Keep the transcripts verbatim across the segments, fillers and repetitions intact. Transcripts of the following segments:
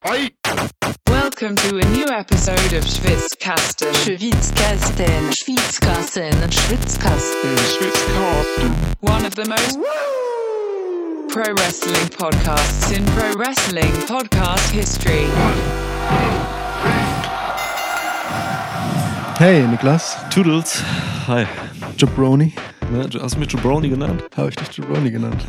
Welcome to a new episode of Schwitzkasten. Schwitzkasten. Schwitzkasten. Schwitzkasten. Schwitzkasten. One of the most Woo! pro wrestling podcasts in pro wrestling podcast history. Hey Niklas. Toodles. Hi. Jabroni. Ne, hast du mich Jabroni genannt? Habe ich dich Jabroni genannt.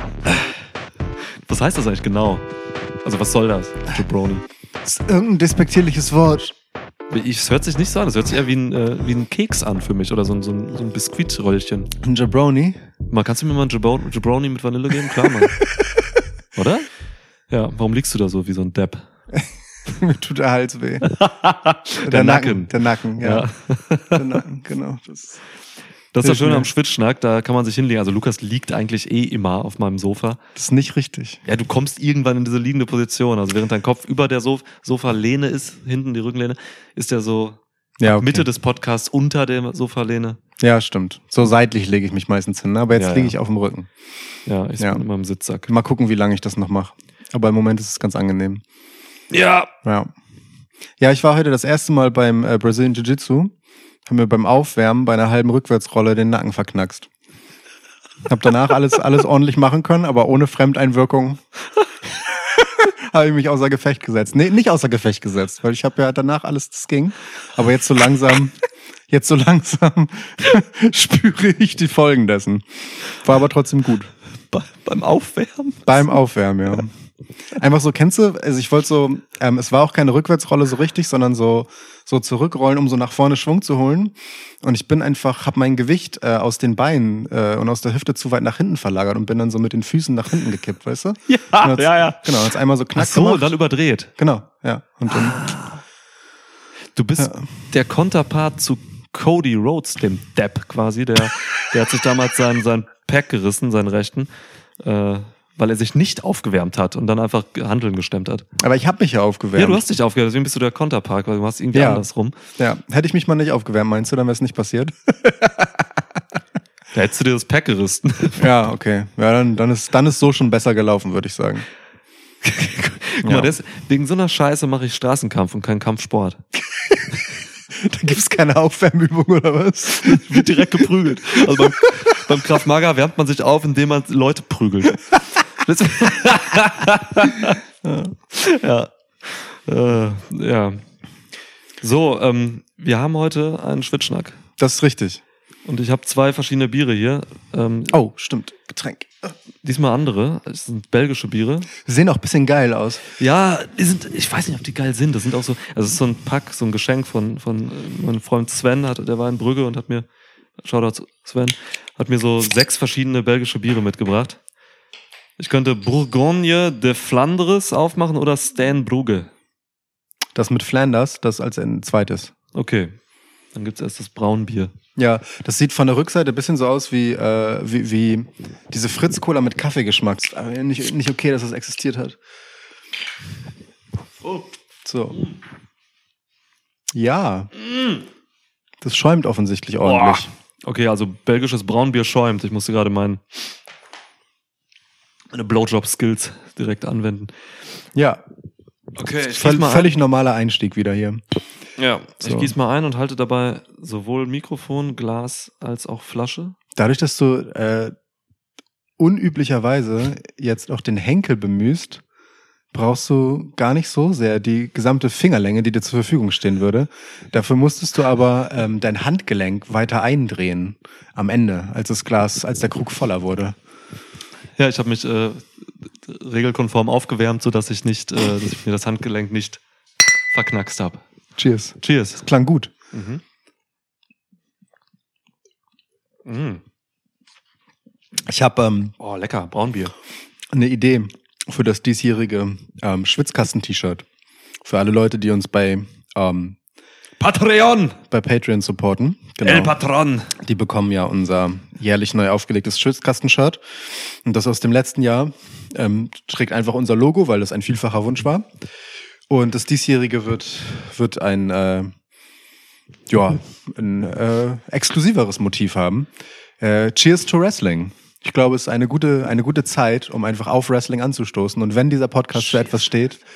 Was heißt das eigentlich genau? Also was soll das, Jabroni? Das ist irgendein despektierliches Wort. Es hört sich nicht so an, es hört sich eher wie ein, äh, wie ein Keks an für mich oder so ein, so ein, so ein Biskuitröllchen. Ein Jabroni? Mal, kannst du mir mal ein Jabro- Jabroni mit Vanille geben? Klar, Mann. Oder? Ja, warum liegst du da so wie so ein Depp? Mir tut der Hals weh. der, der Nacken. Nacken. Der Nacken, ja. ja. Der Nacken, genau. Das, das ist das Schöne mir. am Schwitzschnack, da kann man sich hinlegen. Also Lukas liegt eigentlich eh immer auf meinem Sofa. das ist nicht richtig. Ja, du kommst irgendwann in diese liegende Position. Also während dein Kopf über der Sof- Sofalehne ist, hinten die Rückenlehne, ist der so Ja, okay. Mitte des Podcasts unter der Sofalehne. Ja, stimmt. So seitlich lege ich mich meistens hin, aber jetzt Ja, liege ja. ich auf dem Rücken. Ja, ich Ja. bin immer im Sitzsack. Mal gucken, wie lange ich das noch mache. Aber im Moment ist es ganz angenehm. Ja. Ja. Ja, ich war heute das erste Mal beim äh, Brazilian Jiu-Jitsu. Haben mir beim Aufwärmen bei einer halben Rückwärtsrolle den Nacken verknackst. Hab danach alles, alles ordentlich machen können, aber ohne Fremdeinwirkung habe ich mich außer Gefecht gesetzt. Nee, nicht außer Gefecht gesetzt, weil ich habe ja danach alles, das ging. Aber jetzt so langsam, jetzt so langsam spüre ich die Folgen dessen. War aber trotzdem gut. Be- beim Aufwärmen? Beim Aufwärmen, ja. Einfach so, kennst du, also ich wollte so, ähm, es war auch keine Rückwärtsrolle so richtig, sondern so so zurückrollen, um so nach vorne Schwung zu holen. Und ich bin einfach, habe mein Gewicht äh, aus den Beinen äh, und aus der Hüfte zu weit nach hinten verlagert und bin dann so mit den Füßen nach hinten gekippt, weißt du? Ja, hat's, ja, ja. Genau, hat's einmal so knack Ach so, gemacht. dann überdreht. Genau, ja. Und dann, Du bist Ja. der Konterpart zu Cody Rhodes, dem Depp quasi. Der, der hat sich damals seinen, seinen Pack gerissen, seinen rechten, äh, weil er sich nicht aufgewärmt hat und dann einfach Hanteln gestemmt hat. aber ich habe mich ja aufgewärmt. Ja, du hast dich aufgewärmt, deswegen bist du der Konterpart, weil du machst irgendwie Ja. andersrum. Ja, hätte ich mich mal nicht aufgewärmt, meinst du, dann wäre es nicht passiert? Da hättest du dir das Pack gerissen. Ja, okay. Ja, dann, dann, ist, dann ist so schon besser gelaufen, würde ich sagen. Guck Ja. mal, das, wegen so einer Scheiße mache ich Straßenkampf und keinen Kampfsport. Da gibt's keine Aufwärmübung oder was? Wird direkt geprügelt. Also beim, beim Krav Maga wärmt man sich auf, indem man Leute prügelt. Das ja. Äh, ja. So, ähm, wir haben heute einen Schwitzschnack. Das ist richtig. Und ich habe zwei verschiedene Biere hier. Ähm, Oh, stimmt. Getränk. diesmal andere. Es sind belgische Biere. Sehen auch ein bisschen geil aus. Ja, die sind, ich weiß nicht, ob die geil sind. Das sind auch so, also es ist so ein Pack, so ein Geschenk von, von äh, meinem Freund Sven, hat, der war in Brügge und hat mir, Shoutout Sven, hat mir so sechs verschiedene belgische Biere mitgebracht. Ich könnte Bourgogne de Flandres aufmachen oder Stan Brugge. Das mit Flanders, das als ein zweites. Okay, dann gibt's erst das Braunbier. Ja, das sieht von der Rückseite ein bisschen so aus wie, äh, wie, wie diese Fritz-Cola mit Kaffeegeschmack. Aber nicht, nicht okay, dass das existiert hat. Oh. So. Ja. Das schäumt offensichtlich ordentlich. Okay, also belgisches Braunbier schäumt. Ich musste gerade meinen meine Blowjob-Skills direkt anwenden. Ja. Okay, ich Völ- gieß mal völlig normaler Einstieg wieder hier. ein. Ja, So. ich gieß mal ein und halte dabei sowohl Mikrofon, Glas als auch Flasche. Dadurch, dass du äh, unüblicherweise jetzt auch den Henkel bemühst, brauchst du gar nicht so sehr die gesamte Fingerlänge, die dir zur Verfügung stehen würde. Dafür musstest du aber ähm, dein Handgelenk weiter eindrehen am Ende, als das Glas, als der Krug voller wurde. Ja, ich habe mich äh, regelkonform aufgewärmt, sodass ich nicht, äh, dass ich mir das Handgelenk nicht verknackst habe. Cheers. Cheers. Klang gut. Mhm. Mm. Ich habe ähm, Oh, lecker, Braunbier. eine Idee für das diesjährige ähm, Schwitzkasten-T-Shirt. Für alle Leute, die uns bei, ähm, Patreon! bei Patreon supporten. El Patron! Die bekommen ja unser jährlich neu aufgelegtes Schwitzkasten-Shirt. Und das aus dem letzten Jahr ähm, trägt einfach unser Logo, weil das ein vielfacher Wunsch war. Und das diesjährige wird, wird ein, äh, ja, ein äh, exklusiveres Motiv haben. Äh, Cheers to Wrestling. Ich glaube, es ist eine gute, eine gute Zeit, um einfach auf Wrestling anzustoßen. Und wenn dieser Podcast für etwas steht,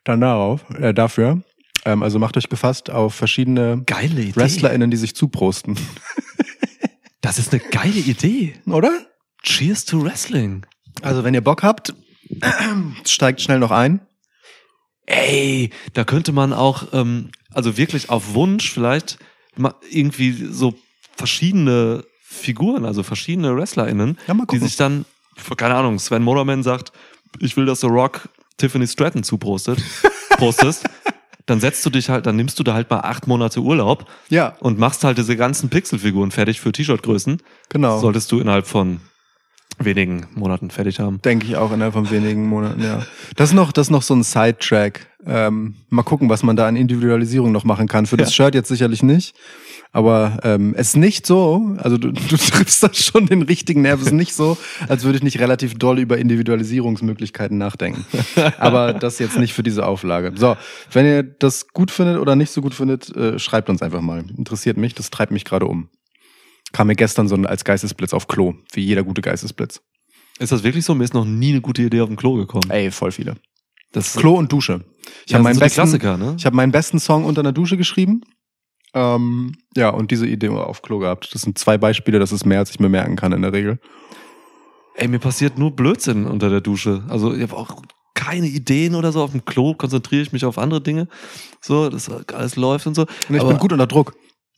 dann darauf, äh, dafür. Ähm, also macht euch gefasst auf verschiedene Geile Idee. WrestlerInnen, die sich zuprosten. Das ist eine geile Idee. Oder? Cheers to Wrestling. Also wenn ihr Bock habt, steigt schnell noch ein. Ey, da könnte man auch, ähm, also wirklich auf Wunsch vielleicht mal irgendwie so verschiedene Figuren, also verschiedene WrestlerInnen, Ja, mal die gucken. sich dann, keine Ahnung, Sven Moderman sagt, ich will, dass The Rock Tiffany Stratton zuprostet, postest, dann setzt du dich halt, dann nimmst du da halt mal acht Monate Urlaub Ja, und machst halt diese ganzen Pixelfiguren fertig für T-Shirt-Größen. genau. Solltest du innerhalb von wenigen Monaten fertig haben. Denke ich auch innerhalb von wenigen Monaten, ja. Das ist noch, das ist noch so ein Sidetrack. Ähm, mal gucken, was man da an Individualisierung noch machen kann. Für das Ja. Shirt jetzt sicherlich nicht. Aber ähm, es ist nicht so, also du, du triffst da schon den richtigen Nerv, es ist nicht so, als würde ich nicht relativ doll über Individualisierungsmöglichkeiten nachdenken. Aber das jetzt nicht für diese Auflage. So, wenn ihr das gut findet oder nicht so gut findet, äh, schreibt uns einfach mal. Interessiert mich, das treibt mich gerade um. Kam mir gestern so als Geistesblitz auf Klo, wie jeder gute Geistesblitz. Ist das wirklich so? Mir ist noch nie eine gute Idee auf dem Klo gekommen. Ey, voll viele. Das Klo und Dusche. Ich ja, habe das meinen sind so die besten, Klassiker, ne? ich habe meinen besten Song unter einer Dusche geschrieben. Ähm, ja, und diese Idee auf Klo gehabt. Das sind zwei Beispiele, das ist mehr, als ich mir merken kann in der Regel. Ey, mir passiert nur Blödsinn unter der Dusche. Also ich habe auch keine Ideen oder so. Auf dem Klo konzentriere ich mich auf andere Dinge. So, dass alles läuft und so. Und ich Aber- bin gut unter Druck.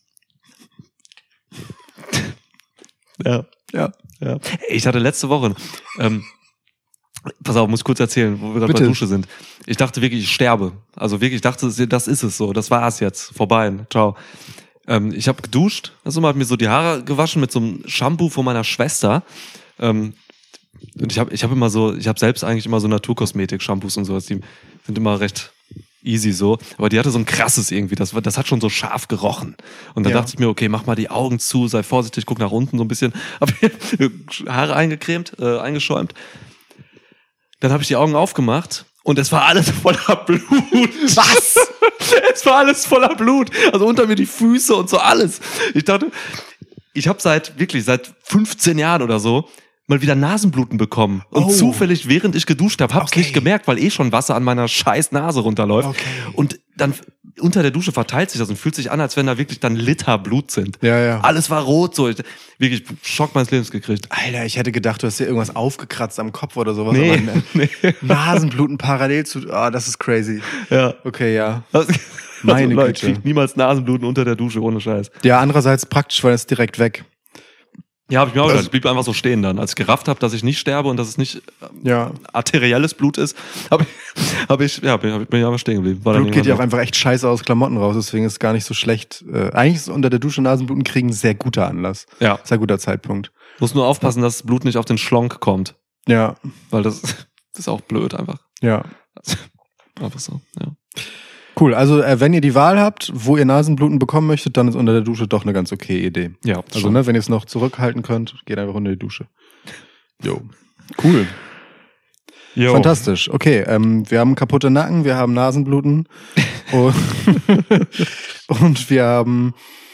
Ja. Ja. Ja. Ey, ich hatte letzte Woche, ähm, pass auf, muss ich kurz erzählen, wo wir gerade bei Bitte. der Dusche sind. Ich dachte wirklich, ich sterbe. Also wirklich, ich dachte, das ist es so. Das war's jetzt. Vorbei. Ciao. Ähm, ich habe geduscht. Also mal hab mir so die Haare gewaschen mit so einem Shampoo von meiner Schwester. Ähm, und ich habe ich hab immer so, ich habe selbst eigentlich immer so Naturkosmetik-Shampoos und sowas. Die sind immer recht easy so. Aber die hatte so ein krasses irgendwie. Das, war- das hat schon so scharf gerochen. Und dann Ja. dachte ich mir, okay, mach mal die Augen zu, sei vorsichtig, guck nach unten so ein bisschen. Hab mir Haare eingecremt, äh, eingeschäumt. Dann habe ich die Augen aufgemacht und es war alles voller Blut. Was? Es war alles voller Blut. Also unter mir die Füße und so alles. Ich dachte, ich habe seit, wirklich, seit fünfzehn Jahren oder so mal wieder Nasenbluten bekommen. Und Oh. zufällig, während ich geduscht habe, hab's Okay. nicht gemerkt, weil eh schon Wasser an meiner scheiß Nase runterläuft. Okay. Und dann unter der Dusche verteilt sich das und fühlt sich an, als wenn da wirklich dann Liter Blut sind. Ja, ja. Alles war rot so. Ich, wirklich Schock meines Lebens gekriegt. Alter, ich hätte gedacht, du hast dir irgendwas aufgekratzt am Kopf oder sowas. Nee, Aber ne- nee. Nasenbluten parallel zu. Ah, das ist crazy. Ja. Okay, ja. Das, Meine also, Leute, Güte. kriegt niemals Nasenbluten unter der Dusche, ohne Scheiß. Ja, andererseits praktisch, weil es direkt weg. Ja, habe ich mir auch Also- gedacht. Ich blieb einfach so stehen dann. Als ich gerafft habe, dass ich nicht sterbe und dass es nicht Ja. arterielles Blut ist, habe ich, hab ich, ja, bin, hab ich- bin ich einfach stehen geblieben. War dann Blut geht ja auch irgendwann einfach echt scheiße aus Klamotten raus, deswegen ist es gar nicht so schlecht. Äh, eigentlich ist unter der Dusche Nasenbluten kriegen ein sehr guter Anlass. so. Ja, Sehr guter Zeitpunkt. muss nur aufpassen, dass das Blut nicht auf den Schlonk kommt. Ja, Weil das, das ist auch blöd einfach. ja. Einfach so, ja. Cool, also äh, wenn ihr die Wahl habt, wo ihr Nasenbluten bekommen möchtet, dann ist unter der Dusche doch eine ganz okay Idee. Ja, Also schon. ne, wenn ihr es noch zurückhalten könnt, geht einfach unter die Dusche. Jo. Cool. Jo. Fantastisch. Okay, ähm, wir haben kaputte Nacken, wir haben Nasenbluten und, und wir haben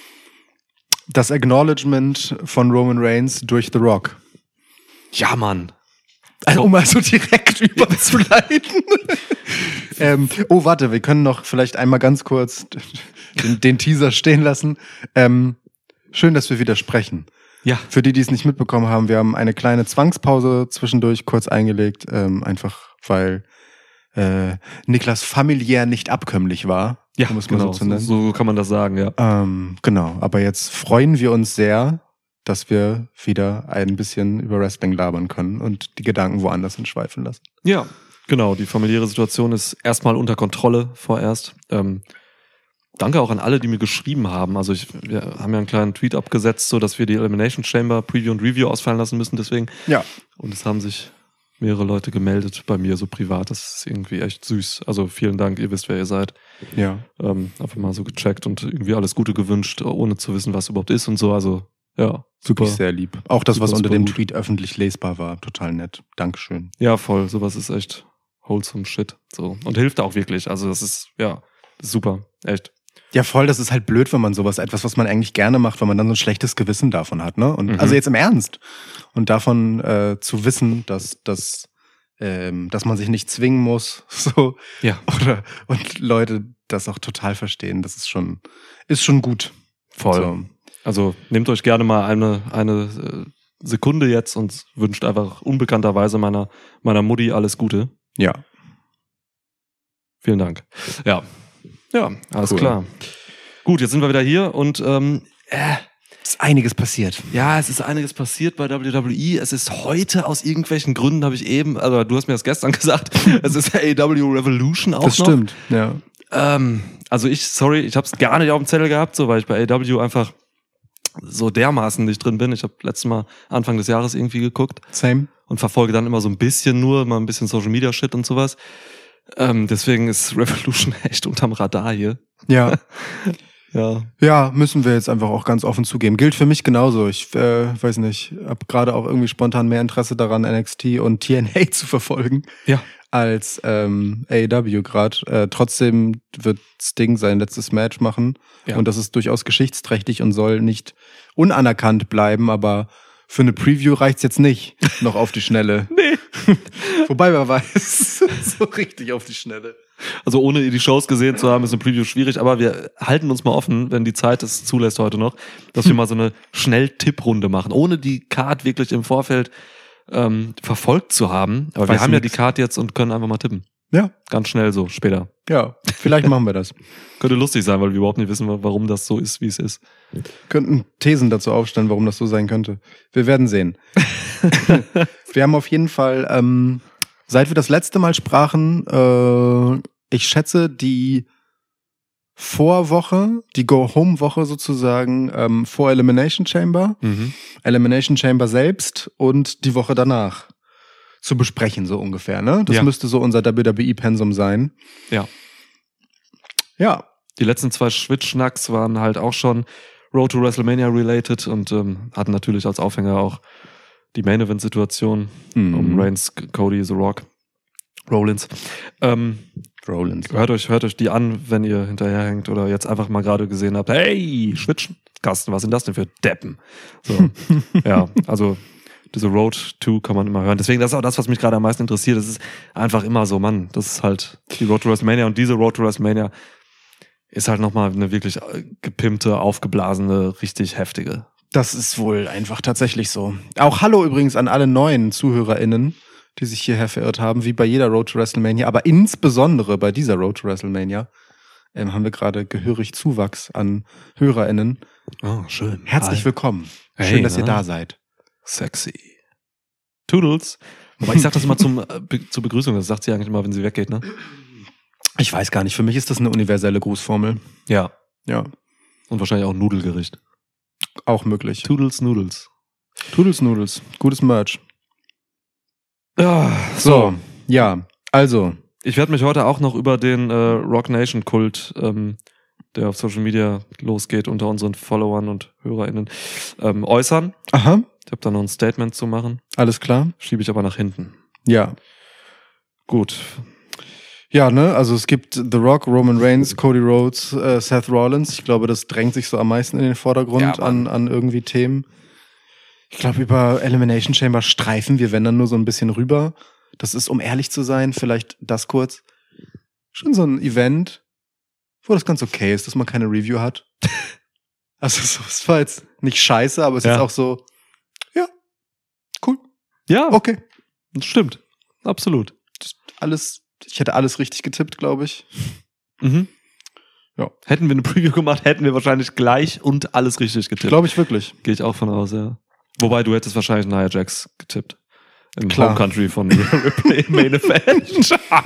das Acknowledgement von Roman Reigns durch The Rock. Ja, Mann. Also, um mal so direkt überzuleiten. ähm, oh, warte, wir können noch vielleicht einmal ganz kurz den, den Teaser stehen lassen. Ähm, schön, dass wir wieder sprechen. Ja. Für die, die es nicht mitbekommen haben, wir haben eine kleine Zwangspause zwischendurch kurz eingelegt, ähm, einfach weil äh, Niklas familiär nicht abkömmlich war, Ja, um es mal genau. so zu So, nennen. so kann man das sagen, ja. Ähm, genau, aber jetzt freuen wir uns sehr, dass wir wieder ein bisschen über Wrestling labern können und die Gedanken woanders hinschweifen lassen. Ja, genau. Die familiäre Situation ist erstmal unter Kontrolle vorerst. Ähm, danke auch an alle, die mir geschrieben haben. Also ich, wir haben ja einen kleinen Tweet abgesetzt, so dass wir die Elimination Chamber Preview und Review ausfallen lassen müssen. Deswegen. Ja. Und es haben sich mehrere Leute gemeldet bei mir so privat. Das ist irgendwie echt süß. Also vielen Dank. Ihr wisst, wer ihr seid. Ja. Ähm, einfach mal so gecheckt und irgendwie alles Gute gewünscht, ohne zu wissen, was überhaupt ist und so. Also ja, super. Wirklich sehr lieb. Auch das, was Super, unter super dem gut. Tweet öffentlich lesbar war, total nett. Dankeschön. Ja, voll. Sowas ist echt wholesome Shit. So. Und hilft auch wirklich. Also das ist, ja, das ist super. Echt. Ja, voll, das ist halt blöd, wenn man sowas, etwas, was man eigentlich gerne macht, wenn man dann so ein schlechtes Gewissen davon hat, ne? Und Mhm. also jetzt im Ernst. Und davon äh, zu wissen, dass das ähm, dass man sich nicht zwingen muss, so. Ja. Oder, und Leute das auch total verstehen. Das ist schon, ist schon gut. Voll. So. Also nehmt euch gerne mal eine, eine Sekunde jetzt und wünscht einfach unbekannterweise meiner, meiner Mutti alles Gute. Ja. Vielen Dank. Ja. Ja, alles Cool. klar. Gut, jetzt sind wir wieder hier und ähm, äh, Ist einiges passiert. ja, es ist einiges passiert bei W W E. Es ist heute aus irgendwelchen Gründen, habe ich eben, also du hast mir das gestern gesagt, es ist A E W Revolution auch Das noch. stimmt, ja. Ähm, also ich, sorry, ich habe es gar nicht auf dem Zettel gehabt, so weil ich bei A E W einfach so dermaßen nicht drin bin. Ich habe letztes Mal Anfang des Jahres irgendwie geguckt Same. und verfolge dann immer so ein bisschen nur, mal ein bisschen Social Media Shit und sowas. Ähm, deswegen ist Revolution echt unterm Radar hier. Ja. Ja. Ja, müssen wir jetzt einfach auch ganz offen zugeben. Gilt für mich genauso. Ich äh, weiß nicht, habe gerade auch irgendwie spontan mehr Interesse daran, N X T und T N A zu verfolgen, Ja. als ähm, A E W gerade. Äh, trotzdem wird Sting sein letztes Match machen. Ja. Und das ist durchaus geschichtsträchtig und soll nicht unanerkannt bleiben, aber für eine Preview reicht's jetzt nicht noch auf die Schnelle. Nee. Wobei wer weiß, so richtig auf die Schnelle. Also ohne die Shows gesehen zu haben, ist ein Preview schwierig, aber wir halten uns mal offen, wenn die Zeit es zulässt heute noch, dass wir mal so eine Schnell-Tipp-Runde machen, ohne die Card wirklich im Vorfeld ähm, verfolgt zu haben. Aber wir Weiß haben ja nix. die Card jetzt und können einfach mal tippen. Ja, Ganz schnell so, später. ja, vielleicht machen wir das. Könnte lustig sein, weil wir überhaupt nicht wissen, warum das so ist, wie es ist. Könnten Thesen dazu aufstellen, warum das so sein könnte. Wir werden sehen. Wir haben auf jeden Fall, ähm, seit wir das letzte Mal sprachen, äh, ich schätze, die Vorwoche, die Go-Home-Woche sozusagen, ähm, vor Elimination Chamber, Mhm. Elimination Chamber selbst und die Woche danach zu besprechen, so ungefähr, ne? Das Ja. müsste so unser W W E-Pensum sein. Ja. Ja, Die letzten zwei Schwitz-Schnacks waren halt auch schon Road to WrestleMania related und ähm, hatten natürlich als Aufhänger auch die Main-Event-Situation Mhm. um Reigns, Cody, The Rock, Rollins. Ähm, Rollins. hört euch, hört euch die an, wenn ihr hinterherhängt oder jetzt einfach mal gerade gesehen habt, hey, Schwitzkasten, was sind das denn für Deppen? So, ja, also diese Road to kann man immer hören. Deswegen, das ist auch das, was mich gerade am meisten interessiert. Das ist einfach immer so, Mann, das ist halt die Road to WrestleMania und diese Road to WrestleMania ist halt nochmal eine wirklich gepimpte, aufgeblasene, richtig heftige. Das ist wohl einfach tatsächlich so. Auch Hallo übrigens an alle neuen ZuhörerInnen, die sich hierher verirrt haben, wie bei jeder Road to WrestleMania, aber insbesondere bei dieser Road to WrestleMania ähm, haben wir gerade gehörig Zuwachs an HörerInnen. Oh, schön. Herzlich willkommen. Hey, Schön, dass ihr ne? da seid. Sexy. Toodles. Aber ich sag das immer zum, äh, be- zur Begrüßung, das sagt sie eigentlich immer, wenn sie weggeht, ne? Ich weiß gar nicht, für mich ist das eine universelle Grußformel. Ja. Ja, Und wahrscheinlich auch ein Nudelgericht. auch möglich. Toodles, Noodles. Toodles Noodles, gutes Merch. Ja, So, ja, also, Ich werde mich heute auch noch über den äh, Rock Nation Kult, ähm, der auf Social Media losgeht, unter unseren Followern und HörerInnen, ähm, äußern. aha, Ich habe da noch ein Statement zu machen. alles klar. Schiebe ich aber nach hinten. Ja. Gut. Ja, ne, also es gibt The Rock, Roman Reigns, Cody Rhodes, äh, Seth Rollins. Ich glaube, das drängt sich so am meisten in den Vordergrund Ja, Mann. an, an irgendwie Themen. Ich glaube, über Elimination Chamber streifen wir, wenn dann nur so ein bisschen rüber. Das ist, um ehrlich zu sein, vielleicht das kurz, schon so ein Event, wo das ganz okay ist, dass man keine Review hat. Also so, es war jetzt nicht scheiße, aber es Ja. ist auch so, ja, cool, Ja, okay. das stimmt. Absolut. Alles, ich hätte alles richtig getippt, glaube ich. Mhm. Ja. Hätten wir eine Preview gemacht, hätten wir wahrscheinlich gleich und alles richtig getippt. Glaube ich wirklich. Gehe ich auch von aus, ja. Wobei, du hättest wahrscheinlich Nia Jax getippt. Im Klar. Home Country von Rhea Ripley im Main Event.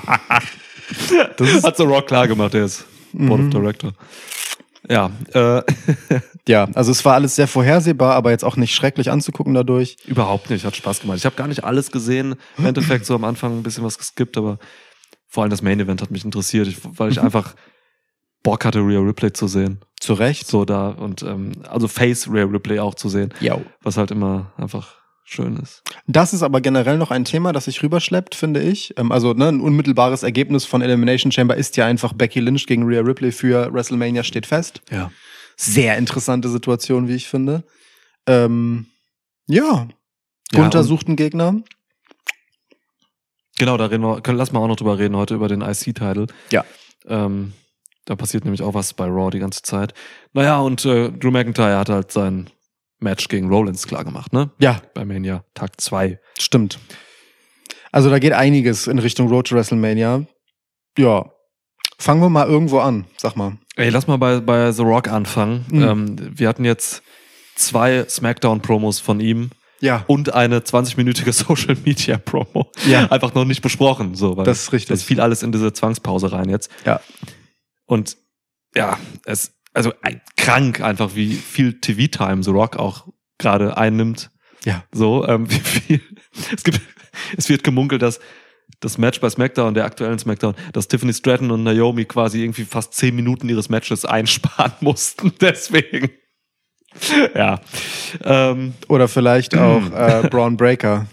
Das ist- Hat The Rock klar gemacht, der ist Board of Mhm. Director. Ja, äh, Ja, also es war alles sehr vorhersehbar, aber jetzt auch nicht schrecklich anzugucken dadurch. überhaupt nicht, hat Spaß gemacht. Ich habe gar nicht alles gesehen. Im Endeffekt so am Anfang ein bisschen was geskippt, aber vor allem das Main Event hat mich interessiert, ich, weil ich einfach Bock hatte, Rhea Ripley zu sehen. Zu Recht. So da und ähm, also Face Rhea Ripley auch zu sehen, Ja. was halt immer einfach schön ist. Das ist aber generell noch ein Thema, das sich rüberschleppt, finde ich. Ähm, Also ne, ein unmittelbares Ergebnis von Elimination Chamber ist ja einfach Becky Lynch gegen Rhea Ripley für WrestleMania steht fest. Ja. Sehr interessante Situation, wie ich finde. Ähm, ja, Ja, Gunther sucht einen Gegner. Genau, da reden wir, können, lass mal auch noch drüber reden heute, über den I C-Title. Ja. Ähm, da passiert nämlich auch was bei Raw die ganze Zeit. Naja, und äh, Drew McIntyre hat halt sein Match gegen Rollins klar gemacht, ne? Ja. Bei Mania, Tag zwei. Stimmt. Also da geht einiges in Richtung Road to WrestleMania. Ja. Fangen wir mal irgendwo an, sag mal. Ey, lass mal bei, bei The Rock anfangen. Mhm. Ähm, wir hatten jetzt zwei Smackdown-Promos von ihm. Ja. Und eine zwanzig-minütige Social-Media-Promo. Ja. Einfach noch nicht besprochen. So, weil Das ist richtig. Das fiel alles in diese Zwangspause rein jetzt. Ja. Und ja, es also ein, krank einfach, wie viel T V-Time The Rock auch gerade einnimmt. Ja. So, ähm, wie viel. Es gibt, es wird gemunkelt, dass das Match bei SmackDown, der aktuellen SmackDown, dass Tiffany Stratton und Naomi quasi irgendwie fast zehn Minuten ihres Matches einsparen mussten. Deswegen. Ja. Ähm, Oder vielleicht auch äh, Braun Breaker.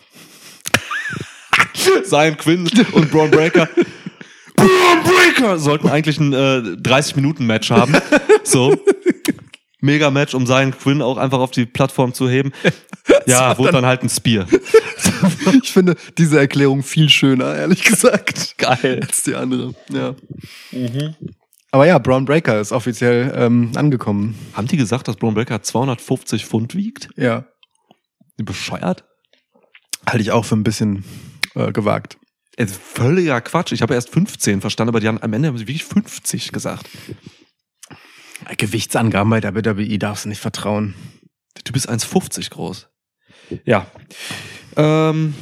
Zion Quinn und Braun Breaker. Braun Breaker sollten eigentlich ein äh, dreißig-Minuten-Match haben. So. Mega-Match, um Zion Quinn auch einfach auf die Plattform zu heben. Ja, wurde dann halt ein Spear. Ich finde diese Erklärung viel schöner, ehrlich gesagt. Geil. Als die andere. Ja. Mhm. Aber ja, Braun Breaker ist offiziell ähm, angekommen. Haben die gesagt, dass Braun Breaker zweihundertfünfzig Pfund wiegt? Ja. Die bescheuert? Halte ich auch für ein bisschen äh, gewagt. Ey, völliger Quatsch. Ich habe erst fünfzehn verstanden, aber die haben, am Ende haben sie wirklich fünfzig gesagt. Gewichtsangaben bei der W W E darfst du nicht vertrauen. Der Typ ist eins Komma fünfzig groß. Ja. Ähm.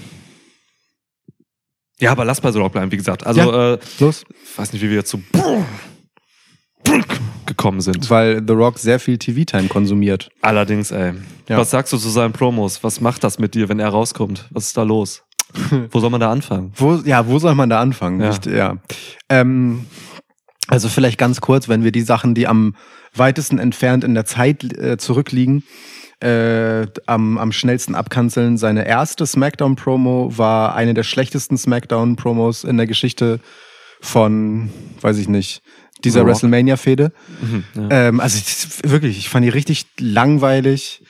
Ja, aber lass bei The Rock bleiben, wie gesagt. Also, Ja, äh, los. ich weiß nicht, wie wir jetzt zu gekommen sind. Weil The Rock sehr viel T V-Time konsumiert. Allerdings, ey. Ja. Was sagst du zu seinen Promos? Was macht das mit dir, wenn er rauskommt? Was ist da los? Wo soll man da anfangen? Wo, ja, wo soll man da anfangen? Ja. Nicht, ja. Ähm, also vielleicht ganz kurz, wenn wir die Sachen, die am weitesten entfernt in der Zeit äh, zurückliegen, äh, am, am schnellsten abkanzeln. Seine erste Smackdown-Promo war eine der schlechtesten Smackdown-Promos in der Geschichte von, weiß ich nicht, dieser The Rock. WrestleMania-Fehde. Mhm, ja. Ähm, also ich, wirklich, ich fand die richtig langweilig,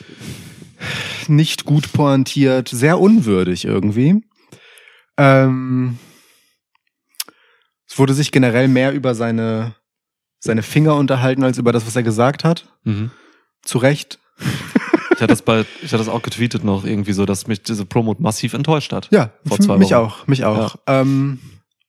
nicht gut pointiert, sehr unwürdig irgendwie. Ähm, es wurde sich generell mehr über seine, seine Finger unterhalten, als über das, was er gesagt hat. Mhm. Zu Recht. Ich hatte das bei, ich hatte das auch getweetet noch irgendwie so, dass mich diese Promo massiv enttäuscht hat. Ja, Vor zwei mich Wochen. auch, mich auch. Ähm,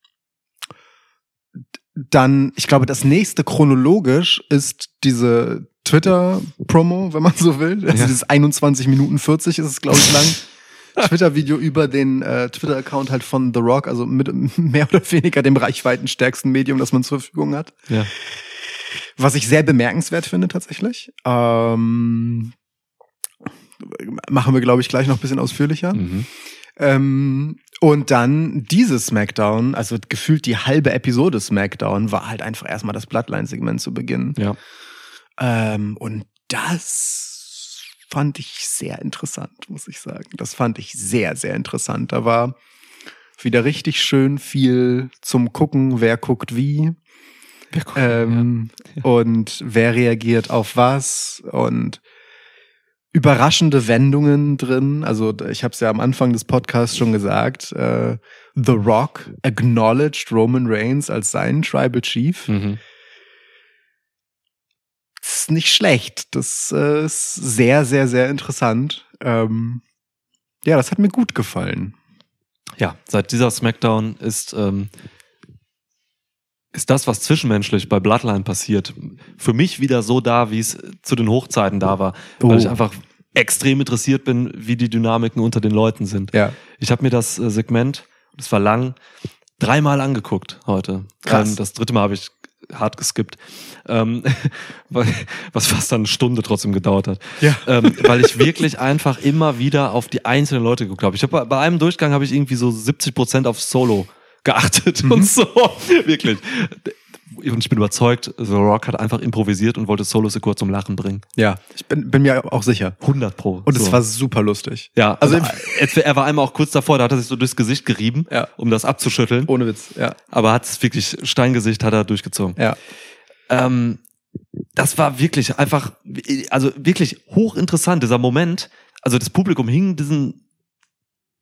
dann, ich glaube, das nächste chronologisch ist diese Twitter-Promo, wenn man so will. Also Ja. dieses einundzwanzig Minuten vierzig ist es, glaube ich, lang. Twitter-Video über den äh, Twitter-Account halt von The Rock, also mit mehr oder weniger dem reichweitenstärksten Medium, das man zur Verfügung hat. Ja. Was ich sehr bemerkenswert finde tatsächlich. Ähm, machen wir, glaube ich, gleich noch ein bisschen ausführlicher. Mhm. Ähm, und dann dieses Smackdown, also gefühlt die halbe Episode Smackdown, war halt einfach erstmal das Bloodline-Segment zu Beginn. Ja. Ähm, und das fand ich sehr interessant, muss ich sagen. Das fand ich sehr, sehr interessant. Da war wieder richtig schön viel zum Gucken, wer guckt wie. Wer guckt, Ähm, ja. Und wer reagiert auf was und überraschende Wendungen drin. Also ich habe es ja am Anfang des Podcasts schon gesagt. Äh, The Rock acknowledged Roman Reigns als seinen Tribal Chief. Mhm. Das ist nicht schlecht. Das äh, ist sehr, sehr, sehr interessant. Ähm, ja, das hat mir gut gefallen. Ja, seit dieser Smackdown ist, ähm, ist das, was zwischenmenschlich bei Bloodline passiert, für mich wieder so da, wie es zu den Hochzeiten da war. Oh. Weil ich einfach extrem interessiert bin, wie die Dynamiken unter den Leuten sind. Ja. Ich habe mir das äh, Segment, das war lang, dreimal angeguckt heute. Krass. Ähm, das dritte Mal habe ich hart geskippt, ähm, weil, was fast dann eine Stunde trotzdem gedauert hat. Ja. Ähm, weil ich wirklich einfach immer wieder auf die einzelnen Leute geguckt habe. Ich habe bei einem Durchgang habe ich irgendwie so siebzig Prozent auf Solo geachtet Mhm. und so. Wirklich. Und ich bin überzeugt, The Rock hat einfach improvisiert und wollte Solo Secure zum Lachen bringen. Ja, ich bin, bin mir auch sicher. hundert Pro. Und es so. war super lustig. Ja, Also- also er, er war einmal auch kurz davor, da hat er sich so durchs Gesicht gerieben, Ja. um das abzuschütteln. Ohne Witz, ja. Aber hat es wirklich, Steingesicht hat er durchgezogen. Ja. Ähm, das war wirklich einfach, also wirklich hochinteressant, dieser Moment. Also das Publikum hing diesen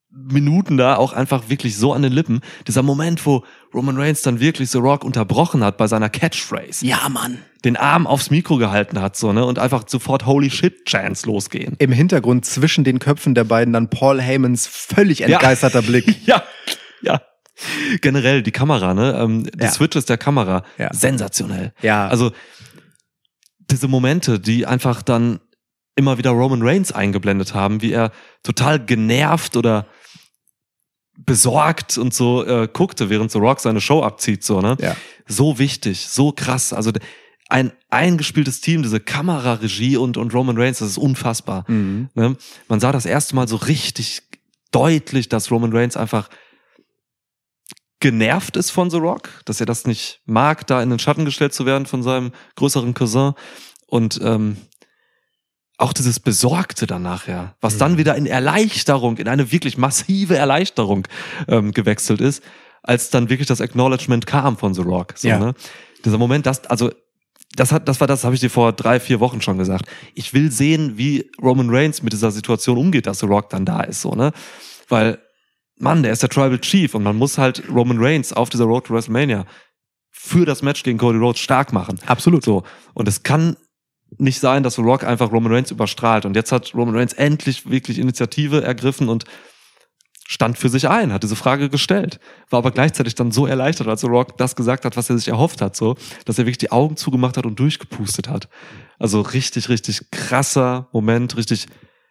Minuten da auch einfach wirklich so an den Lippen. Dieser Moment, wo Roman Reigns dann wirklich The Rock unterbrochen hat bei seiner Catchphrase. Ja, Mann. Den Arm aufs Mikro gehalten hat, so, ne, und einfach sofort Holy Shit Chants losgehen. Im Hintergrund zwischen den Köpfen der beiden dann Paul Heymans völlig entgeisterter ja. Blick. Ja, ja. Generell die Kamera, ne, ähm, die ja. Switches der Kamera, ja. sensationell. Ja. Also diese Momente, die einfach dann immer wieder Roman Reigns eingeblendet haben, wie er total genervt oder besorgt und so äh, guckte, während The Rock seine Show abzieht, so, ne? Ja. So wichtig, so krass. Also ein eingespieltes Team, diese Kameraregie und, und Roman Reigns, das ist unfassbar. Mhm. Ne? Man sah das erste Mal so richtig deutlich, dass Roman Reigns einfach genervt ist von The Rock, dass er das nicht mag, da in den Schatten gestellt zu werden von seinem größeren Cousin. Und ähm, auch dieses Besorgte dann nachher, was dann wieder in Erleichterung, in eine wirklich massive Erleichterung ähm, gewechselt ist, als dann wirklich das Acknowledgement kam von The Rock. So, ja. ne? Dieser Moment, das, also das hat, das war das, habe ich dir vor drei, vier Wochen schon gesagt. Ich will sehen, wie Roman Reigns mit dieser Situation umgeht, dass The Rock dann da ist, so, ne? Weil, Mann, der ist der Tribal Chief und man muss halt Roman Reigns auf dieser Road to WrestleMania für das Match gegen Cody Rhodes stark machen. Absolut. So. Und es kann nicht sein, dass The Rock einfach Roman Reigns überstrahlt. Und jetzt hat Roman Reigns endlich wirklich Initiative ergriffen und stand für sich ein, hat diese Frage gestellt. War aber gleichzeitig dann so erleichtert, als The Rock das gesagt hat, was er sich erhofft hat, so, dass er wirklich die Augen zugemacht hat und durchgepustet hat. Also richtig, richtig krasser Moment, richtig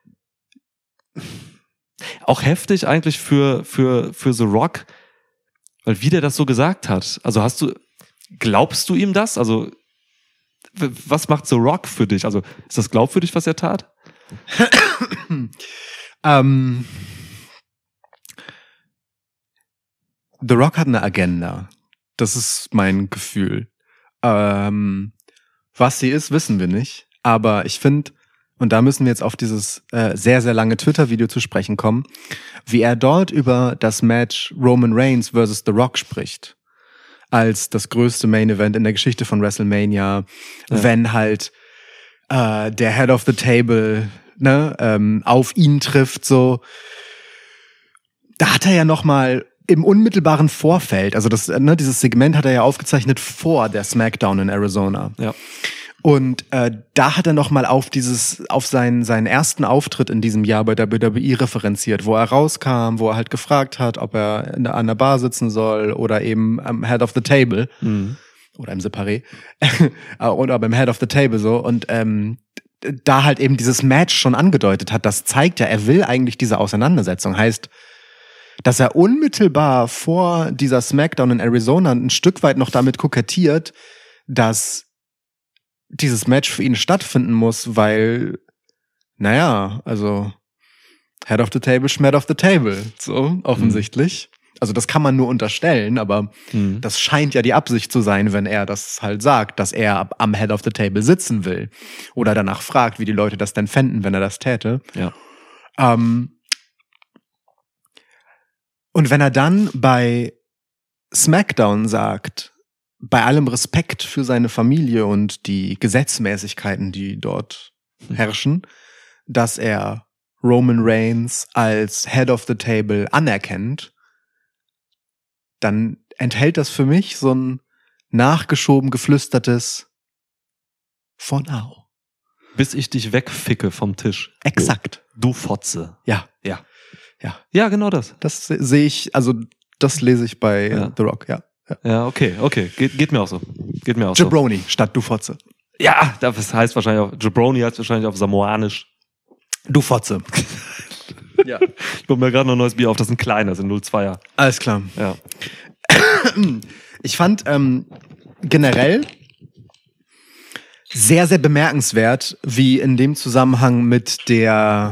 auch heftig eigentlich für, für, für The Rock, weil wie der das so gesagt hat. Also hast du, glaubst du ihm das? Also, was macht The Rock für dich? Also, ist das glaubwürdig, was er tat? ähm, The Rock hat eine Agenda. Das ist mein Gefühl. Ähm, was sie ist, wissen wir nicht. Aber ich finde, und da müssen wir jetzt auf dieses äh, sehr, sehr lange Twitter-Video zu sprechen kommen, wie er dort über das Match Roman Reigns versus The Rock spricht. Als das größte Main-Event in der Geschichte von WrestleMania, ja. wenn halt äh, der Head of the Table ne, ähm, auf ihn trifft, so. Da hat er ja noch mal im unmittelbaren Vorfeld, also das, ne, dieses Segment hat er ja aufgezeichnet vor der SmackDown in Arizona. Ja. Und äh, da hat er noch mal auf dieses, auf seinen seinen ersten Auftritt in diesem Jahr bei der W W E referenziert, wo er rauskam, wo er halt gefragt hat, ob er in, an der Bar sitzen soll oder eben am Head of the Table mhm. oder im Separé oder beim Head of the Table so. Und ähm, da halt eben dieses Match schon angedeutet hat, das zeigt ja, er will eigentlich diese Auseinandersetzung. Heißt, dass er unmittelbar vor dieser SmackDown in Arizona ein Stück weit noch damit kokettiert, dass dieses Match für ihn stattfinden muss, weil, naja, also Head of the Table, Schmed of the Table, so offensichtlich. Mhm. Also das kann man nur unterstellen, aber mhm. das scheint ja die Absicht zu sein, wenn er das halt sagt, dass er am Head of the Table sitzen will. Oder danach fragt, wie die Leute das denn fänden, wenn er das täte. Ja. Ähm, und wenn er dann bei SmackDown sagt, bei allem Respekt für seine Familie und die Gesetzmäßigkeiten, die dort herrschen, dass er Roman Reigns als Head of the Table anerkennt, dann enthält das für mich so ein nachgeschoben geflüstertes For now. Bis ich dich wegficke vom Tisch. Exakt. Du Fotze. Ja. Ja. Ja. Ja, genau das. Das sehe ich, also das lese ich bei ja. The Rock, ja. Ja, ja okay, okay. Geht, geht mir auch so. Geht mir auch Jabroni so. statt Du Fotze. Ja, das heißt wahrscheinlich auch, Jabroni heißt wahrscheinlich auf Samoanisch. Du Fotze. Ja. Ich baue mir gerade noch ein neues Bier auf, das ist ein kleiner, das sind null Komma zweier. Alles klar. Ja. Ich fand ähm, generell sehr, sehr bemerkenswert, wie in dem Zusammenhang mit der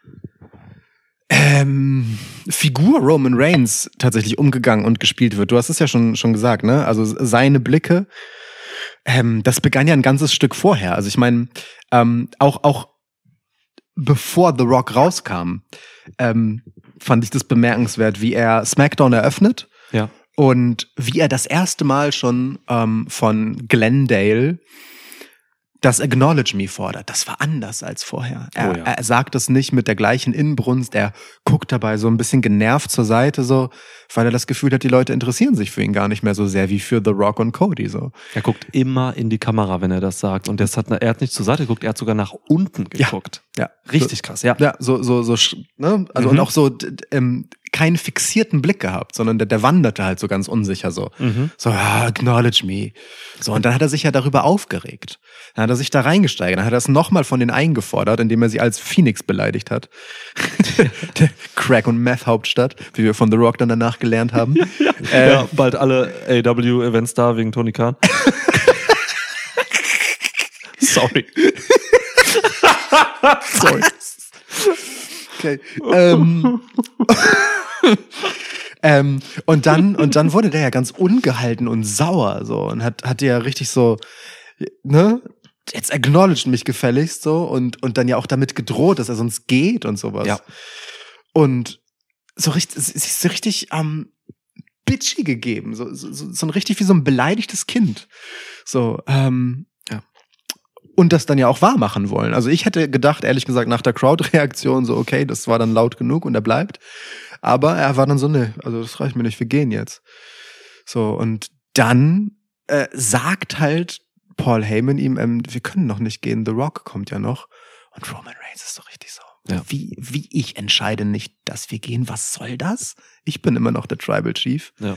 ähm, Figur Roman Reigns tatsächlich umgegangen und gespielt wird. Du hast es ja schon schon gesagt, ne? Also seine Blicke, ähm, das begann ja ein ganzes Stück vorher. Also ich meine, ähm, auch auch bevor The Rock rauskam, ähm, fand ich das bemerkenswert, wie er SmackDown eröffnet. Ja. Und wie er das erste Mal schon ähm, von Glendale das Acknowledge Me fordert. Das war anders als vorher. Er, Oh ja. er sagt es nicht mit der gleichen Inbrunst. Er guckt dabei so ein bisschen genervt zur Seite, so, weil er das Gefühl hat, die Leute interessieren sich für ihn gar nicht mehr so sehr wie für The Rock und Cody. So. Er guckt immer in die Kamera, wenn er das sagt. Und das hat, er hat nicht zur Seite geguckt, er hat sogar nach unten geguckt. Ja. Richtig krass, ja. Ja, so, so, so, sch- ne? Also Mhm. und auch so d- d- ähm, keinen fixierten Blick gehabt, sondern der, der wanderte halt so ganz unsicher so. Mhm. So, ah, acknowledge me. So, und dann hat er sich ja darüber aufgeregt. Dann hat er sich da reingesteigert. Dann hat er es nochmal von denen eingefordert, indem er sie als Phoenix beleidigt hat. Der Crack- und Meth-Hauptstadt, wie wir von The Rock dann danach gelernt haben. Äh, Ja, bald alle A E W-Events da wegen Tony Khan. Sorry. Sorry. Okay. Ähm, ähm, und dann und dann wurde der ja ganz ungehalten und sauer so und hat hat ja richtig so, ne, jetzt acknowledged mich gefälligst so und und dann ja auch damit gedroht, dass er sonst geht und sowas. Ja. Und so richtig sich so richtig ähm, bitchy gegeben, so, so so so ein richtig wie so ein beleidigtes Kind. So ähm, und das dann ja auch wahr machen wollen. Also ich hätte gedacht, ehrlich gesagt, nach der Crowd-Reaktion so, okay, das war dann laut genug und er bleibt. Aber er war dann so, ne, also das reicht mir nicht, wir gehen jetzt. So, und dann äh, sagt halt Paul Heyman ihm, ähm, wir können noch nicht gehen, The Rock kommt ja noch. Und Roman Reigns ist so richtig so. Ja. Wie, wie ich entscheide nicht, dass wir gehen, was soll das? Ich bin immer noch der Tribal Chief. Ja.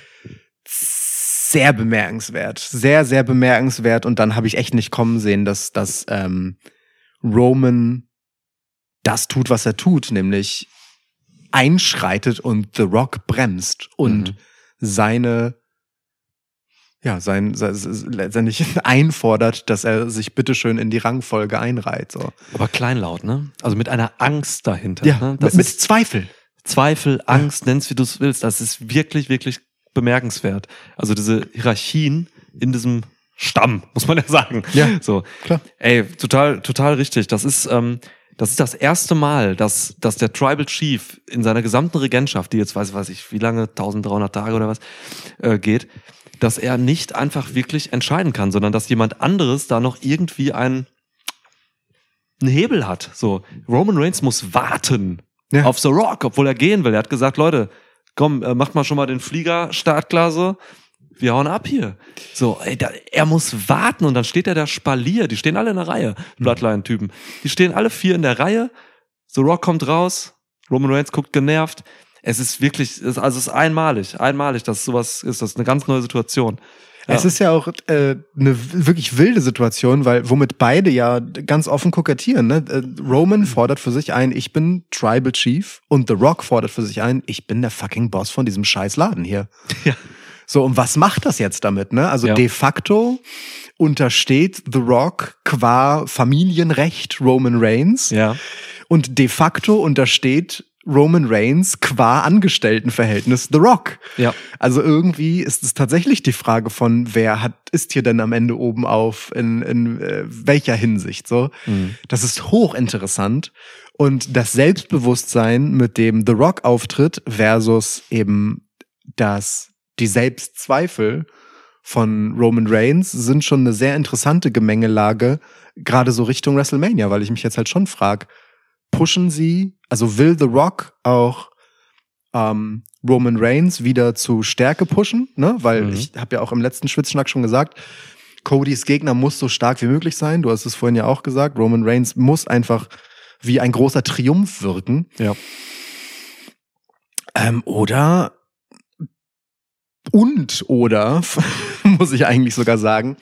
Sehr bemerkenswert, sehr, sehr bemerkenswert. Und dann habe ich echt nicht kommen sehen, dass, dass ähm, Roman das tut, was er tut, nämlich einschreitet und The Rock bremst und Mhm. seine, ja, sein, sein, letztendlich einfordert, dass er sich bitteschön in die Rangfolge einreiht. So. Aber kleinlaut, ne? Also mit einer Angst dahinter. Ja, ne? mit, Das mit ist Zweifel. Zweifel, Angst, nenn's wie du es willst. Das ist wirklich, wirklich bemerkenswert. Also diese Hierarchien in diesem Stamm, muss man ja sagen. Ja, so. klar. Ey, total, total richtig. Das ist, ähm, das ist das erste Mal, dass, dass der Tribal Chief in seiner gesamten Regentschaft, die jetzt weiß, weiß ich, wie lange, dreizehnhundert Tage oder was, äh, geht, dass er nicht einfach wirklich entscheiden kann, sondern dass jemand anderes da noch irgendwie einen, einen Hebel hat. So, Roman Reigns muss warten Ja. auf The Rock, obwohl er gehen will. Er hat gesagt, Leute, komm, äh, macht mal schon mal den Flieger startklar so. Wir hauen ab hier. So, ey, da, er muss warten und dann steht er da Spalier. Die stehen alle in der Reihe, Bloodline-Typen. Die stehen alle vier in der Reihe. The Rock kommt raus. Roman Reigns guckt genervt. Es ist wirklich, es ist, also es ist einmalig, einmalig, dass sowas ist. Das ist eine ganz neue Situation. Ja. Es ist ja auch äh, eine wirklich wilde Situation, weil womit beide ja ganz offen kokettieren. Ne? Äh, Roman fordert für sich ein, ich bin Tribal Chief, und The Rock fordert für sich ein, ich bin der fucking Boss von diesem scheiß Laden hier. Ja. So, und was macht das jetzt damit? Ne? Also Ja. de facto untersteht The Rock qua Familienrecht Roman Reigns, Ja. und de facto untersteht Roman Reigns qua Angestelltenverhältnis The Rock. Ja. Also irgendwie ist es tatsächlich die Frage von, wer hat, ist hier denn am Ende oben auf, in, in äh, welcher Hinsicht so. Mhm. Das ist hochinteressant. Und das Selbstbewusstsein, mit dem The Rock auftritt, versus eben das, die Selbstzweifel von Roman Reigns, sind schon eine sehr interessante Gemengelage, gerade so Richtung WrestleMania, weil ich mich jetzt halt schon frage, pushen sie, also will The Rock auch ähm, Roman Reigns wieder zu Stärke pushen, ne? Weil Mhm. ich habe ja auch im letzten Schwitzschnack schon gesagt, Codys Gegner muss so stark wie möglich sein. Du hast es vorhin ja auch gesagt, Roman Reigns muss einfach wie ein großer Triumph wirken. Ja. Ähm, oder und oder muss ich eigentlich sogar sagen,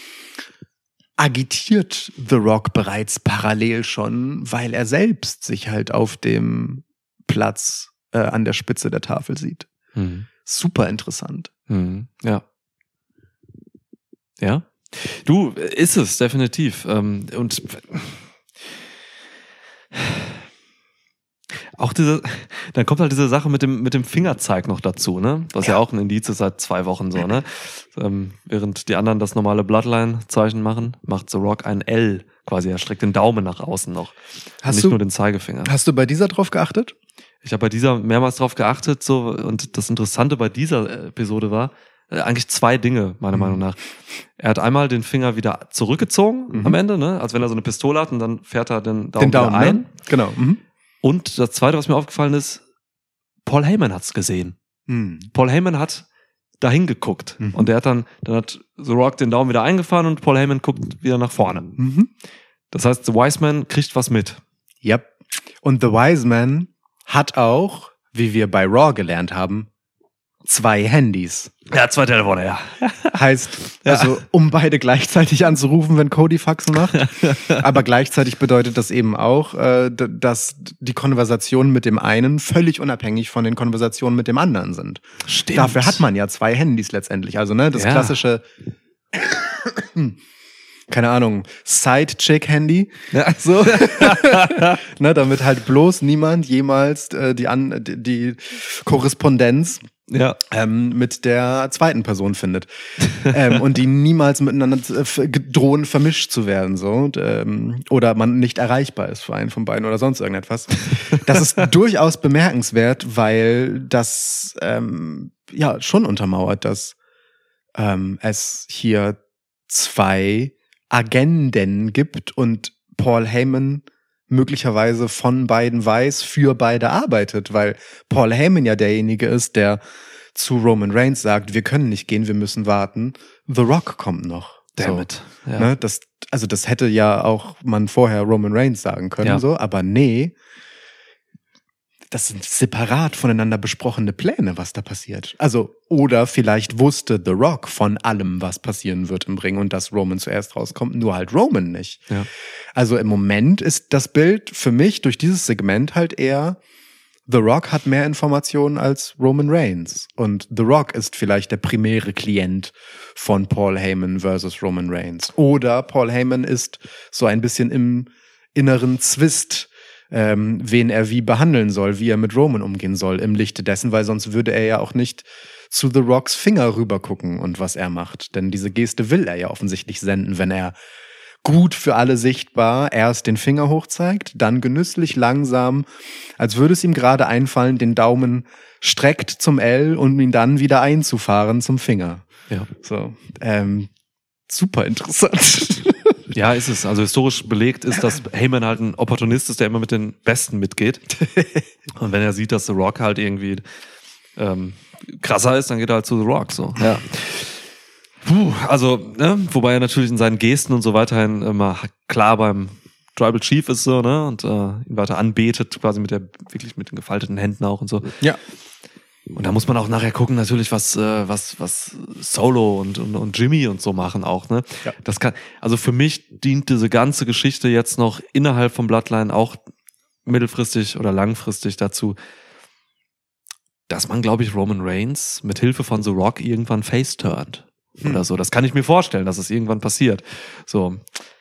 agitiert The Rock bereits parallel schon, weil er selbst sich halt auf dem Platz äh, an der Spitze der Tafel sieht. Mhm. Super interessant. Mhm. Ja. Ja. Du, ist es, definitiv. Ähm, und auch diese, dann kommt halt diese Sache mit dem, mit dem Fingerzeig noch dazu, ne? Was ja, Ja. auch ein Indiz ist seit zwei Wochen so, ne? Ähm, während die anderen das normale Bloodline-Zeichen machen, macht The Rock ein L quasi. Er streckt den Daumen nach außen noch. Hast und nicht du- nur den Zeigefinger. Hast du bei dieser drauf geachtet? Ich habe bei dieser mehrmals drauf geachtet, so, und das Interessante bei dieser Episode war, äh, eigentlich zwei Dinge, meiner mhm. Meinung nach. Er hat einmal den Finger wieder zurückgezogen mhm. am Ende, ne? Als wenn er so eine Pistole hat und dann fährt er den Daumen, den Daumen wieder ein. Ne? Genau. Mhm. Und das Zweite, was mir aufgefallen ist, Paul Heyman hat's gesehen. Mhm. Paul Heyman hat dahin geguckt mhm. und der hat dann, dann hat The Rock den Daumen wieder eingefahren und Paul Heyman guckt wieder nach vorne. Mhm. Das heißt, The Wise Man kriegt was mit. Yep. Und The Wise Man hat auch, wie wir bei Raw gelernt haben, zwei Handys. Ja, zwei Telefone, ja. Heißt, also um beide gleichzeitig anzurufen, wenn Cody Faxen macht. Aber gleichzeitig bedeutet das eben auch, äh, dass die Konversationen mit dem einen völlig unabhängig von den Konversationen mit dem anderen sind. Stimmt. Dafür hat man ja zwei Handys letztendlich. Also ne, das ja. klassische, keine Ahnung, Side-Chick-Handy. Ja. So. Ne, damit halt bloß niemand jemals äh, die, an, die, die Korrespondenz Ja. Ähm, mit der zweiten Person findet. ähm, und die niemals miteinander äh, drohen, vermischt zu werden. So. Und, ähm, oder man nicht erreichbar ist für einen von beiden oder sonst irgendetwas. Das ist durchaus bemerkenswert, weil das ähm, ja schon untermauert, dass ähm, es hier zwei Agenden gibt und Paul Heyman möglicherweise von beiden weiß, für beide arbeitet, weil Paul Heyman ja derjenige ist, der zu Roman Reigns sagt, wir können nicht gehen, wir müssen warten. The Rock kommt noch. Damn it. So, ja. Ne, das, also das hätte ja auch man vorher Roman Reigns sagen können, ja. so, aber nee, das sind separat voneinander besprochene Pläne, was da passiert. Also, oder vielleicht wusste The Rock von allem, was passieren wird im Ring und dass Roman zuerst rauskommt, nur halt Roman nicht. Ja. Also im Moment ist das Bild für mich durch dieses Segment halt eher, The Rock hat mehr Informationen als Roman Reigns. Und The Rock ist vielleicht der primäre Klient von Paul Heyman versus Roman Reigns. Oder Paul Heyman ist so ein bisschen im inneren Zwist, Ähm, wen er wie behandeln soll, wie er mit Roman umgehen soll im Lichte dessen, weil sonst würde er ja auch nicht zu The Rocks Finger rüber gucken und was er macht. Denn diese Geste will er ja offensichtlich senden, wenn er gut für alle sichtbar erst den Finger hochzeigt, dann genüsslich langsam, als würde es ihm gerade einfallen, den Daumen streckt zum L und ihn dann wieder einzufahren zum Finger. Ja. So, ähm, super interessant. Ja, ist es. Also historisch belegt ist, dass Heyman halt ein Opportunist ist, der immer mit den Besten mitgeht. Und wenn er sieht, dass The Rock halt irgendwie ähm, krasser ist, dann geht er halt zu The Rock. So. Ja. Puh, also, ne, wobei er natürlich in seinen Gesten und so weiterhin immer klar beim Tribal Chief ist so, ne, und äh, ihn weiter anbetet, quasi mit der wirklich mit den gefalteten Händen auch und so. Ja. Und da muss man auch nachher gucken, natürlich, was, äh, was, was Solo und, und, und Jimmy und so machen auch, ne? Ja. Das kann, also für mich dient diese ganze Geschichte jetzt noch innerhalb von Bloodline auch mittelfristig oder langfristig dazu, dass man, glaube ich, Roman Reigns mit Hilfe von The Rock irgendwann face-turnt. Hm. Oder so. Das kann ich mir vorstellen, dass es irgendwann passiert. So.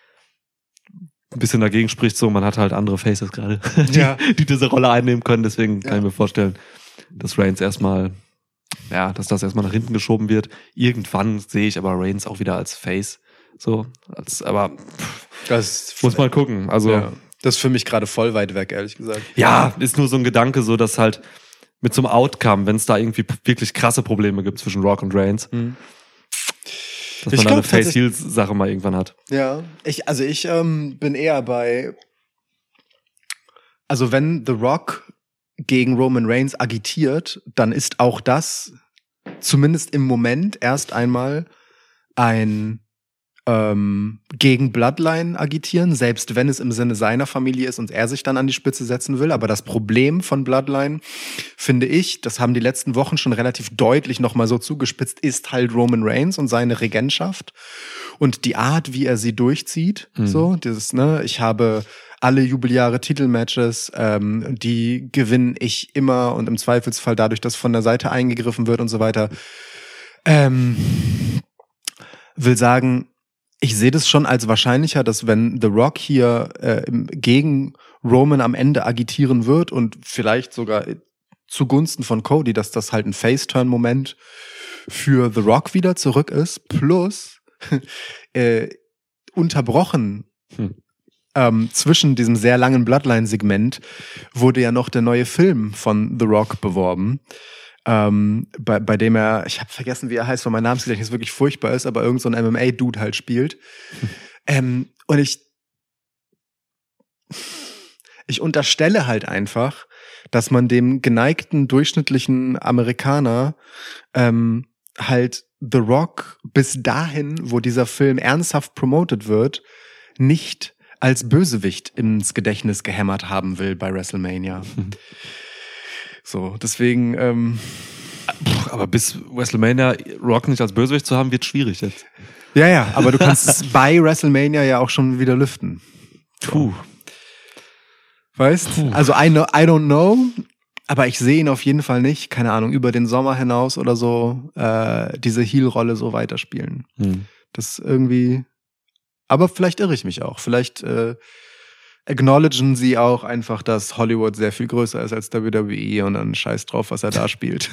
Ein bisschen dagegen spricht so, man hat halt andere Faces gerade, die, ja. die diese Rolle einnehmen können, deswegen kann ja. ich mir vorstellen, dass Reigns erstmal, ja, dass das erstmal nach hinten geschoben wird. Irgendwann sehe ich aber Reigns auch wieder als Face. So, als, aber pff, das muss mal gucken. Also, ja. Das ist für mich gerade voll weit weg, ehrlich gesagt. Ja, ist nur so ein Gedanke, so dass halt mit so einem Outcome, wenn es da irgendwie wirklich krasse Probleme gibt zwischen Rock und Reigns, mhm. dass man da eine Face-Heel-Sache mal irgendwann hat. Ja, ich, also ich ähm, bin eher bei, also wenn The Rock gegen Roman Reigns agitiert, dann ist auch das zumindest im Moment erst einmal ein ähm, gegen Bloodline agitieren, selbst wenn es im Sinne seiner Familie ist und er sich dann an die Spitze setzen will. Aber das Problem von Bloodline, finde ich, das haben die letzten Wochen schon relativ deutlich nochmal so zugespitzt, ist halt Roman Reigns und seine Regentschaft und die Art, wie er sie durchzieht. Mhm. So, dieses, ne, ich habe alle Jubeljahre Titelmatches, ähm, die gewinne ich immer und im Zweifelsfall dadurch, dass von der Seite eingegriffen wird und so weiter. Ähm, will sagen, ich sehe das schon als wahrscheinlicher, dass wenn The Rock hier äh, gegen Roman am Ende agitieren wird und vielleicht sogar zugunsten von Cody, dass das halt ein Face-Turn-Moment für The Rock wieder zurück ist, plus äh, unterbrochen hm. Ähm, zwischen diesem sehr langen Bloodline-Segment wurde ja noch der neue Film von The Rock beworben. ähm, bei, bei dem er, ich habe vergessen, wie er heißt, weil mein Namensgedächtnis wirklich furchtbar ist, aber irgend so ein M M A-Dude halt spielt. ähm, und ich ich unterstelle halt einfach, dass man dem geneigten, durchschnittlichen Amerikaner ähm, halt The Rock bis dahin, wo dieser Film ernsthaft promoted wird, nicht als Bösewicht ins Gedächtnis gehämmert haben will bei WrestleMania. Mhm. So, deswegen ähm, aber bis WrestleMania Rock nicht als Bösewicht zu haben, wird schwierig jetzt. Ja, ja, aber du kannst es bei WrestleMania ja auch schon wieder lüften. Puh. Weißt? Puh. Also I, know, I don't know, aber ich sehe ihn auf jeden Fall nicht, keine Ahnung, über den Sommer hinaus oder so, äh, diese Heel-Rolle so weiterspielen. Hm. Das irgendwie, aber vielleicht irre ich mich auch. Vielleicht äh, acknowledgen sie auch einfach, dass Hollywood sehr viel größer ist als W W E und dann scheiß drauf, was er da spielt.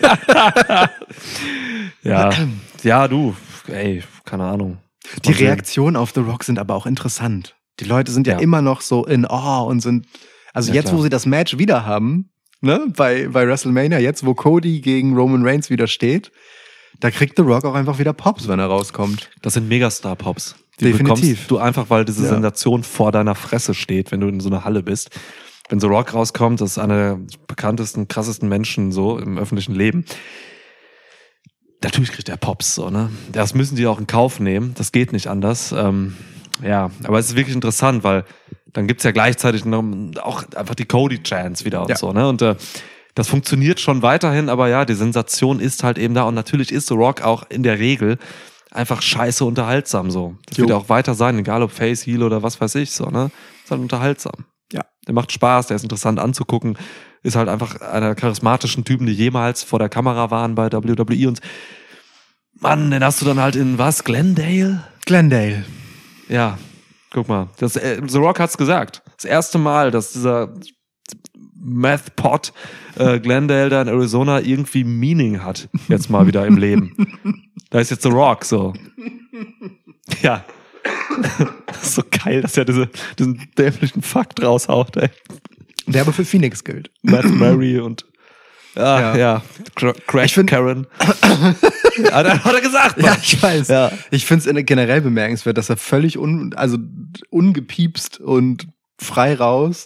ja, ja, du, ey, keine Ahnung. Die Reaktionen auf The Rock sind aber auch interessant. Die Leute sind ja, ja immer noch so in awe und sind, also ja, jetzt, klar. wo sie das Match wieder haben, ne, bei, bei WrestleMania, jetzt, wo Cody gegen Roman Reigns wieder steht, da kriegt The Rock auch einfach wieder Pops, wenn er rauskommt. Das sind Megastar-Pops. Die Definitiv. Bekommst du einfach, weil diese ja. Sensation vor deiner Fresse steht, wenn du in so einer Halle bist. Wenn The Rock rauskommt, das ist einer der bekanntesten, krassesten Menschen so im öffentlichen Leben. Natürlich kriegt er Pops, so, ne? Das müssen die auch in Kauf nehmen. Das geht nicht anders. Ähm, ja, aber es ist wirklich interessant, weil dann gibt's ja gleichzeitig noch auch einfach die Cody-Chance wieder und ja. so, ne? Und äh, das funktioniert schon weiterhin, aber ja, die Sensation ist halt eben da und natürlich ist The Rock auch in der Regel einfach scheiße unterhaltsam so. Das jo. wird auch weiter sein, egal ob Face, Heel oder was weiß ich, so, ne? Ist halt unterhaltsam. Ja. Der macht Spaß, der ist interessant anzugucken, ist halt einfach einer der charismatischen Typen, die jemals vor der Kamera waren bei W W E und Mann, den hast du dann halt in was? Glendale? Glendale. Ja, guck mal. Das, äh, The Rock hat's gesagt. Das erste Mal, dass dieser Meth-Pot äh, Glendale da in Arizona irgendwie Meaning hat. Jetzt mal wieder im Leben. Da ist jetzt The Rock so. Ja. Das ist so geil, dass er diese, diesen dämlichen Fakt raushaut, ey. Der aber für Phoenix gilt. Matt Murray und ah, ja, ja. Crash find, Karen. hat, er, hat er gesagt, Mann. Ja, ich weiß. Ja. Ich finde es generell bemerkenswert, dass er völlig un, also ungepiepst und frei raus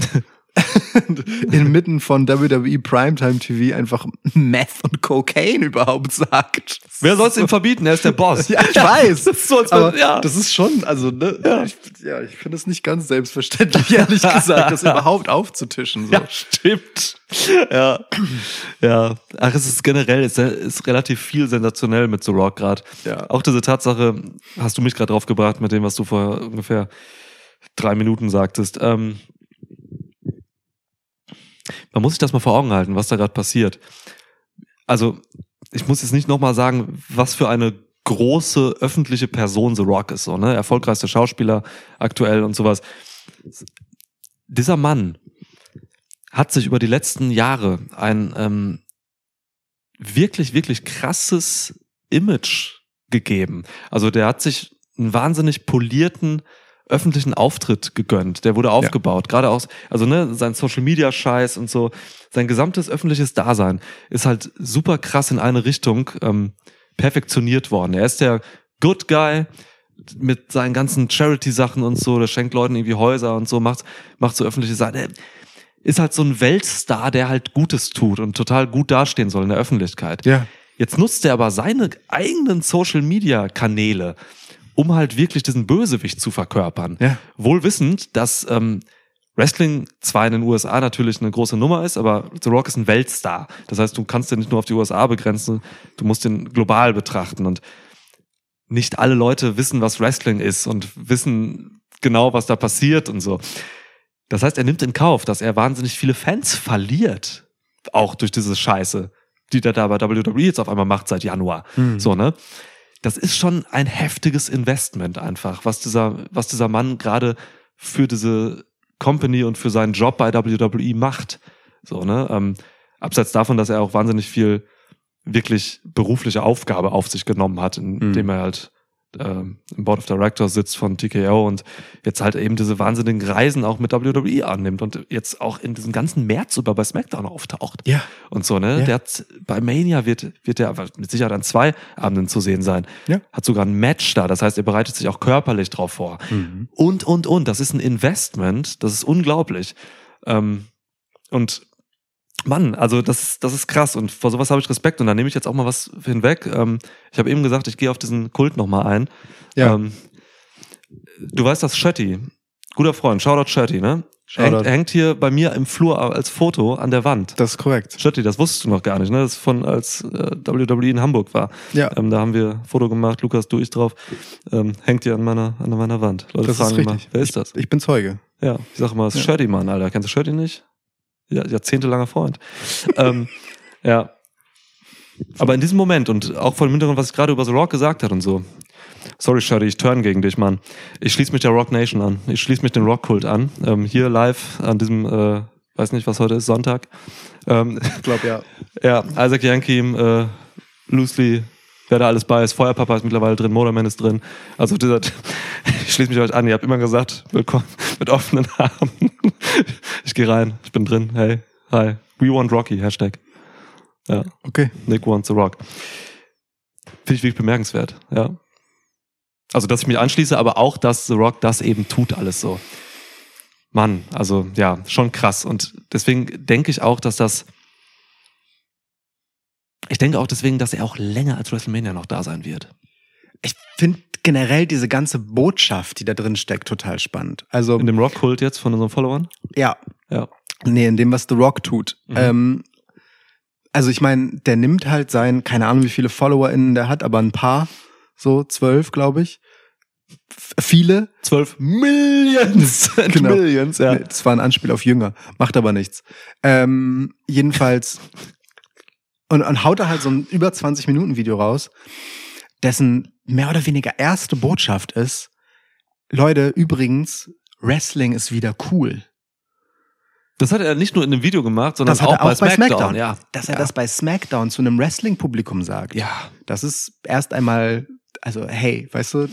inmitten von W W E Primetime T V einfach Meth und Cocaine überhaupt sagt. Wer soll es ihm verbieten? Er ist der Boss. Ja, ich weiß. Das ist so, als aber ja. das ist schon, also ne, ja. ich, ja, ich finde es nicht ganz selbstverständlich, ehrlich gesagt, das überhaupt aufzutischen. So. Ja, stimmt. Ja, ja. Ach, es ist generell, es ist relativ viel sensationell mit The Rock gerade. Ja. Auch diese Tatsache, hast du mich gerade drauf gebracht mit dem, was du vor ungefähr drei Minuten sagtest. Ähm, Man muss sich das mal vor Augen halten, was da gerade passiert. Also, ich muss jetzt nicht nochmal sagen, was für eine große öffentliche Person The Rock ist, so, ne? Erfolgreichster Schauspieler aktuell und sowas. Dieser Mann hat sich über die letzten Jahre ein ähm, wirklich, wirklich krasses Image gegeben. Also der hat sich einen wahnsinnig polierten öffentlichen Auftritt gegönnt. Der wurde aufgebaut. Ja. Gerade auch, also ne, sein Social-Media-Scheiß und so, sein gesamtes öffentliches Dasein ist halt super krass in eine Richtung ähm, perfektioniert worden. Er ist der Good Guy mit seinen ganzen Charity-Sachen und so, der schenkt Leuten irgendwie Häuser und so, macht, macht so öffentliche Sachen. Er ist halt so ein Weltstar, der halt Gutes tut und total gut dastehen soll in der Öffentlichkeit. Ja. Jetzt nutzt er aber seine eigenen Social-Media-Kanäle, um halt wirklich diesen Bösewicht zu verkörpern. Ja. Wohl wissend, dass ähm, Wrestling zwar in den U S A natürlich eine große Nummer ist, aber The Rock ist ein Weltstar. Das heißt, du kannst den nicht nur auf die U S A begrenzen, du musst den global betrachten. Und nicht alle Leute wissen, was Wrestling ist und wissen genau, was da passiert und so. Das heißt, er nimmt in Kauf, dass er wahnsinnig viele Fans verliert. Auch durch diese Scheiße, die der da bei W W E jetzt auf einmal macht seit Januar. Mhm. So, ne? Das ist schon ein heftiges Investment einfach, was dieser, was dieser Mann gerade für diese Company und für seinen Job bei W W E macht. So, ne? Ähm, abseits davon, dass er auch wahnsinnig viel wirklich berufliche Aufgabe auf sich genommen hat, indem mhm. er halt ähm, im Board of Directors sitzt von T K O und jetzt halt eben diese wahnsinnigen Reisen auch mit W W E annimmt und jetzt auch in diesem ganzen März über bei SmackDown auftaucht. Ja. Und so, ne? Ja. Der hat, bei Mania wird, wird der mit Sicherheit an zwei Abenden zu sehen sein. Ja. Hat sogar ein Match da, das heißt, er bereitet sich auch körperlich drauf vor. Mhm. Und, und, und. Das ist ein Investment, das ist unglaublich. Ähm, und Mann, also das ist, das ist krass und vor sowas habe ich Respekt und da nehme ich jetzt auch mal was hinweg. Ähm, ich habe eben gesagt, ich gehe auf diesen Kult nochmal ein. Ja. Ähm, du weißt, dass Shetty, guter Freund, Shoutout Shetty, ne? Shoutout. Hängt, hängt hier bei mir im Flur als Foto an der Wand. Das ist korrekt. Shetty, das wusstest du noch gar nicht, ne? Das ist von, als äh, W W E in Hamburg war. Ja. Ähm, da haben wir ein Foto gemacht, Lukas, du ich drauf. Ähm, hängt hier an meiner, an meiner Wand. Leute Das fragen ist immer, richtig. wer ist das? Ich bin Zeuge. Ja, ich sag mal, das ist Ja. Shetty, Mann, Alter. Kennst du Shetty nicht? Ja, jahrzehntelanger Freund. ähm, ja. Aber in diesem Moment und auch vor dem Hintergrund, was ich gerade über The Rock gesagt hat und so. Sorry, Shetty, ich turn gegen dich, Mann. Ich schließe mich der Rock Nation an. Ich schließe mich den Rock-Kult an. Ähm, hier live an diesem, äh, weiß nicht, was heute ist, Sonntag. Ähm, Ich glaube, ja. ja, Isaac Yankem, äh, loosely, wer da alles bei ist. Feuerpapa ist mittlerweile drin, Motorman ist drin. Also dieser, ich schließe mich euch an. Ihr habt immer gesagt, willkommen mit offenen Armen. Ich gehe rein, ich bin drin. Hey, hi, we want Rocky, Hashtag. Ja, Okay. Nick wants the Rock. Finde ich wirklich bemerkenswert, ja. Also, dass ich mich anschließe, aber auch, dass The Rock das eben tut, alles so. Mann, also ja, schon krass. Und deswegen denke ich auch, dass das Ich denke auch deswegen, dass er auch länger als WrestleMania noch da sein wird. Ich finde generell diese ganze Botschaft, die da drin steckt, total spannend. Also, In dem Rock-Kult jetzt von unseren Followern? ja. Ja. Nee, in dem, was The Rock tut. Mhm. Ähm, also ich meine, der nimmt halt sein, keine Ahnung, wie viele FollowerInnen der hat, aber ein paar, so zwölf, glaube ich. F- viele. Zwölf Millions. Genau. Millions, ja. Nee, das war ein Anspiel auf Jünger. Macht aber nichts. Ähm, jedenfalls. Und, und haut da halt so ein über zwanzig Minuten Video raus, dessen mehr oder weniger erste Botschaft ist, Leute, übrigens, Wrestling ist wieder cool. Das hat er nicht nur in einem Video gemacht, sondern Das hat auch, er auch bei bei SmackDown. SmackDown. Ja. Dass er ja. das bei SmackDown zu einem Wrestling-Publikum sagt. Ja. Das ist erst einmal, also hey, weißt du,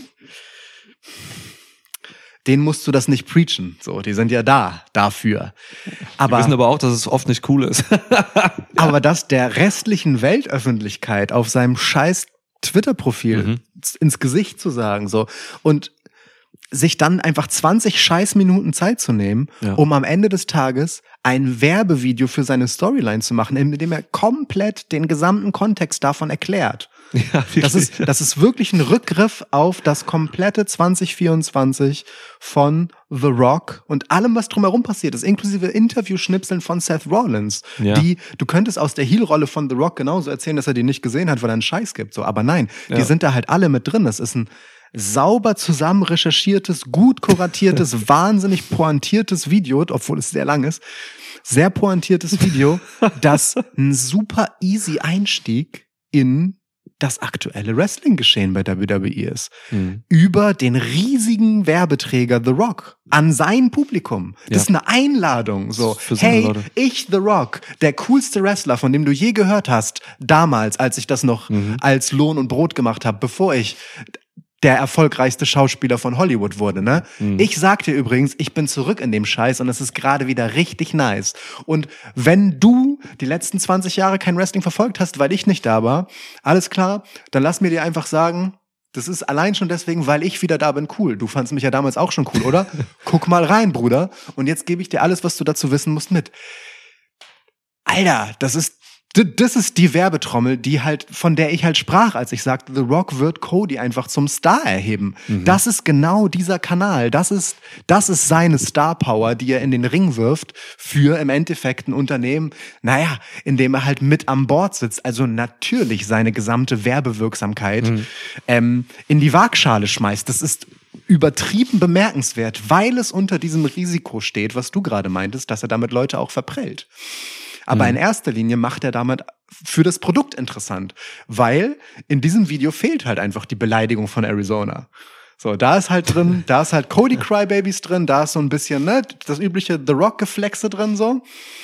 denen musst du das nicht preachen. So, die sind ja da, dafür. Aber, Wir wissen aber auch, dass es oft nicht cool ist. aber das der restlichen Weltöffentlichkeit auf seinem scheiß Twitter-Profil Mhm. ins Gesicht zu sagen, so, und sich dann einfach zwanzig Scheißminuten Zeit zu nehmen, Ja. um am Ende des Tages ein Werbevideo für seine Storyline zu machen, in dem er komplett den gesamten Kontext davon erklärt. Ja, Das ist, das ist wirklich ein Rückgriff auf das komplette zwanzig vierundzwanzig von The Rock und allem, was drumherum passiert ist, inklusive Interviewschnipseln von Seth Rollins, Ja. die, du könntest aus der Heel-Rolle von The Rock genauso erzählen, dass er die nicht gesehen hat, weil er einen Scheiß gibt, so. Aber nein, Ja. die sind da halt alle mit drin. Das ist ein sauber zusammen recherchiertes, gut kuratiertes, wahnsinnig pointiertes Video, obwohl es sehr lang ist, sehr pointiertes Video, das ein super easy Einstieg in das aktuelle Wrestling-Geschehen bei W W E ist. Mhm. Über den riesigen Werbeträger The Rock an sein Publikum. Das Ja. ist eine Einladung. So, Für seine hey, Leute. ich The Rock, der coolste Wrestler, von dem du je gehört hast, damals, als ich das noch Mhm. als Lohn und Brot gemacht habe, bevor ich der erfolgreichste Schauspieler von Hollywood wurde, ne? Mhm. Ich sag dir übrigens, ich bin zurück in dem Scheiß und es ist gerade wieder richtig nice. Und wenn du die letzten zwanzig Jahre kein Wrestling verfolgt hast, weil ich nicht da war, alles klar, dann lass mir dir einfach sagen, das ist allein schon deswegen, weil ich wieder da bin, cool. Du fandst mich ja damals auch schon cool, oder? Guck mal rein, Bruder. Und jetzt gebe ich dir alles, was du dazu wissen musst, mit. Alter, das ist D- Das ist die Werbetrommel, die halt, von der ich halt sprach, als ich sagte, The Rock wird Cody einfach zum Star erheben. Mhm. Das ist genau dieser Kanal. Das ist, das ist seine Star Power, die er in den Ring wirft für im Endeffekt ein Unternehmen, naja, in dem er halt mit an Bord sitzt. Also natürlich seine gesamte Werbewirksamkeit Mhm. ähm, in die Waagschale schmeißt. Das ist übertrieben bemerkenswert, weil es unter diesem Risiko steht, was du gerade meintest, dass er damit Leute auch verprellt. Aber Mhm. in erster Linie macht er damit für das Produkt interessant, weil in diesem Video fehlt halt einfach die Beleidigung von Arizona. So, da ist halt drin, da ist halt Cody Crybabies drin, da ist so ein bisschen, ne, das übliche The Rock-Geflexe drin, so.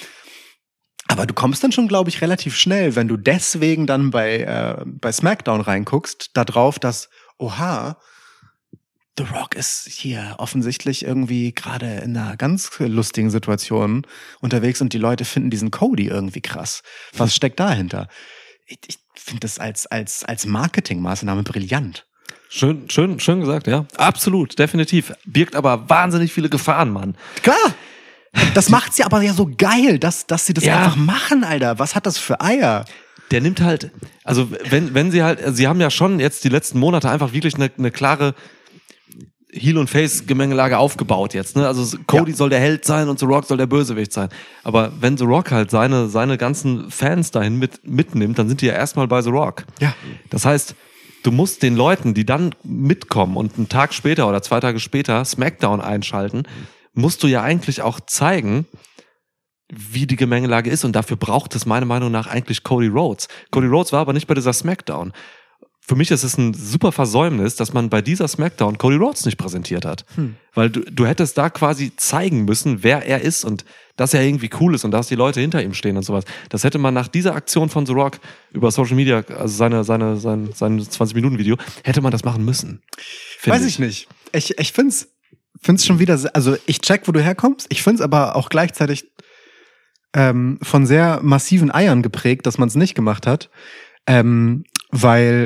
Aber du kommst dann schon, glaube ich, relativ schnell, wenn du deswegen dann bei, äh, bei SmackDown reinguckst, da drauf, dass, oha, The Rock ist hier offensichtlich irgendwie gerade in einer ganz lustigen Situation unterwegs und die Leute finden diesen Cody irgendwie krass. Was steckt dahinter? Ich, ich finde das als, als, als Marketingmaßnahme brillant. Schön, schön, schön gesagt, ja. Absolut, definitiv. Birgt aber wahnsinnig viele Gefahren, Mann. Klar! Das macht's ja aber ja so geil, dass, dass sie das Ja. einfach machen, Alter. Was hat das für Eier? Der nimmt halt, also wenn, wenn sie halt, sie haben ja schon jetzt die letzten Monate einfach wirklich eine, eine klare Heel- und Face-Gemengelage aufgebaut jetzt, ne? Also Cody Ja. soll der Held sein und The Rock soll der Bösewicht sein. Aber wenn The Rock halt seine, seine ganzen Fans dahin mit, mitnimmt, dann sind die ja erstmal bei The Rock. Ja. Das heißt, du musst den Leuten, die dann mitkommen und einen Tag später oder zwei Tage später SmackDown einschalten, musst du ja eigentlich auch zeigen, wie die Gemengelage ist. Und dafür braucht es meiner Meinung nach eigentlich Cody Rhodes. Cody Rhodes war aber nicht bei dieser SmackDown. Für mich ist es ein super Versäumnis, dass man bei dieser SmackDown Cody Rhodes nicht präsentiert hat. Hm. Weil du, du hättest da quasi zeigen müssen, wer er ist und dass er irgendwie cool ist und dass die Leute hinter ihm stehen und sowas. Das hätte man nach dieser Aktion von The Rock über Social Media, also seine, seine, sein, sein zwanzig-Minuten-Video, hätte man das machen müssen. Weiß ich nicht. Ich, ich find's, find's schon wieder, sehr, also ich check, wo du herkommst. Ich find's aber auch gleichzeitig ähm, von sehr massiven Eiern geprägt, dass man es nicht gemacht hat. Ähm, weil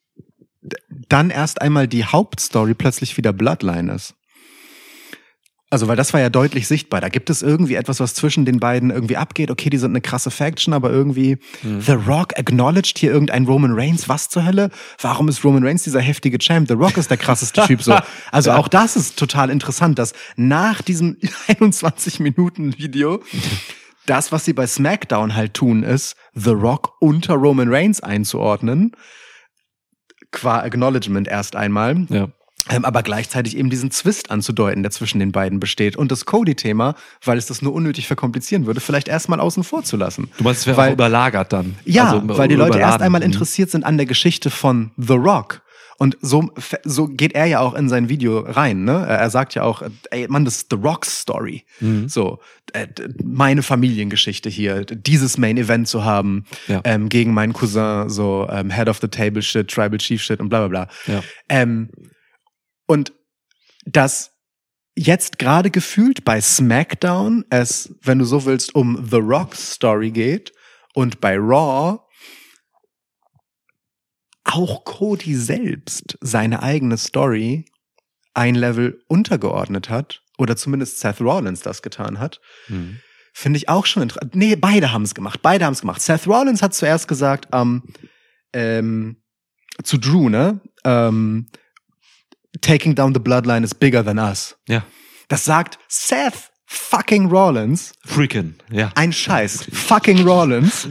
dann erst einmal die Hauptstory plötzlich wieder Bloodline ist. Also, weil das war ja deutlich sichtbar. Da gibt es irgendwie etwas, was zwischen den beiden irgendwie abgeht. Okay, die sind eine krasse Faction, aber irgendwie mhm. The Rock acknowledged hier irgendein Roman Reigns. Was zur Hölle? Warum ist Roman Reigns dieser heftige Champ? The Rock ist der krasseste Typ so. Also auch das ist total interessant, dass nach diesem einundzwanzig-Minuten-Video das, was sie bei SmackDown halt tun, ist, The Rock unter Roman Reigns einzuordnen. Qua Acknowledgement erst einmal. Ja. Ähm, aber gleichzeitig eben diesen Zwist anzudeuten, der zwischen den beiden besteht. Und das Cody-Thema, weil es das nur unnötig verkomplizieren würde, vielleicht erstmal außen vor zu lassen. Du meinst, es wäre weil, auch überlagert dann? Ja, also, weil die Leute überladen. erst einmal interessiert sind an der Geschichte von The Rock. Und so, so geht er ja auch in sein Video rein, ne? Er sagt ja auch, ey, Mann, das ist The Rock's Story. Mhm. So, äh, meine Familiengeschichte hier, dieses Main Event zu haben, ja. ähm, gegen meinen Cousin, so ähm, Head of the Table Shit, Tribal Chief Shit und bla bla bla. Ja. Ähm, und das jetzt gerade gefühlt bei SmackDown es, wenn du so willst, um The Rock's Story geht und bei Raw auch Cody selbst seine eigene Story ein Level untergeordnet hat, oder zumindest Seth Rollins das getan hat, mhm. finde ich auch schon interessant. Nee, beide haben es gemacht, beide haben es gemacht. Seth Rollins hat zuerst gesagt, ähm, ähm, zu Drew, ne, ähm, taking down the bloodline is bigger than us. Ja. Das sagt Seth fucking Rollins. Freaking, ja. Ein Scheiß. Fucking Rollins.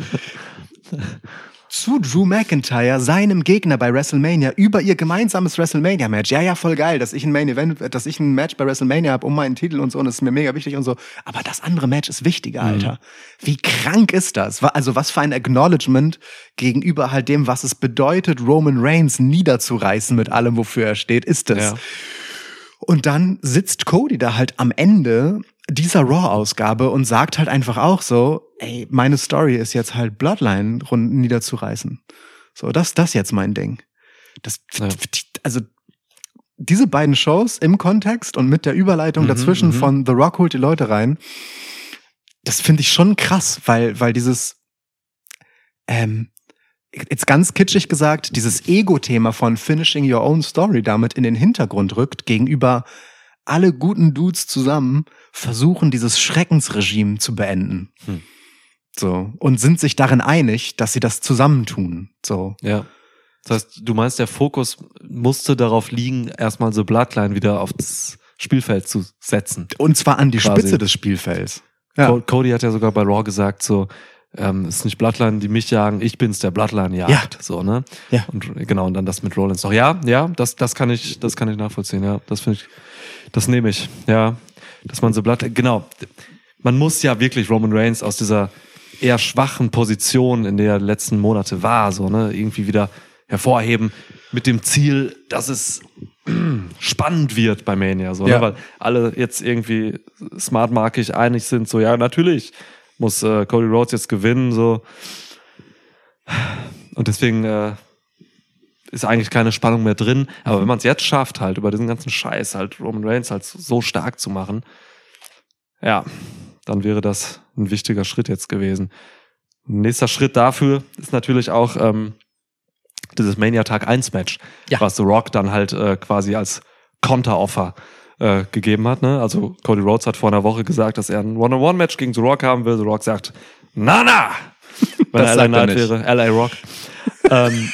Zu Drew McIntyre, seinem Gegner bei WrestleMania, über ihr gemeinsames WrestleMania-Match. Ja, ja, voll geil, dass ich ein Main Event, dass ich ein Match bei WrestleMania habe um meinen Titel und so, und das ist mir mega wichtig und so. Aber das andere Match ist wichtiger, Alter. Mhm. Wie krank ist das? Also was für ein Acknowledgement gegenüber halt dem, was es bedeutet, Roman Reigns niederzureißen mit allem, wofür er steht, ist es. Ja. Und dann sitzt Cody da halt am Ende dieser Raw-Ausgabe und sagt halt einfach auch so, ey, meine Story ist jetzt halt Bloodline niederzureißen. So, das das jetzt mein Ding. Das, ja. Also diese beiden Shows im Kontext und mit der Überleitung mhm, dazwischen mhm. von The Rock holt die Leute rein, das finde ich schon krass, weil weil dieses ähm, jetzt ganz kitschig gesagt, dieses Ego-Thema von Finishing Your Own Story damit in den Hintergrund rückt, gegenüber alle guten Dudes zusammen versuchen, dieses Schreckensregime zu beenden. Hm. So. Und sind sich darin einig, dass sie das zusammentun. So. Ja. Das heißt, du meinst, der Fokus musste darauf liegen, erstmal so Bloodline wieder aufs Spielfeld zu setzen. Und zwar an die quasi. Spitze des Spielfelds. Ja. Cody hat ja sogar bei Raw gesagt, so, ähm, es ist nicht Bloodline, die mich jagen, ich bin's, der Bloodline jagt. Ja. So, ne? Ja. Und genau, und dann das mit Rollins noch. Ja, ja, das, das kann ich, das kann ich nachvollziehen, ja. Das finde ich, das nehme ich, ja. Dass man so Bloodline, genau. Man muss ja wirklich Roman Reigns aus dieser eher schwachen Position, in der er letzten Monate war, so, ne, irgendwie wieder hervorheben mit dem Ziel, dass es spannend wird bei Mania, so, ja. ne? Weil alle jetzt irgendwie smartmarkig einig sind, so, ja, natürlich muss äh, Cody Rhodes jetzt gewinnen, so. Und deswegen äh, ist eigentlich keine Spannung mehr drin. Aber wenn man es jetzt schafft, halt über diesen ganzen Scheiß halt Roman Reigns halt so stark zu machen, ja, dann wäre das ein wichtiger Schritt jetzt gewesen. Nächster Schritt dafür ist natürlich auch ähm, dieses Mania Tag eins Match, Ja. was The Rock dann halt äh, quasi als Counter-Offer äh, gegeben hat. Ne? Also Cody Rhodes hat vor einer Woche gesagt, dass er ein One-on-One-Match gegen The Rock haben will. The Rock sagt, na na! Wenn Das er L A sagt er Knight nicht. wäre, L A Rock. ähm,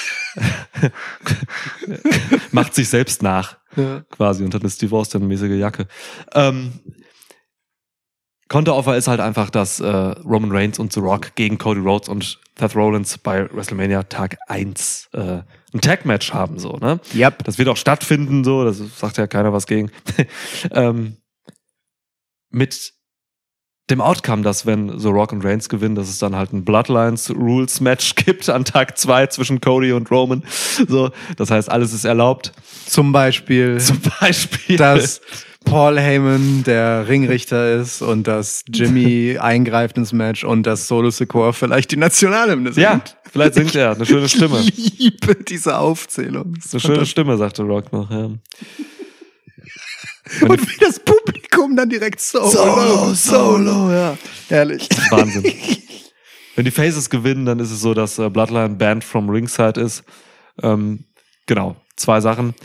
macht sich selbst nach, Ja. quasi, und hat eine Steve Austin-mäßige Jacke. Ähm, Counter-Offer ist halt einfach, dass äh, Roman Reigns und The Rock gegen Cody Rhodes und Seth Rollins bei WrestleMania Tag eins äh, ein Tag-Match haben, so, ne? Yep. Das wird auch stattfinden, so, das sagt ja keiner was gegen. ähm, mit dem Outcome, dass wenn The Rock und Reigns gewinnen, dass es dann halt ein Bloodlines-Rules-Match gibt an Tag zwei zwischen Cody und Roman. So, das heißt, alles ist erlaubt. Zum Beispiel, Zum Beispiel. dass Paul Heyman der Ringrichter ist und dass Jimmy eingreift ins Match und dass Solo Sikoa vielleicht die Nationalhymne singt. Ja, vielleicht singt er. Eine schöne Stimme. Ich liebe diese Aufzählung. Eine schöne Stimme, sagte Rock noch. Ja. Und wie das Publikum dann direkt Solo, Solo, Solo, ja. Herrlich. Wahnsinn. Wenn die Faces gewinnen, dann ist es so, dass äh, Bloodline banned from Ringside ist. Ähm, genau, zwei Sachen.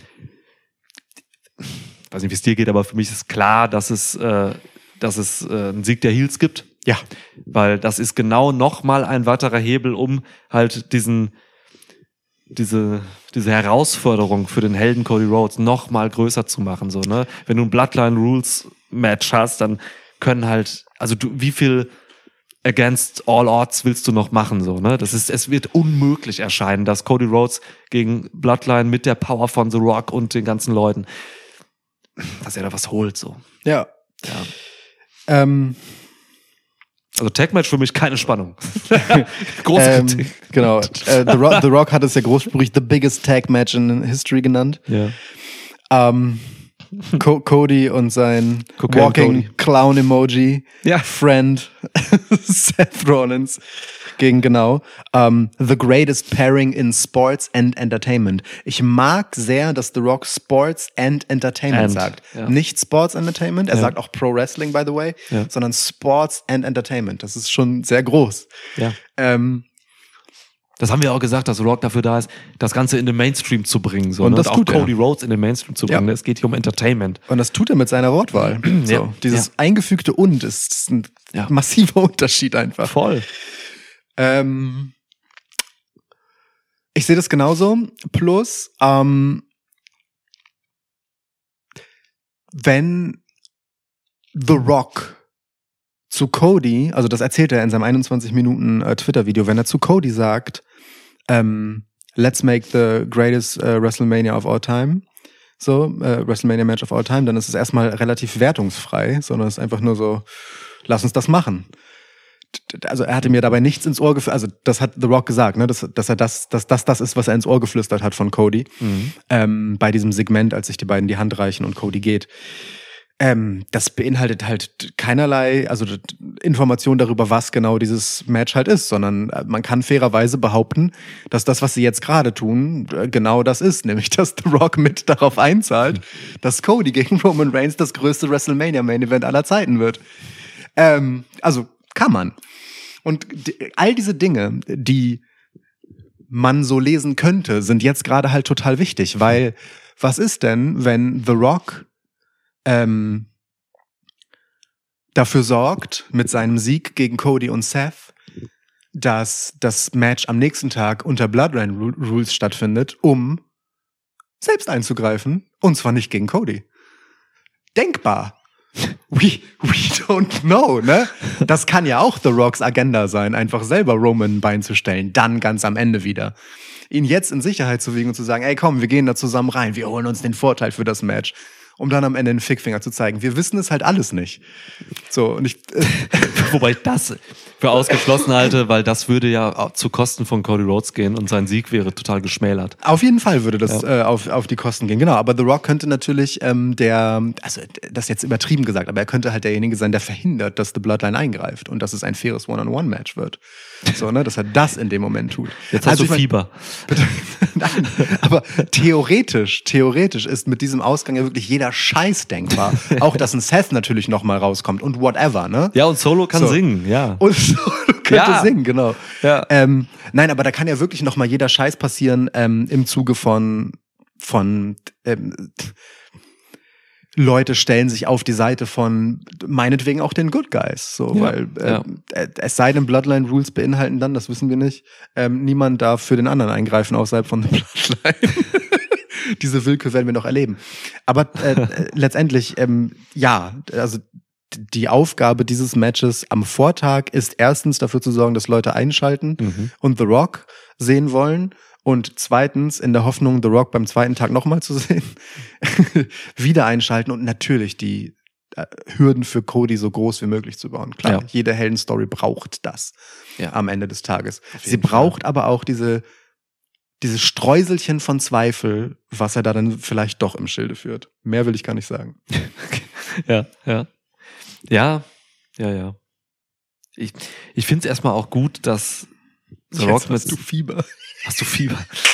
Ich weiß nicht, wie es dir geht, aber für mich ist klar, dass es, äh, dass es äh, einen Sieg der Heels gibt. Ja. Weil das ist genau nochmal ein weiterer Hebel, um halt diesen diese diese Herausforderung für den Helden Cody Rhodes noch mal größer zu machen, so, ne? Wenn du ein Bloodline Rules Match hast, dann können halt, also du, wie viel Against All Odds willst du noch machen, so, ne? Das ist, es wird unmöglich erscheinen, dass Cody Rhodes gegen Bloodline mit der Power von The Rock und den ganzen Leuten, dass er da was holt, so. Ja. Ja. Ähm, Also Tag-Match für mich keine Spannung. Große ähm, Kritik. genau. Äh, The, Rock, The Rock hat es ja großspurig The Biggest Tag Match in History genannt. Ja. Ähm, Co- Cody und sein Cocaine Walking Cody. Clown Emoji Ja. Friend Seth Rollins gegen genau ähm, The Greatest Pairing in Sports and Entertainment. Ich mag sehr, dass The Rock Sports and Entertainment And, sagt. ja. Nicht Sports Entertainment, er Ja. sagt auch Pro Wrestling, by the way, Ja. sondern Sports and Entertainment. Das ist schon sehr groß. Ja. Ähm, Das haben wir auch gesagt, dass The Rock dafür da ist, das Ganze in den Mainstream zu bringen. So, Und ne? das auch tut er. Cody Rhodes in den Mainstream zu bringen. Ja. Es geht hier um Entertainment. Und das tut er mit seiner Wortwahl. So, Ja. dieses Ja. eingefügte Und ist, ist ein Ja. massiver Unterschied einfach. Voll. Ähm, ich sehe das genauso. Plus, ähm, wenn The Rock zu Cody, also das erzählt er in seinem einundzwanzig Minuten äh, Twitter-Video, wenn er zu Cody sagt, ähm, let's make the greatest äh, WrestleMania of all time, so, äh, WrestleMania Match of all time, dann ist es erstmal relativ wertungsfrei, sondern es ist einfach nur so, lass uns das machen. Also er hatte mir dabei nichts ins Ohr geflüstert, also das hat The Rock gesagt, ne, dass, dass er das, dass das das ist, was er ins Ohr geflüstert hat von Cody, Mhm. ähm, bei diesem Segment, als sich die beiden die Hand reichen und Cody geht. Ähm, das beinhaltet halt keinerlei, also d- Information darüber, was genau dieses Match halt ist, sondern äh, man kann fairerweise behaupten, dass das, was sie jetzt gerade tun, äh, genau das ist, nämlich dass The Rock mit darauf einzahlt, dass Cody gegen Roman Reigns das größte WrestleMania Main Event aller Zeiten wird. Ähm, also kann man. Und d- all diese Dinge, die man so lesen könnte, sind jetzt gerade halt total wichtig, weil was ist denn, wenn The Rock ähm, dafür sorgt, mit seinem Sieg gegen Cody und Seth, dass das Match am nächsten Tag unter Bloodline Ru- Rules stattfindet, um selbst einzugreifen, und zwar nicht gegen Cody. Denkbar. We, we don't know, ne? Das kann ja auch The Rocks Agenda sein, einfach selber Roman ein Bein zu stellen, dann ganz am Ende wieder. Ihn jetzt in Sicherheit zu wiegen und zu sagen, ey komm, wir gehen da zusammen rein, wir holen uns den Vorteil für das Match. Um dann am Ende den Fickfinger zu zeigen. Wir wissen es halt alles nicht. So, und ich, äh, Wobei das, für ausgeschlossen halte, weil das würde ja zu Kosten von Cody Rhodes gehen und sein Sieg wäre total geschmälert. Auf jeden Fall würde das Ja. äh, auf, auf die Kosten gehen, genau. Aber The Rock könnte natürlich ähm, der, also das ist jetzt übertrieben gesagt, aber er könnte halt derjenige sein, der verhindert, dass The Bloodline eingreift und dass es ein faires One-on-One-Match wird. So, ne, dass er das in dem Moment tut. Jetzt hast Also du ich mein- Fieber. Nein, aber theoretisch, theoretisch ist mit diesem Ausgang ja wirklich jeder Scheiß denkbar. Auch, dass ein Seth natürlich nochmal rauskommt und whatever, ne? Ja, und Solo kann So. singen, ja. Und so, du könntest Ja. singen, genau. Ja. Ähm, nein, aber da kann ja wirklich nochmal jeder Scheiß passieren ähm, im Zuge von, von ähm, Leute stellen sich auf die Seite von meinetwegen auch den Good Guys. So, Ja, weil äh, ja. äh, es sei denn, Bloodline Rules beinhalten dann, das wissen wir nicht, ähm, niemand darf für den anderen eingreifen außerhalb von der Bloodline. Diese Willkür werden wir noch erleben. Aber äh, äh, letztendlich, ähm, ja, also die Aufgabe dieses Matches am Vortag ist erstens dafür zu sorgen, dass Leute einschalten Mhm. und The Rock sehen wollen. Und zweitens, in der Hoffnung, The Rock beim zweiten Tag nochmal zu sehen, wieder einschalten und natürlich die äh, Hürden für Cody so groß wie möglich zu bauen. Klar, Ja. jede Heldenstory braucht das Ja. am Ende des Tages. Sie jeden braucht aber auch diese, diese Streuselchen von Zweifel, was er da dann vielleicht doch im Schilde führt. Mehr will ich gar nicht sagen. Ja, ja. Ja, ja, ja. Ich, ich finde es erstmal auch gut, dass The Rock Jetzt mit. hast du Fieber. Hast du Fieber?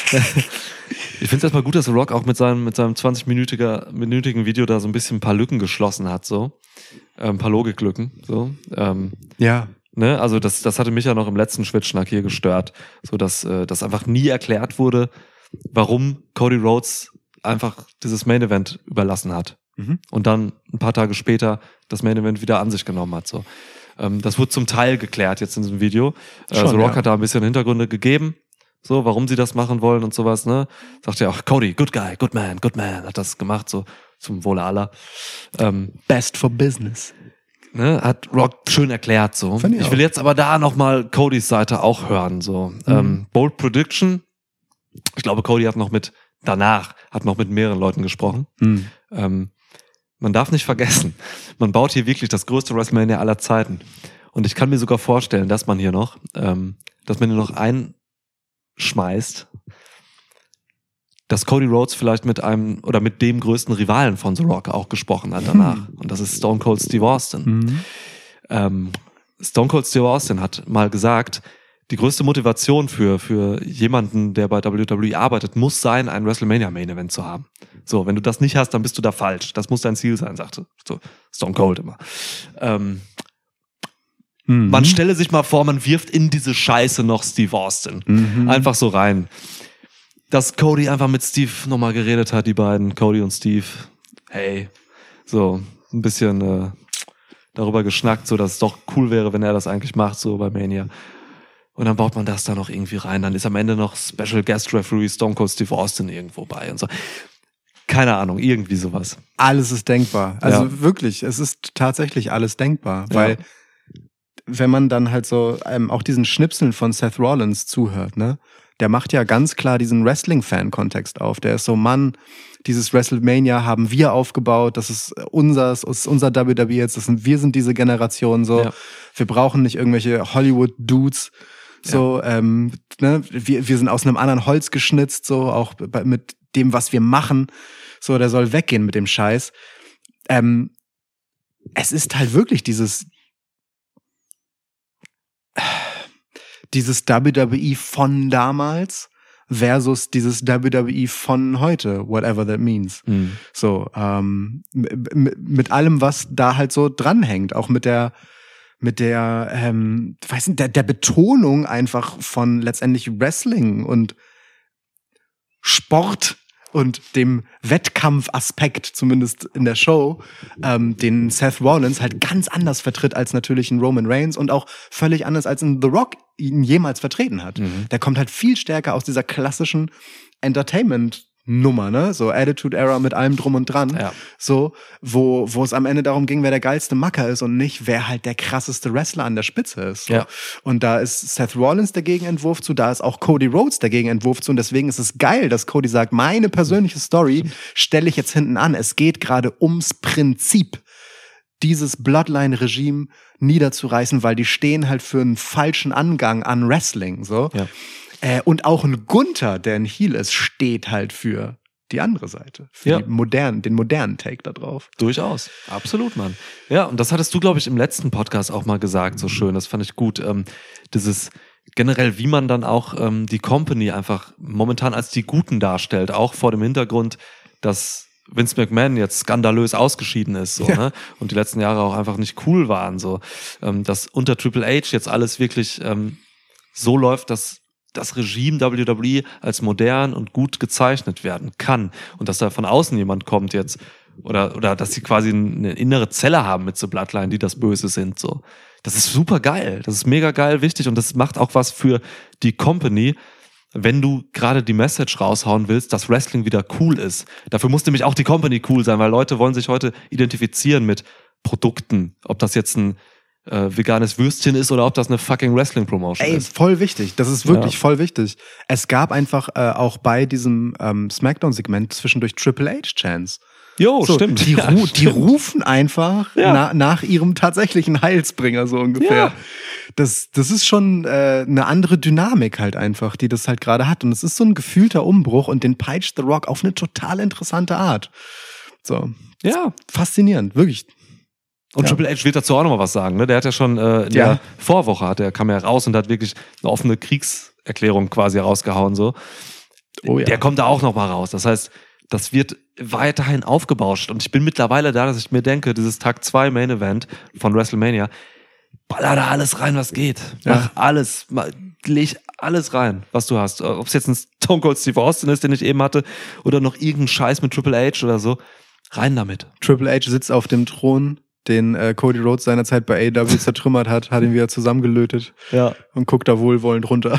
Ich finde es erstmal gut, dass The Rock auch mit seinem, mit seinem zwanzig-minütigen Video da so ein bisschen ein paar Lücken geschlossen hat, so. Äh, ein paar Logiklücken, so. Ähm, Ja. ne? Also das, das hatte mich ja noch im letzten Schwitzschnack hier gestört, so dass äh, das einfach nie erklärt wurde, warum Cody Rhodes einfach dieses Main Event überlassen hat. Mhm. Und dann ein paar Tage später das Main Event wieder an sich genommen hat, so. Ähm, das wurde zum Teil geklärt jetzt in diesem Video. Äh, Schon, The Rock ja. hat da ein bisschen Hintergründe gegeben, so, warum sie das machen wollen und sowas, ne? Sagt ja auch, Cody, good guy, good man, good man, hat das gemacht, so zum Wohle aller. Ähm, Best for business. ne, hat Rock schön erklärt, so. Fand ich Ich auch. will jetzt aber da nochmal Codys Seite auch hören, so. Mhm. Ähm, Bold Prediction. Ich glaube, Cody hat noch mit, danach, hat noch mit mehreren Leuten gesprochen. Mhm. Ähm, man darf nicht vergessen, man baut hier wirklich das größte WrestleMania aller Zeiten. Und ich kann mir sogar vorstellen, dass man hier noch, ähm, dass man hier noch einschmeißt, dass Cody Rhodes vielleicht mit einem oder mit dem größten Rivalen von The Rock auch gesprochen hat danach. Und das ist Stone Cold Steve Austin. Mhm. Ähm, Stone Cold Steve Austin hat mal gesagt, die größte Motivation für, für jemanden, der bei W W E arbeitet, muss sein, ein WrestleMania Main Event zu haben. So, wenn du das nicht hast, dann bist du da falsch. Das muss dein Ziel sein, sagte so Stone Cold immer. Ähm, Mhm. Man stelle sich mal vor, man wirft in diese Scheiße noch Steve Austin. Mhm. Einfach so rein. Dass Cody einfach mit Steve nochmal geredet hat, die beiden, Cody und Steve. Hey, so ein bisschen äh, darüber geschnackt, so dass es doch cool wäre, wenn er das eigentlich macht, so bei Mania. Und dann baut man das da noch irgendwie rein. Dann ist am Ende noch Special Guest Referee Stone Cold Steve Austin irgendwo bei und so. Keine Ahnung, irgendwie sowas. Alles ist denkbar. Also Ja. wirklich, es ist tatsächlich alles denkbar. Ja. Weil wenn man dann halt so ähm, auch diesen Schnipseln von Seth Rollins zuhört, ne, der macht ja ganz klar diesen Wrestling-Fan-Kontext auf. Der ist so, Mann, dieses WrestleMania haben wir aufgebaut, das ist unseres, das ist unser W W E jetzt, das sind, wir sind diese Generation so. Ja. Wir brauchen nicht irgendwelche Hollywood-Dudes. So, ähm, ne, wir, wir sind aus einem anderen Holz geschnitzt, so, auch bei, mit dem, was wir machen. So, der soll weggehen mit dem Scheiß. Ähm, es ist halt wirklich dieses dieses W W E von damals versus dieses W W E von heute, whatever that means. Mhm. So, ähm, m- m- mit allem, was da halt so dranhängt, auch mit der, mit der, ähm, weiß nicht, der, der Betonung einfach von letztendlich Wrestling und Sport und dem Wettkampfaspekt, zumindest in der Show, ähm, den Seth Rollins halt ganz anders vertritt als natürlich ein Roman Reigns und auch völlig anders als ein The Rock ihn jemals vertreten hat. Mhm. Der kommt halt viel stärker aus dieser klassischen Entertainment-Nummer, ne? So Attitude Era mit allem drum und dran. Ja. So, wo, wo es am Ende darum ging, wer der geilste Macker ist und nicht, wer halt der krasseste Wrestler an der Spitze ist. So. Ja. Und da ist Seth Rollins der Gegenentwurf zu, da ist auch Cody Rhodes der Gegenentwurf zu. Und deswegen ist es geil, dass Cody sagt, meine persönliche Story stelle ich jetzt hinten an. Es geht gerade ums Prinzip dieses Bloodline-Regime niederzureißen, weil die stehen halt für einen falschen Angang an Wrestling, so. Ja. Äh, und auch ein Gunther, der ein Heel ist, steht halt für die andere Seite, für Ja. die modernen, den modernen Take da drauf. Durchaus. Absolut, Mann. Ja, und das hattest du, glaube ich, im letzten Podcast auch mal gesagt, so schön. Das fand ich gut. Ähm, dieses generell, wie man dann auch ähm, die Company einfach momentan als die Guten darstellt, auch vor dem Hintergrund, dass Vince McMahon jetzt skandalös ausgeschieden ist, so, Ja. ne? Und die letzten Jahre auch einfach nicht cool waren, so. Ähm, dass unter Triple H jetzt alles wirklich ähm, so läuft, dass das Regime W W E als modern und gut gezeichnet werden kann und dass da von außen jemand kommt jetzt oder oder dass sie quasi eine innere Zelle haben mit so Bloodline, die das Böse sind, so. Das ist super geil, das ist mega geil, wichtig und das macht auch was für die Company, wenn du gerade die Message raushauen willst, dass Wrestling wieder cool ist. Dafür muss nämlich auch die Company cool sein, weil Leute wollen sich heute identifizieren mit Produkten, ob das jetzt ein Äh, veganes Würstchen ist oder ob das eine fucking Wrestling-Promotion Ey, ist. voll wichtig. Das ist wirklich Ja. voll wichtig. Es gab einfach äh, auch bei diesem ähm, Smackdown-Segment zwischendurch Triple H-Chants. Jo, So, stimmt. Die, Ja, ru die stimmt. rufen einfach Ja. na nach ihrem tatsächlichen Heilsbringer, so ungefähr. Ja. Das, das ist schon äh, eine andere Dynamik halt einfach, die das halt gerade hat. Und es ist so ein gefühlter Umbruch und den peitscht The Rock auf eine total interessante Art. So. Ja. Faszinierend, wirklich. Und Ja. Triple H wird dazu auch nochmal was sagen. Ne? Der hat ja schon äh, in Ja. der Vorwoche, hat der, kam er raus und hat wirklich eine offene Kriegserklärung quasi rausgehauen. So. Oh ja. Der kommt da auch nochmal raus. Das heißt, das wird weiterhin aufgebauscht. Und ich bin mittlerweile da, dass ich mir denke, dieses Tag zwei Main Event von WrestleMania, baller da alles rein, was geht. Ja. Mach alles, ma- leg alles rein, was du hast. Ob es jetzt ein Stone Cold Steve Austin ist, den ich eben hatte, oder noch irgendein Scheiß mit Triple H oder so. Rein damit. Triple H sitzt auf dem Thron, den äh, Cody Rhodes seinerzeit bei A E W zertrümmert hat, hat ihn wieder zusammengelötet Ja. und guckt da wohlwollend runter.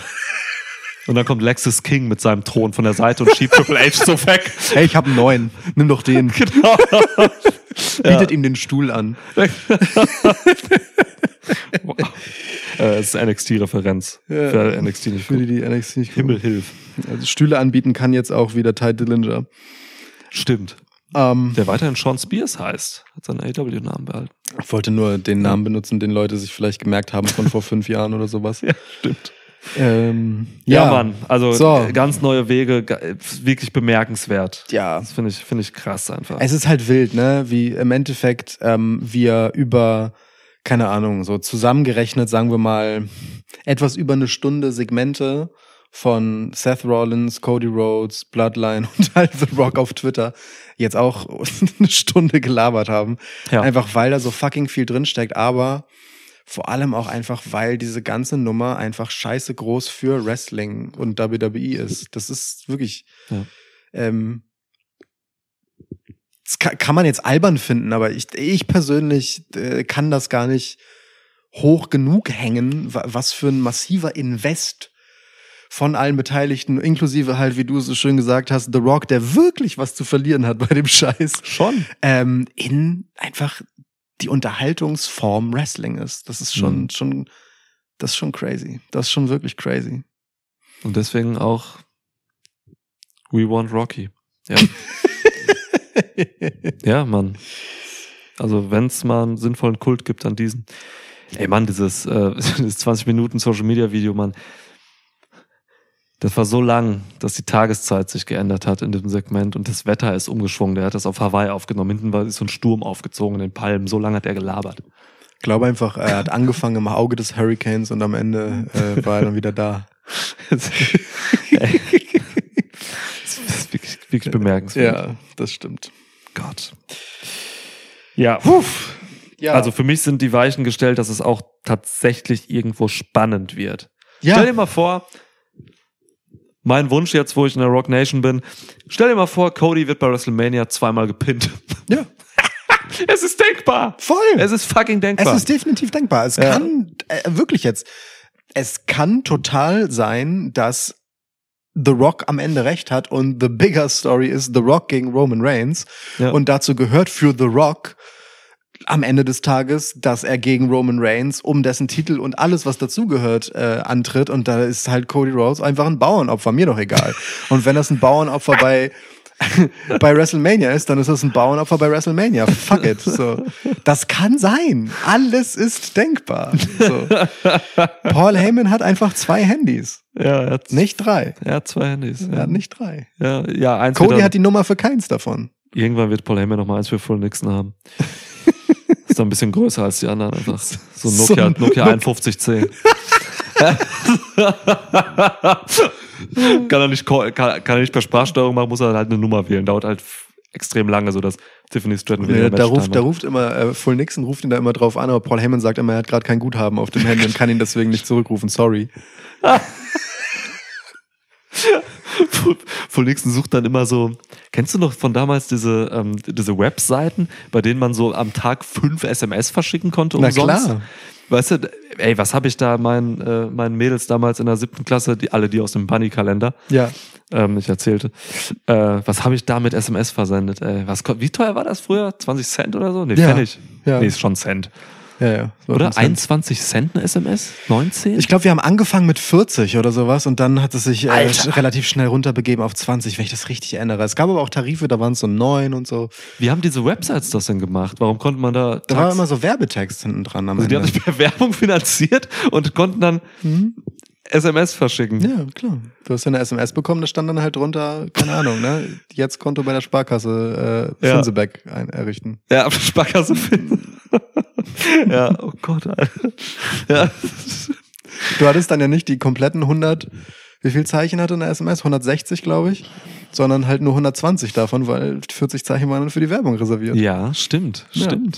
Und dann kommt Lexis King mit seinem Thron von der Seite und schiebt Triple H so weg. Hey, ich hab einen neuen. Nimm doch den. Genau. Bietet ihm den Stuhl an. Wow. Äh, das ist N X T-Referenz. Ja. Für N X T nicht Für die, gut. die N X T nicht gucken. Himmel hilf. Also Stühle anbieten kann jetzt auch wieder Ty Dillinger. Stimmt. Ähm, Der weiterhin Sean Spears heißt. Hat seinen A E W-Namen behalten. ich wollte nur den Namen benutzen, den Leute sich vielleicht gemerkt haben von vor fünf Jahren oder sowas. Ja, stimmt. Ähm, Ja, ja, Mann. Also So. ganz neue Wege, ge- wirklich bemerkenswert. Ja. Das finde ich, finde ich krass einfach. Es ist halt wild, ne? Wie im Endeffekt ähm, wir über, keine Ahnung, so zusammengerechnet, sagen wir mal, etwas über eine Stunde Segmente von Seth Rollins, Cody Rhodes, Bloodline und halt The Rock auf Twitter jetzt auch eine Stunde gelabert haben. Ja. Einfach weil da so fucking viel drinsteckt, aber vor allem auch einfach, weil diese ganze Nummer einfach scheiße groß für Wrestling und W W E ist. Das ist wirklich, Ja. ähm, das kann, kann man jetzt albern finden, aber ich, ich persönlich äh, kann das gar nicht hoch genug hängen, wa- was für ein massiver Invest von allen Beteiligten, inklusive halt, wie du so schön gesagt hast, The Rock, der wirklich was zu verlieren hat bei dem Scheiß, Schon. ähm, in einfach die Unterhaltungsform Wrestling ist. Das ist schon, Mhm. schon, das ist schon crazy. Das ist schon wirklich crazy. Und deswegen auch We Want Rocky. Ja. Ja, Mann. Also wenn es mal einen sinnvollen Kult gibt an diesen. Ey, Mann, dieses, äh, dieses zwanzig Minuten Social Media Video, Mann. Das war so lang, dass die Tageszeit sich geändert hat in diesem Segment und das Wetter ist umgeschwungen. Der hat das auf Hawaii aufgenommen. Hinten war so ein Sturm aufgezogen in den Palmen. So lange hat er gelabert. Ich glaube einfach, er hat angefangen im Auge des Hurricanes und am Ende äh, war er dann wieder da. Ey. Das ist wirklich, wirklich bemerkenswert. Ja, das stimmt. Gott. Ja, Ja, also für mich sind die Weichen gestellt, dass es auch tatsächlich irgendwo spannend wird. ja. Stell dir mal vor, mein Wunsch jetzt, wo ich in der Rock Nation bin, stell dir mal vor, Cody wird bei WrestleMania zweimal gepinnt. Ja. Es ist denkbar. Voll. Es ist fucking denkbar. Es ist definitiv denkbar. Es Ja. kann, äh, wirklich jetzt, es kann total sein, dass The Rock am Ende recht hat und the bigger story ist The Rock gegen Roman Reigns. Ja. Und dazu gehört für The Rock am Ende des Tages, dass er gegen Roman Reigns um dessen Titel und alles, was dazugehört, äh, antritt. Und da ist halt Cody Rhodes einfach ein Bauernopfer, mir doch egal. Und wenn das ein Bauernopfer bei bei WrestleMania ist, dann ist das ein Bauernopfer bei WrestleMania. Fuck it. So. Das kann sein. Alles ist denkbar. So. Paul Heyman hat einfach zwei Handys. Ja, er hat Nicht drei. Er hat zwei Handys. Er Ja, hat nicht drei. ja, ja eins Cody wird hat die Nummer für keins davon. dann, irgendwann wird Paul Heyman noch mal eins für Full Nixon haben. Ist dann ein bisschen größer als die anderen einfach. So ein Nokia, So- Nokia einundfünfzig zehn. kann er nicht ko- kann, kann er nicht per Sprachsteuerung machen, muss er halt eine Nummer wählen. Dauert halt f- extrem lange, so dass Tiffany Stratton wieder Ja, Match da ruft, da Time ruft immer, äh, Full Nixon ruft ihn da immer drauf an, aber Paul Heyman sagt immer, er hat gerade kein Guthaben auf dem Handy und kann ihn deswegen nicht zurückrufen. Sorry. hat. Full- Full Nixon sucht dann immer so, kennst du noch von damals diese, ähm, diese Webseiten, bei denen man so am Tag fünf S M S verschicken konnte Na umsonst? klar. Weißt du, ey, was habe ich da meinen, äh, meinen Mädels damals in der siebten Klasse, die alle die aus dem Bunny-Kalender, Ja. ähm, ich erzählte, äh, was habe ich da mit S M S versendet? Ey, was, ko- wie teuer war das früher? zwanzig Cent oder so? Nee, Ja. Pfennig. Ja. Nee, ist schon Cent. Ja, ja. So Oder? fünf Cent. einundzwanzig Cent eine S M S? neunzehn? Ich glaube, wir haben angefangen mit vierzig oder sowas und dann hat es sich äh, Alter. sch- relativ schnell runterbegeben auf zwanzig, wenn ich das richtig erinnere. Es gab aber auch Tarife, da waren es so neun und so. Wie haben diese Websites das denn gemacht? Warum konnte man da... Da war tags- immer so Werbetext hinten dran am also die haben Ende. sich per Werbung finanziert und konnten dann S M S verschicken. Ja, klar. Du hast ja eine S M S bekommen, da stand dann halt drunter, keine Ahnung, ne? Jetzt Konto bei der Sparkasse äh, Ja. Finsebeck ein, errichten. Ja, auf der Sparkasse finden. Ja, oh Gott, Alter. Ja. Du hattest dann ja nicht die kompletten hundert, wie viel Zeichen hatte eine S M S? hundertsechzig, glaube ich. Sondern halt nur hundertzwanzig davon, weil vierzig Zeichen waren dann für die Werbung reserviert. Ja, stimmt, Ja. stimmt.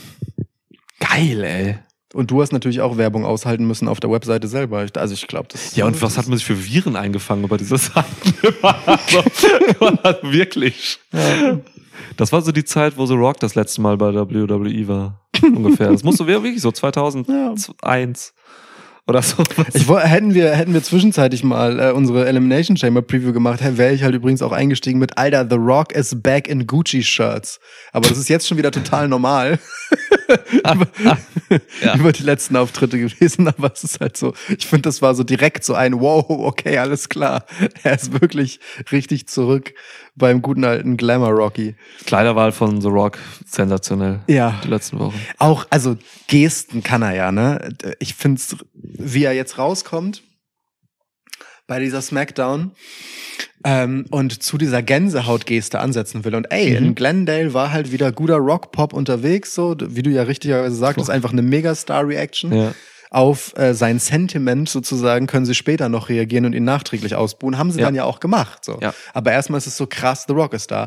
Geil, ey. Und du hast natürlich auch Werbung aushalten müssen auf der Webseite selber. Ich- Also ich glaube, das Ja, und was hat man sich für Viren eingefangen über diese Seiten? also, also, wirklich. Das war so die Zeit, wo The Rock das letzte Mal bei W W E war. Ungefähr. Das musste wirklich so zweitausendeins oder so. Ich woll- hätten wir hätten wir zwischenzeitlich mal äh, unsere Elimination Chamber Preview gemacht, wäre ich halt übrigens auch eingestiegen mit Alter, The Rock is back in Gucci Shirts. Aber das ist jetzt schon wieder total normal. über, Ja. über die letzten Auftritte gewesen, aber es ist halt so, ich finde, das war so direkt so ein wow, okay, alles klar. Er ist wirklich richtig zurück beim guten alten Glamour Rocky. Kleiderwahl von The Rock, sensationell. Ja. Die letzten Wochen. Auch, also Gesten kann er ja, ne? Ich find's, wie er jetzt rauskommt bei dieser Smackdown ähm, und zu dieser Gänsehautgeste ansetzen will. Und ey, Mhm. in Glendale war halt wieder guter Rock-Pop unterwegs, so wie du ja richtigerweise sagtest, einfach eine Mega-Star-Reaction. Ja. Auf äh, sein Sentiment sozusagen können sie später noch reagieren und ihn nachträglich ausbuhen. Haben sie Ja. dann ja auch gemacht. So. Ja. Aber erstmal ist es so krass, The Rock ist da.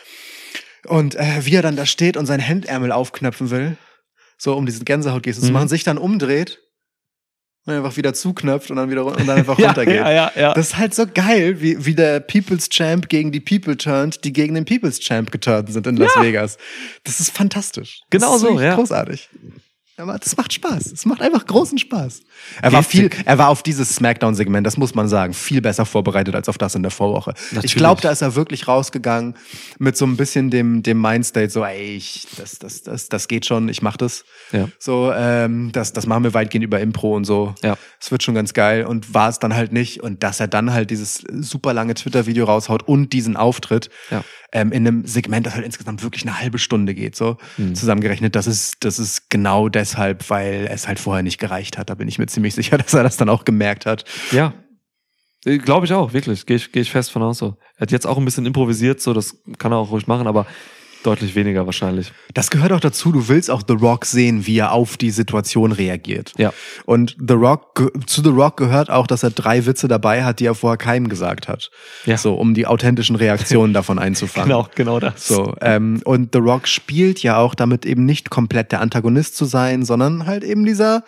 Und äh, wie er dann da steht und sein Hemdärmel aufknöpfen will, so um diese Gänsehautgeste zu Mhm. machen, sich dann umdreht und einfach wieder zuknöpft und dann wieder run- und dann einfach Ja, runtergeht. ja, ja, ja. Das ist halt so geil, wie, wie der People's Champ gegen die People turned, die gegen den People's Champ geturnt sind in Las Ja. Vegas. Das ist fantastisch. Genau das ist so, wirklich ja. großartig. Aber das macht Spaß. Es macht einfach großen Spaß. Er war viel, Gestik. er war auf dieses Smackdown-Segment, das muss man sagen, viel besser vorbereitet als auf das in der Vorwoche. Natürlich. Ich glaube, da ist er wirklich rausgegangen mit so ein bisschen dem, dem Mindstate, so, ey, ich, das, das, das, das geht schon, ich mach das. Ja. So, ähm, das, das machen wir weitgehend über Impro und so. Ja. Es wird schon ganz geil und war es dann halt nicht. Und dass er dann halt dieses super lange Twitter-Video raushaut und diesen Auftritt Ja. ähm, in einem Segment, das halt insgesamt wirklich eine halbe Stunde geht, so Mhm. zusammengerechnet, das ist, das ist genau deshalb, weil es halt vorher nicht gereicht hat. Da bin ich mir ziemlich sicher, dass er das dann auch gemerkt hat. Ja. Glaube ich auch, wirklich. Gehe ich, geh ich fest von aus so. Er hat jetzt auch ein bisschen improvisiert, so, das kann er auch ruhig machen, aber deutlich weniger wahrscheinlich. Das gehört auch dazu, du willst auch The Rock sehen, wie er auf die Situation reagiert. Ja. Und The Rock, ge- zu The Rock gehört auch, dass er drei Witze dabei hat, die er vorher keinem gesagt hat. Ja. So, um die authentischen Reaktionen davon einzufangen. Genau, genau das. So, ähm, und The Rock spielt ja auch damit eben nicht komplett der Antagonist zu sein, sondern halt eben dieser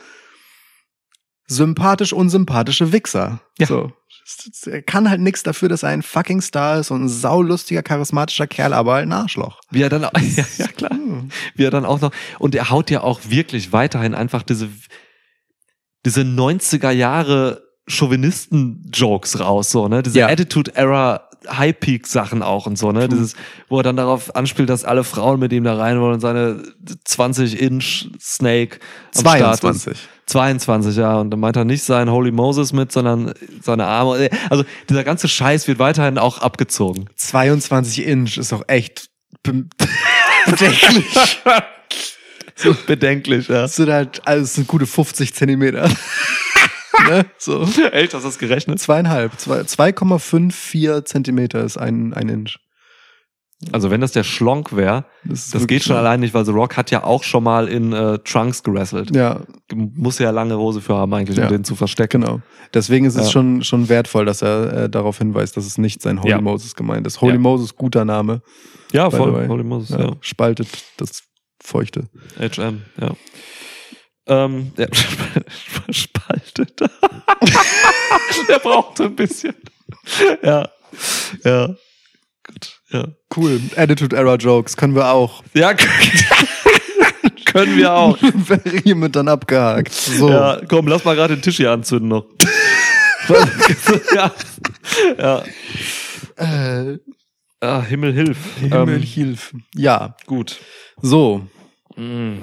sympathisch-unsympathische Wichser. Ja. So. Er kann halt nichts dafür, dass er ein fucking Star ist und ein saulustiger, charismatischer Kerl, aber halt ein Arschloch. Wie er dann auch, ja, ja klar, wie er dann auch noch, und er haut ja auch wirklich weiterhin einfach diese, diese neunziger Jahre Chauvinisten-Jokes raus, so, ne, diese Ja. Attitude-Era High-Peak-Sachen auch und so, ne? Dieses, wo er dann darauf anspielt, dass alle Frauen mit ihm da rein wollen und seine zwanzig Inch Snake am Start zweiundzwanzig. ist. zweiundzwanzig, ja. Und dann meint er nicht sein Holy Moses mit, sondern seine Arme. Also dieser ganze Scheiß wird weiterhin auch abgezogen. zweiundzwanzig Inch ist auch echt be- bedenklich. So bedenklich, ja. Das sind halt, also es sind gute fünfzig Zentimeter. Ne? So. Echt, hast du das gerechnet? Zweieinhalb. Zwei- zwei Komma fünf vier Zentimeter ist ein, ein Inch. Also wenn das der Schlonk wäre, Das, ist das wirklich geht schon schlimm. allein nicht, weil The Rock hat ja auch schon mal in äh, Trunks gewrestelt. Ja, Muss ja lange Hose für haben eigentlich, um Ja. den zu verstecken. genau. Deswegen ist es Ja. schon, schon wertvoll, dass er äh, darauf hinweist, dass es nicht sein Holy Ja. Moses gemeint ist. Holy Ja. Moses, guter Name. Ja, by the voll. way. Holy Moses, Ja, ja. Spaltet das Feuchte. H M, ja. Ähm, ja, spaltet. Der braucht ein bisschen. Ja. Ja. Gut. Ja. Cool. Attitude Era Jokes können wir auch. Ja, können wir auch. Wäre hiermit dann abgehakt. So. Ja, komm, lass mal gerade den Tisch hier anzünden noch. ja. Ja. Äh, Ah, Himmel hilf. Himmel Ähm, hilf. Ja. gut. So. Mm.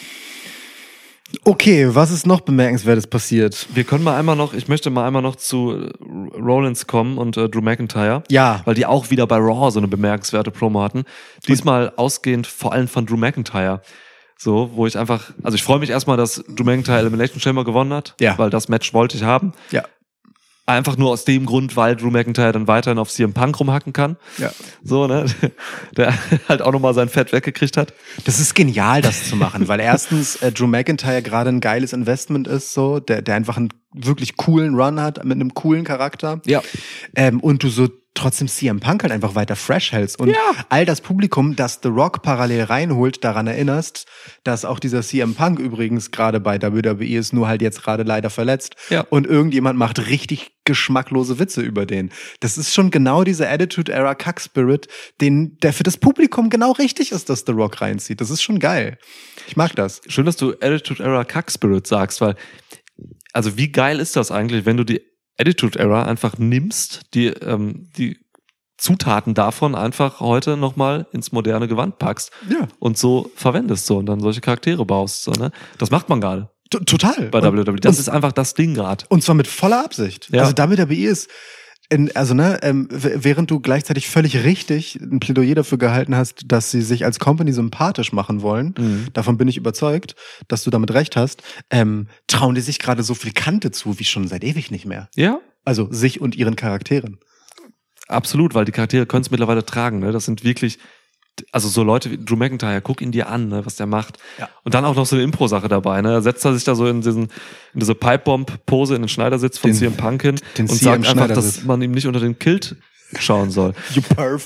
Okay, was ist noch Bemerkenswertes passiert? Wir können mal einmal noch, ich möchte mal einmal noch zu äh, Rollins kommen und äh, Drew McIntyre. Ja. Weil die auch wieder bei Raw so eine bemerkenswerte Promo hatten. Diesmal ausgehend vor allem von Drew McIntyre. So, wo ich einfach, also ich freue mich erstmal, dass Drew McIntyre Elimination Chamber gewonnen hat. Ja. Weil das Match wollte ich haben. Ja. Einfach nur aus dem Grund, weil Drew McIntyre dann weiterhin auf C M Punk rumhacken kann. Ja. So, ne? Der halt auch nochmal sein Fett weggekriegt hat. Das ist genial, das zu machen, weil erstens äh, Drew McIntyre gerade ein geiles Investment ist, so, der, der einfach einen wirklich coolen Run hat, mit einem coolen Charakter. Ja. Ähm, und du so trotzdem C M Punk halt einfach weiter fresh hältst und Ja. all das Publikum, das The Rock parallel reinholt, daran erinnerst, dass auch dieser C M Punk übrigens gerade bei W W E ist, nur halt jetzt gerade leider verletzt. Ja. Und irgendjemand macht richtig geschmacklose Witze über den. Das ist schon genau dieser Attitude-Era Kack-Spirit, den, der für das Publikum genau richtig ist, dass The Rock reinzieht. Das ist schon geil. Ich mag das. Schön, dass du Attitude Era Kack Spirit sagst, weil, also wie geil ist das eigentlich, wenn du die Attitude Era einfach nimmst, die, ähm, die Zutaten davon einfach heute nochmal ins moderne Gewand packst Ja. und so verwendest so und dann solche Charaktere baust. So, ne? Das macht man gerade T- Total. bei Und- W W E. Das und- ist einfach das Ding gerade. Und zwar mit voller Absicht. Ja. Also W W E ist, in, also ne, ähm, w- während du gleichzeitig völlig richtig ein Plädoyer dafür gehalten hast, dass sie sich als Company sympathisch machen wollen, Mhm. davon bin ich überzeugt, dass du damit recht hast, ähm, trauen die sich gerade so viel Kante zu, wie schon seit ewig nicht mehr. Ja, Also sich und ihren Charakteren. absolut, weil die Charaktere können es mittlerweile tragen. Ne? Das sind wirklich, also so Leute wie Drew McIntyre, guck ihn dir an, ne, was der macht. Ja. Und dann auch noch so eine Impro-Sache dabei. Ne? Da setzt er sich da so in, diesen, in diese Pipe-Bomb-Pose in den Schneidersitz von Den- C M Punk hin den und C M sagt einfach, Schneidersitz. dass man ihm nicht unter den Kilt schauen soll. You perf.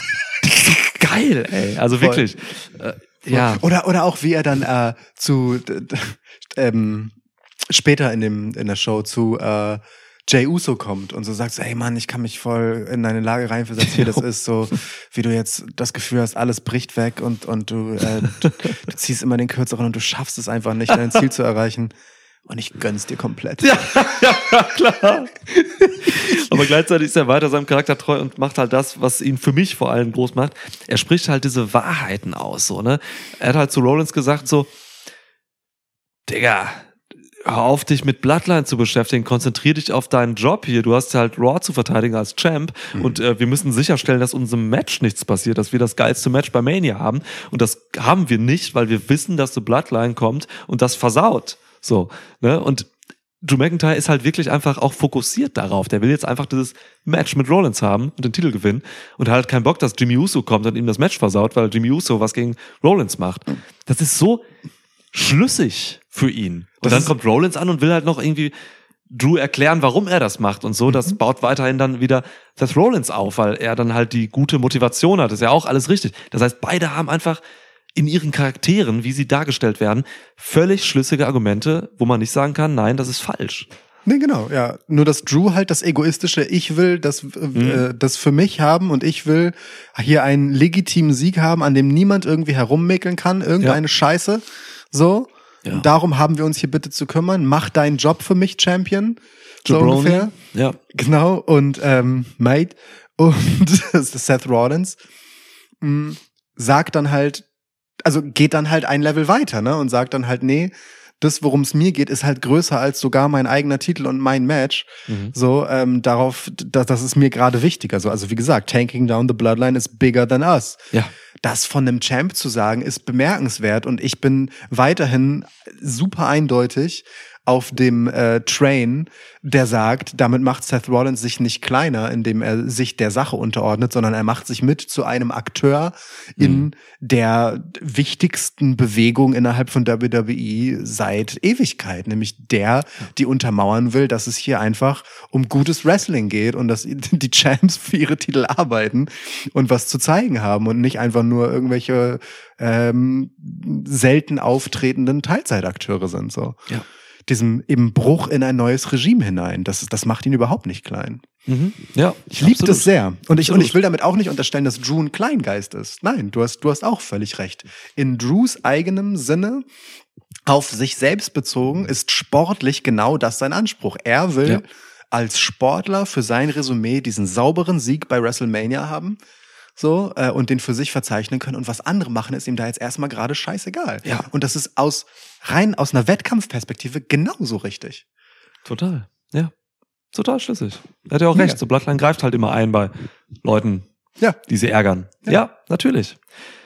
Geil, ey. Also Voll. wirklich. Äh, ja. Oder, oder auch wie er dann äh, zu d- d- ähm, später in dem in der Show zu äh, Jey Uso kommt und so sagt so, ey Mann, ich kann mich voll in deine Lage reinversetzen, wie das ist, so wie du jetzt das Gefühl hast, alles bricht weg und und du, äh, du, du ziehst immer den kürzeren und du schaffst es einfach nicht, dein Ziel zu erreichen. Und ich gönn's dir komplett. Ja, ja, klar. Aber gleichzeitig ist er weiter seinem Charakter treu und macht halt das, was ihn für mich vor allem groß macht. Er spricht halt diese Wahrheiten aus, so, ne? Er hat halt zu Rollins gesagt so, Digga, hör auf, dich mit Bloodline zu beschäftigen, konzentrier dich auf deinen Job hier. Du hast halt Raw zu verteidigen als Champ Mhm. und äh, wir müssen sicherstellen, dass unserem Match nichts passiert, dass wir das geilste Match bei Mania haben. Und das haben wir nicht, weil wir wissen, dass die Bloodline kommt und das versaut. So, ne? Und Drew McIntyre ist halt wirklich einfach auch fokussiert darauf. Der will jetzt einfach dieses Match mit Rollins haben und den Titel gewinnen und hat halt keinen Bock, dass Jimmy Uso kommt und ihm das Match versaut, weil Jimmy Uso was gegen Rollins macht. Das ist so schlüssig für ihn. Und Das dann ist- kommt Rollins an und will halt noch irgendwie Drew erklären, warum er das macht und so. Das baut weiterhin dann wieder Seth Rollins auf, weil er dann halt die gute Motivation hat. Das ist ja auch alles richtig. Das heißt, beide haben einfach in ihren Charakteren, wie sie dargestellt werden, völlig schlüssige Argumente, wo man nicht sagen kann, nein, das ist falsch. Nee, genau, ja. Nur, dass Drew halt das egoistische, ich will das, äh, das für mich haben und ich will hier einen legitimen Sieg haben, an dem niemand irgendwie herummäkeln kann, irgendeine Ja. Scheiße. So. Ja. Darum haben wir uns hier bitte zu kümmern. Mach deinen Job für mich, Champion. So Jabroni. ungefähr. Ja. Genau. Und, ähm, Mate. Und Seth Rollins mh, sagt dann halt, also geht dann halt ein Level weiter, ne? Und sagt dann halt, nee, das, worum es mir geht, ist halt größer als sogar mein eigener Titel und mein Match. Mhm. So, ähm, darauf, das, das ist mir gerade wichtiger. So, also wie gesagt, taking down the bloodline is bigger than us. Ja. Das von einem Champ zu sagen, ist bemerkenswert und ich bin weiterhin super eindeutig auf dem äh, Train, der sagt, damit macht Seth Rollins sich nicht kleiner, indem er sich der Sache unterordnet, sondern er macht sich mit zu einem Akteur in mhm. der wichtigsten Bewegung innerhalb von W W E seit Ewigkeit, nämlich der, die untermauern will, dass es hier einfach um gutes Wrestling geht und dass die Champs für ihre Titel arbeiten und was zu zeigen haben und nicht einfach nur irgendwelche ähm, selten auftretenden Teilzeitakteure sind. So. Ja. Diesem eben Bruch in ein neues Regime hinein. Das, das macht ihn überhaupt nicht klein. Mhm. Ja, ich liebe das sehr. Und ich, und ich will damit auch nicht unterstellen, dass Drew ein Kleingeist ist. Nein, du hast, du hast auch völlig recht. In Drews eigenem Sinne, auf sich selbst bezogen, ist sportlich genau das sein Anspruch. Er will ja. als Sportler für sein Resümee diesen sauberen Sieg bei WrestleMania haben. So, äh, und den für sich verzeichnen können. Und was andere machen, ist ihm da jetzt erstmal gerade scheißegal. Ja. Und das ist aus rein aus einer Wettkampfperspektive genauso richtig. Total, ja. Total schlüssig. Er hat ja auch recht. Ja. So Bloodline greift halt immer ein bei Leuten, ja. die sie ärgern. Ja, ja natürlich.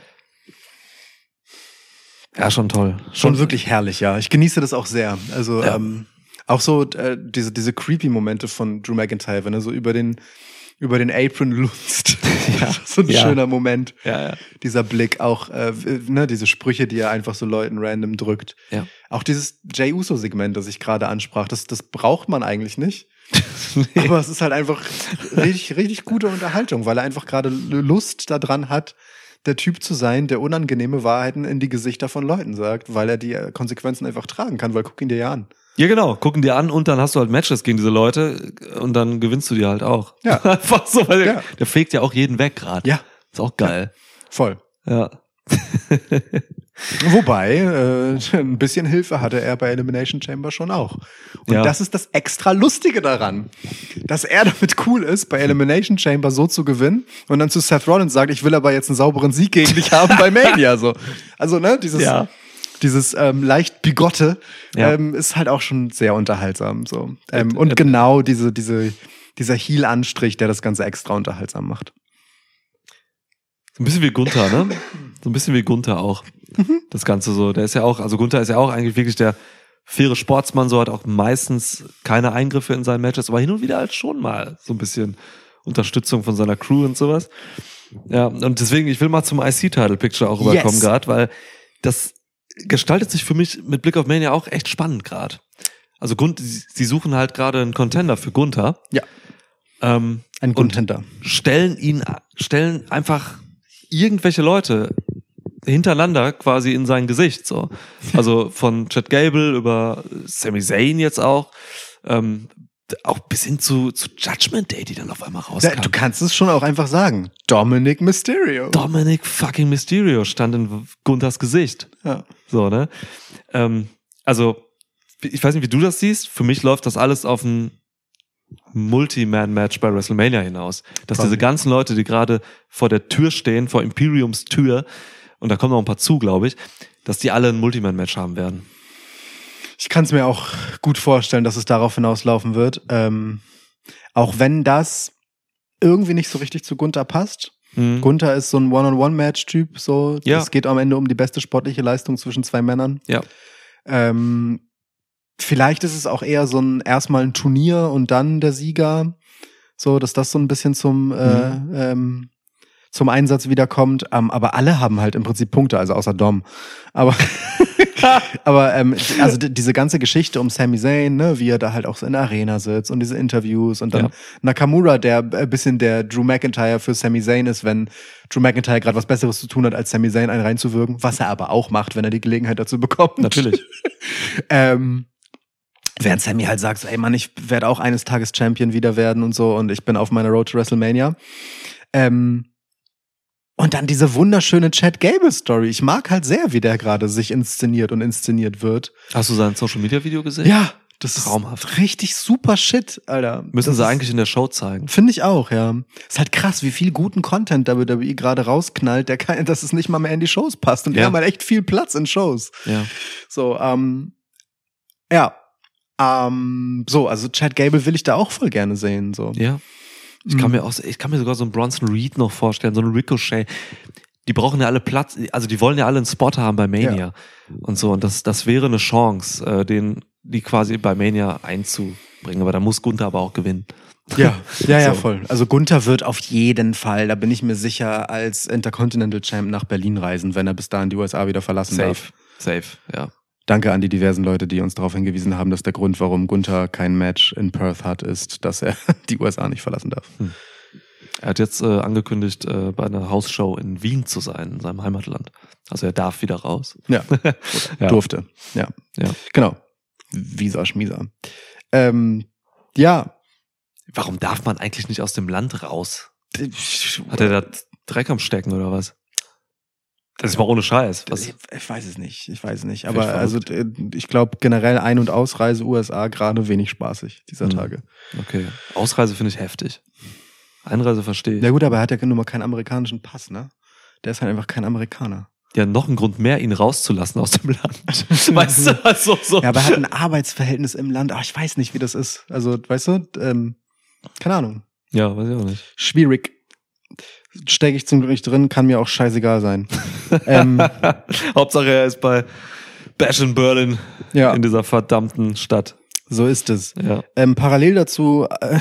Ja, schon toll. Schon, schon wirklich herrlich, ja. Ich genieße das auch sehr. Also ja. ähm, auch so äh, diese diese creepy Momente von Drew McIntyre, wenn er so über den über den Apron lunzt. Ja, so ein ja. schöner Moment. Ja, ja. Dieser Blick auch, äh, ne, diese Sprüche, die er einfach so Leuten random drückt. Ja. Auch dieses Jey Uso-Segment, das ich gerade ansprach, das, das braucht man eigentlich nicht. Nee. Aber es ist halt einfach richtig, richtig gute Unterhaltung, weil er einfach gerade Lust daran hat, der Typ zu sein, der unangenehme Wahrheiten in die Gesichter von Leuten sagt, weil er die Konsequenzen einfach tragen kann, weil guck ihn dir ja an. Ja, genau. Gucken dir an und dann hast du halt Matches gegen diese Leute und dann gewinnst du die halt auch. Ja. Einfach so, weil ja. der, der fegt ja auch jeden weg gerade. Ja. Ist auch geil. Ja. Voll. Ja. Wobei, äh, ein bisschen Hilfe hatte er bei Elimination Chamber schon auch. Und ja. das ist das extra Lustige daran, dass er damit cool ist, bei Elimination Chamber so zu gewinnen und dann zu Seth Rollins sagt, ich will aber jetzt einen sauberen Sieg gegen dich haben bei Mania. So. Also, ne, dieses... Ja. Dieses ähm, leicht bigotte ja. ähm, ist halt auch schon sehr unterhaltsam. So. Ähm, und genau diese, diese, dieser Heel-Anstrich, der das Ganze extra unterhaltsam macht. So ein bisschen wie Gunther, ne? So ein bisschen wie Gunther auch. Mhm. Das Ganze so. Der ist ja auch, also Gunther ist ja auch eigentlich wirklich der faire Sportsmann, so hat auch meistens keine Eingriffe in seinen Matches, aber hin und wieder halt schon mal so ein bisschen Unterstützung von seiner Crew und sowas. Ja, und deswegen, ich will mal zum I C-Title-Picture auch überkommen yes. gerade, weil das gestaltet sich für mich mit Blick auf Mania auch echt spannend gerade. Also Gun- sie suchen halt gerade einen Contender für Gunther. Ja. Ähm, Ein Contender. Stellen ihn, stellen einfach irgendwelche Leute hintereinander quasi in sein Gesicht. So. Also von Chad Gable über Sami Zayn jetzt auch. Ähm, auch bis hin zu, zu Judgment Day, die dann auf einmal rauskam. Ja, du kannst es schon auch einfach sagen. Dominic Mysterio. Dominic fucking Mysterio stand in Gunthers Gesicht. Ja. So, ne? Ähm, also, ich weiß nicht, wie du das siehst. Für mich läuft das alles auf ein Multi-Man-Match bei WrestleMania hinaus. Dass Komm. diese ganzen Leute, die gerade vor der Tür stehen, vor Imperiums Tür, und da kommen noch ein paar zu, glaube ich, dass die alle ein Multi-Man-Match haben werden. Ich kann es mir auch gut vorstellen, dass es darauf hinauslaufen wird. Ähm, auch wenn das irgendwie nicht so richtig zu Gunther passt. Mhm. Gunther ist so ein One-on-One-Match-Typ. So. Ja. Es geht am Ende um die beste sportliche Leistung zwischen zwei Männern. Ja. Ähm, vielleicht ist es auch eher so ein erstmal ein Turnier und dann der Sieger. So, dass das so ein bisschen zum mhm. äh, ähm, zum Einsatz wiederkommt. Ähm, aber alle haben halt im Prinzip Punkte, also außer Dom. Aber aber ähm, also d- diese ganze Geschichte um Sami Zayn, ne, wie er da halt auch so in der Arena sitzt und diese Interviews und dann ja. Nakamura, der ein bisschen der Drew McIntyre für Sami Zayn ist, wenn Drew McIntyre gerade was Besseres zu tun hat, als Sami Zayn einen reinzuwirken, was er aber auch macht, wenn er die Gelegenheit dazu bekommt. Natürlich. ähm, während Sami halt sagt, ey Mann, ich werde auch eines Tages Champion wieder werden und so und ich bin auf meiner Road to WrestleMania. Ähm, Und dann diese wunderschöne Chad Gable-Story. Ich mag halt sehr, wie der gerade sich inszeniert und inszeniert wird. Hast du sein Social-Media-Video gesehen? Ja, Das Traumhaft. ist richtig super Shit, Alter. Müssen das sie ist, eigentlich in der Show zeigen. Finde ich auch, ja. Ist halt krass, wie viel guten Content W W E gerade rausknallt, der kann, dass es nicht mal mehr in die Shows passt. Und die Ja. haben halt echt viel Platz in Shows. Ja. So, ähm, ja. Ähm, so, also Chad Gable will ich da auch voll gerne sehen, so. Ja. Ich kann Mhm. mir auch, ich kann mir sogar so einen Bronson Reed noch vorstellen, so einen Ricochet. Die brauchen ja alle Platz, also die wollen ja alle einen Spot haben bei Mania Ja. und so. Und das, das wäre eine Chance, äh, den, die quasi bei Mania einzubringen. Aber da muss Gunther aber auch gewinnen. Ja, ja, ja, So. voll. Also Gunther wird auf jeden Fall, da bin ich mir sicher, als Intercontinental Champ nach Berlin reisen, wenn er bis dahin die U S A wieder verlassen darf. Safe, safe, ja. Danke an die diversen Leute, die uns darauf hingewiesen haben, dass der Grund, warum Gunther kein Match in Perth hat, ist, dass er die U S A nicht verlassen darf. Er hat jetzt äh, angekündigt, äh, bei einer Hausshow in Wien zu sein, in seinem Heimatland. Also er darf wieder raus. Ja, Ja. durfte. Ja, Ja. genau. Visa Schmieser. Ähm, ja. Warum darf man eigentlich nicht aus dem Land raus? Hat er da Dreck am Stecken oder was? Das ist mal ohne Scheiß. Was? Ich, ich weiß es nicht, ich weiß es nicht. Finde ich Aber also äh, ich glaube generell Ein- und Ausreise U S A gerade wenig spaßig dieser Hm. Tage. Okay. Ausreise finde ich heftig. Einreise verstehe ich. Ja gut, aber er hat ja nun mal keinen amerikanischen Pass, ne? Der ist halt einfach kein Amerikaner. Ja, noch ein Grund mehr, ihn rauszulassen aus dem Land. Weißt du, also so. Ja, aber er hat ein Arbeitsverhältnis im Land. Ach, ich weiß nicht, wie das ist. Also, weißt du, ähm, keine Ahnung. Ja, weiß ich auch nicht. Schwierig. Stecke ich zum Glück nicht drin, kann mir auch scheißegal sein. ähm, Hauptsache er ist bei Bash in Berlin ja, in dieser verdammten Stadt. so ist es. Ja. Ähm, parallel dazu äh,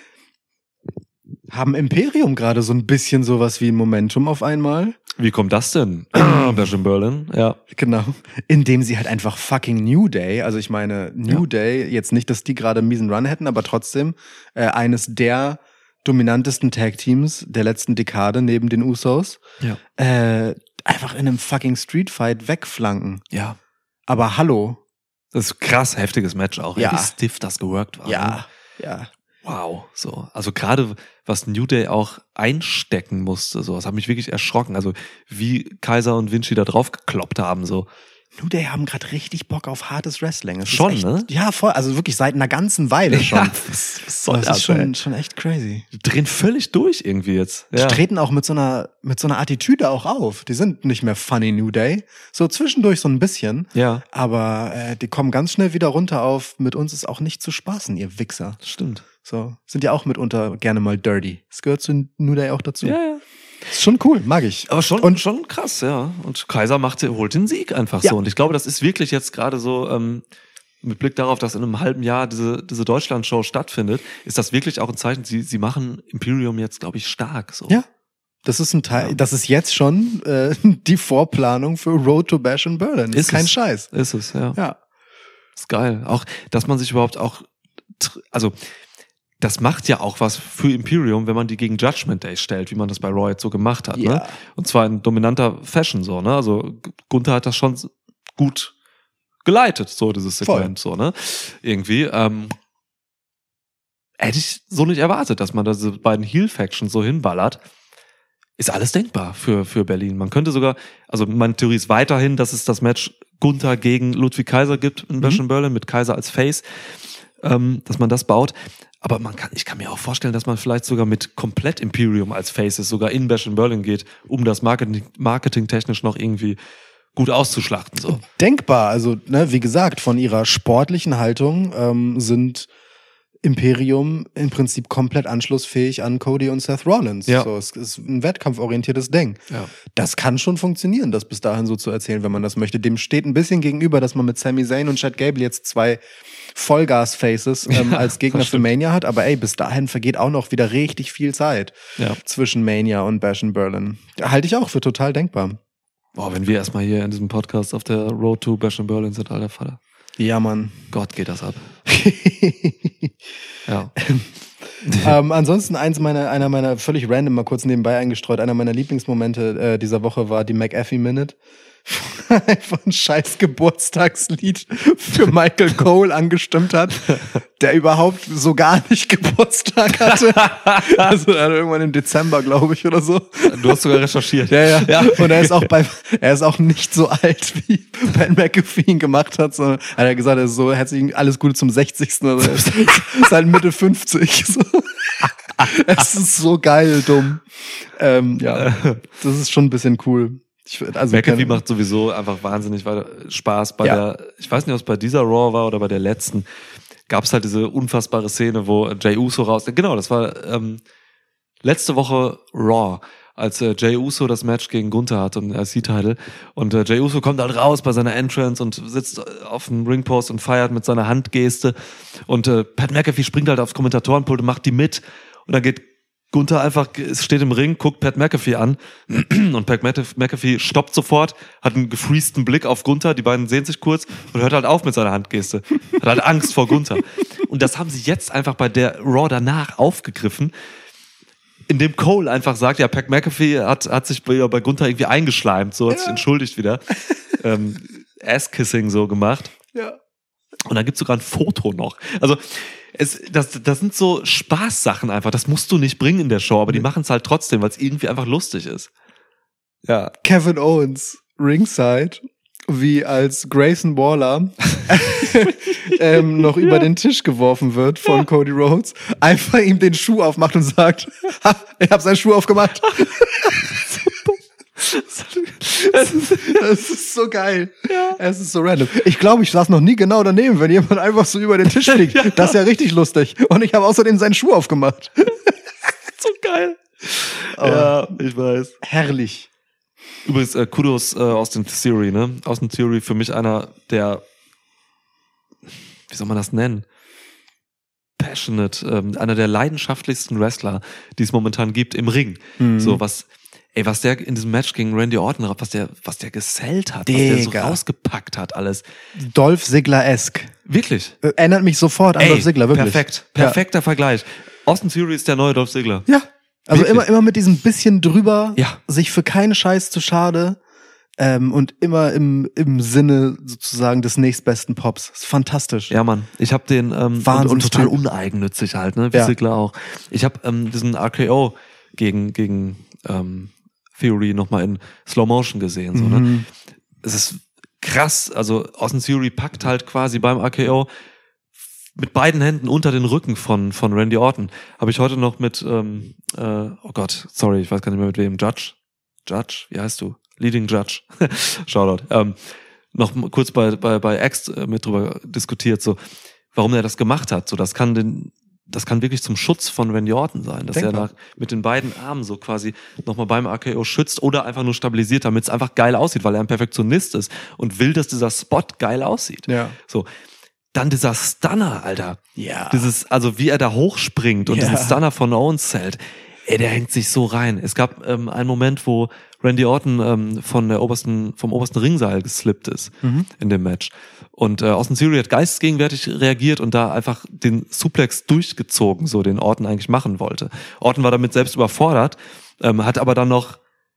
haben Imperium gerade so ein bisschen sowas wie ein Momentum auf einmal. Wie kommt das denn? Bash in Berlin, ja. Genau. Indem sie halt einfach fucking New Day, also ich meine, New Ja. Day, jetzt nicht, dass die gerade einen miesen Run hätten, aber trotzdem äh, eines der dominantesten Tag-Teams der letzten Dekade neben den Usos, Ja. äh, einfach in einem fucking Streetfight wegflanken. Ja. Aber hallo. Das ist krass heftiges Match auch. Ja. Wie stiff das geworkt war. Ne? Ja, ja. Wow, so. Also gerade was New Day auch einstecken musste, so, das hat mich wirklich erschrocken. Also wie Kaiser und Vinci da drauf gekloppt haben, so. New Day haben gerade richtig Bock auf hartes Wrestling. Es ist Schon, echt, ne? Ja, voll. Also wirklich seit einer ganzen Weile schon. Ja, was, was soll das das ist schon, ey? schon echt crazy. Die drehen völlig durch irgendwie jetzt. Die Ja. treten auch mit so einer mit so einer Attitüde auch auf. Die sind nicht mehr funny New Day. So zwischendurch so ein bisschen. Ja, Aber äh, die kommen ganz schnell wieder runter auf, mit uns ist auch nicht zu spaßen, ihr Wichser. das stimmt. So, sind ja auch mitunter gerne mal dirty. Das gehört zu New Day auch dazu. Ja, ja. Ist schon cool, mag ich. Aber schon, Und- schon krass, ja. Und Kaiser macht, holt den Sieg einfach Ja. so. Und ich glaube, das ist wirklich jetzt gerade so, ähm, mit Blick darauf, dass in einem halben Jahr diese, diese Deutschland-Show stattfindet, ist das wirklich auch ein Zeichen, sie, sie machen Imperium jetzt, glaube ich, stark. So. Ja. Das ist ein Teil, Ja. das ist jetzt schon äh, die Vorplanung für Road to Bash in Berlin. Ist, Ist kein es. Scheiß. Ist es, ja. Ja. Ist geil. Auch, dass man sich überhaupt auch, tr- also, das macht ja auch was für Imperium, wenn man die gegen Judgment Day stellt, wie man das bei Raw jetzt so gemacht hat, Ja. ne? Und zwar in dominanter Fashion, so, ne? Also, Gunther hat das schon gut geleitet, so, dieses Segment, so, ne? Irgendwie, ähm, hätte ich so nicht erwartet, dass man diese beiden Heel-Factions so hinballert. Ist alles denkbar für, für Berlin. Man könnte sogar, also meine Theorie ist weiterhin, dass es das Match Gunther gegen Ludwig Kaiser gibt in Bash in Berlin mit Kaiser als Face, ähm, dass man das baut. Aber man kann, ich kann mir auch vorstellen, dass man vielleicht sogar mit komplett Imperium als Faces sogar in Bash in Berlin geht, um das Marketing, marketingtechnisch noch irgendwie gut auszuschlachten, so. Denkbar. Also, ne, wie gesagt, von ihrer sportlichen Haltung ähm, sind Imperium im Prinzip komplett anschlussfähig an Cody und Seth Rollins. Ja. So, es ist ein wettkampforientiertes Ding. Ja. Das kann schon funktionieren, das bis dahin so zu erzählen, wenn man das möchte. Dem steht ein bisschen gegenüber, dass man mit Sami Zayn und Chad Gable jetzt zwei Vollgas-Faces ähm, Ja, als Gegner das für stimmt. Mania hat. Aber ey, bis dahin vergeht auch noch wieder richtig viel Zeit Ja. zwischen Mania und Bash in Berlin. Halte ich auch für total denkbar. Boah, wenn wir erstmal hier in diesem Podcast auf der Road to Bash in Berlin sind, alter Vater. Ja, Mann. Gott, geht das ab. Ja. ähm, ansonsten eins meiner, einer meiner völlig random mal kurz nebenbei eingestreut, einer meiner Lieblingsmomente äh, dieser Woche war die McAfee Minute. einfach ein scheiß Geburtstagslied für Michael Cole angestimmt hat, der überhaupt so gar nicht Geburtstag hatte. Also er hat irgendwann im Dezember, glaube ich, oder so. Du hast sogar recherchiert. Ja, ja, ja. Und er ist auch bei, er ist auch nicht so alt, wie Pat McAfee ihn gemacht hat, sondern hat er gesagt, er ist so herzlich alles Gute zum sechzigsten Also er ist, ist halt Mitte fünfzig So. Es ist so geil, dumm. Ähm, ja, das ist schon ein bisschen cool. Ich, also McAfee macht sowieso einfach wahnsinnig Spaß. Bei Ja. der, ich weiß nicht, ob es bei dieser Raw war oder bei der letzten, gab es halt diese unfassbare Szene, wo Jey Uso raus... Genau, das war ähm, letzte Woche Raw, als äh, Jey Uso das Match gegen Gunther hat und als C-Title. Und äh, Jey Uso kommt halt raus bei seiner Entrance und sitzt auf dem Ringpost und feiert mit seiner Handgeste. Und äh, Pat McAfee springt halt aufs Kommentatorenpult und macht die mit. Und dann geht Gunther einfach, es steht im Ring, guckt Pat McAfee an und Pat McAfee stoppt sofort, hat einen gefreesten Blick auf Gunther, die beiden sehen sich kurz und hört halt auf mit seiner Handgeste. Hat halt Angst vor Gunther. Und das haben sie jetzt einfach bei der Raw danach aufgegriffen, indem Cole einfach sagt, ja, Pat McAfee hat, hat sich bei, bei Gunther irgendwie eingeschleimt, so hat sich entschuldigt wieder. Ähm, Ass-Kissing so gemacht. Ja. Und dann gibt's sogar ein Foto noch. Also es, das, das sind so Spaßsachen einfach. Das musst du nicht bringen in der Show, aber die machen es halt trotzdem, weil es irgendwie einfach lustig ist. Ja. Kevin Owens, ringside, wie als Grayson Waller ähm, noch über den Tisch geworfen wird von ja. Cody Rhodes, einfach ihm den Schuh aufmacht und sagt, ha, ich hab seinen Schuh aufgemacht. Das ist, das ist so geil. Ja. Es ist so random. Ich glaube, ich saß noch nie genau daneben, wenn jemand einfach so über den Tisch fliegt. Ja. Das ist ja richtig lustig. Und ich habe außerdem seinen Schuh aufgemacht. So geil. Oh. Ja, ich weiß. Herrlich. Übrigens, äh, Kudos äh, Austin Theory, ne? Austin Theory für mich einer der, wie soll man das nennen? Passionate, ähm, einer der leidenschaftlichsten Wrestler, die es momentan gibt im Ring. Mhm. So was, ey, was der in diesem Match gegen Randy Orton, was der, was der gesellt hat, Digga. was der so rausgepackt hat, alles. Dolph Ziggler-esque. Wirklich? Äh, Erinnert mich sofort an ey, Dolph Ziggler, wirklich. Perfekt. Perfekter ja. Vergleich. Austin Theory ist der neue Dolph Ziggler. Ja. Also Wirklich? immer, immer mit diesem bisschen drüber, ja. sich für keinen Scheiß zu schade, ähm, und immer im, im Sinne sozusagen des nächstbesten Pops. Das ist fantastisch. Ja, Mann. Ich habe den, ähm, und, und total uneigennützig halt, ne, wie ja. Ziggler auch. Ich habe ähm, diesen R K O gegen, gegen, ähm, Theory nochmal in Slow Motion gesehen, so, mhm. ne. Es ist krass, also Austin Theory packt halt quasi beim R K O mit beiden Händen unter den Rücken von von Randy Orton. Habe ich heute noch mit, ähm, äh, oh Gott, sorry, ich weiß gar nicht mehr mit wem, Judge? Judge? Wie heißt du? Leading Judge. Shoutout. Ähm, noch kurz bei bei bei X äh, mit drüber diskutiert, so warum er das gemacht hat. So, das kann den, das kann wirklich zum Schutz von Randy Orton sein, dass Denkbar. er nach, mit den beiden Armen so quasi nochmal beim R K O schützt oder einfach nur stabilisiert, damit es einfach geil aussieht, weil er ein Perfektionist ist und will, dass dieser Spot geil aussieht. Ja. So. Dann dieser Stunner, Alter. Ja. Dieses, also wie er da hochspringt und ja. diesen Stunner von Owens zählt. Ey, der hängt sich so rein. Es gab ähm, einen Moment, wo Randy Orton ähm, von der obersten, vom obersten Ringseil geslippt ist mhm. in dem Match. Und äh, Austin Theory hat geistesgegenwärtig reagiert und da einfach den Suplex durchgezogen, so den Orton eigentlich machen wollte. Orton war damit selbst überfordert, ähm, hat aber dann noch,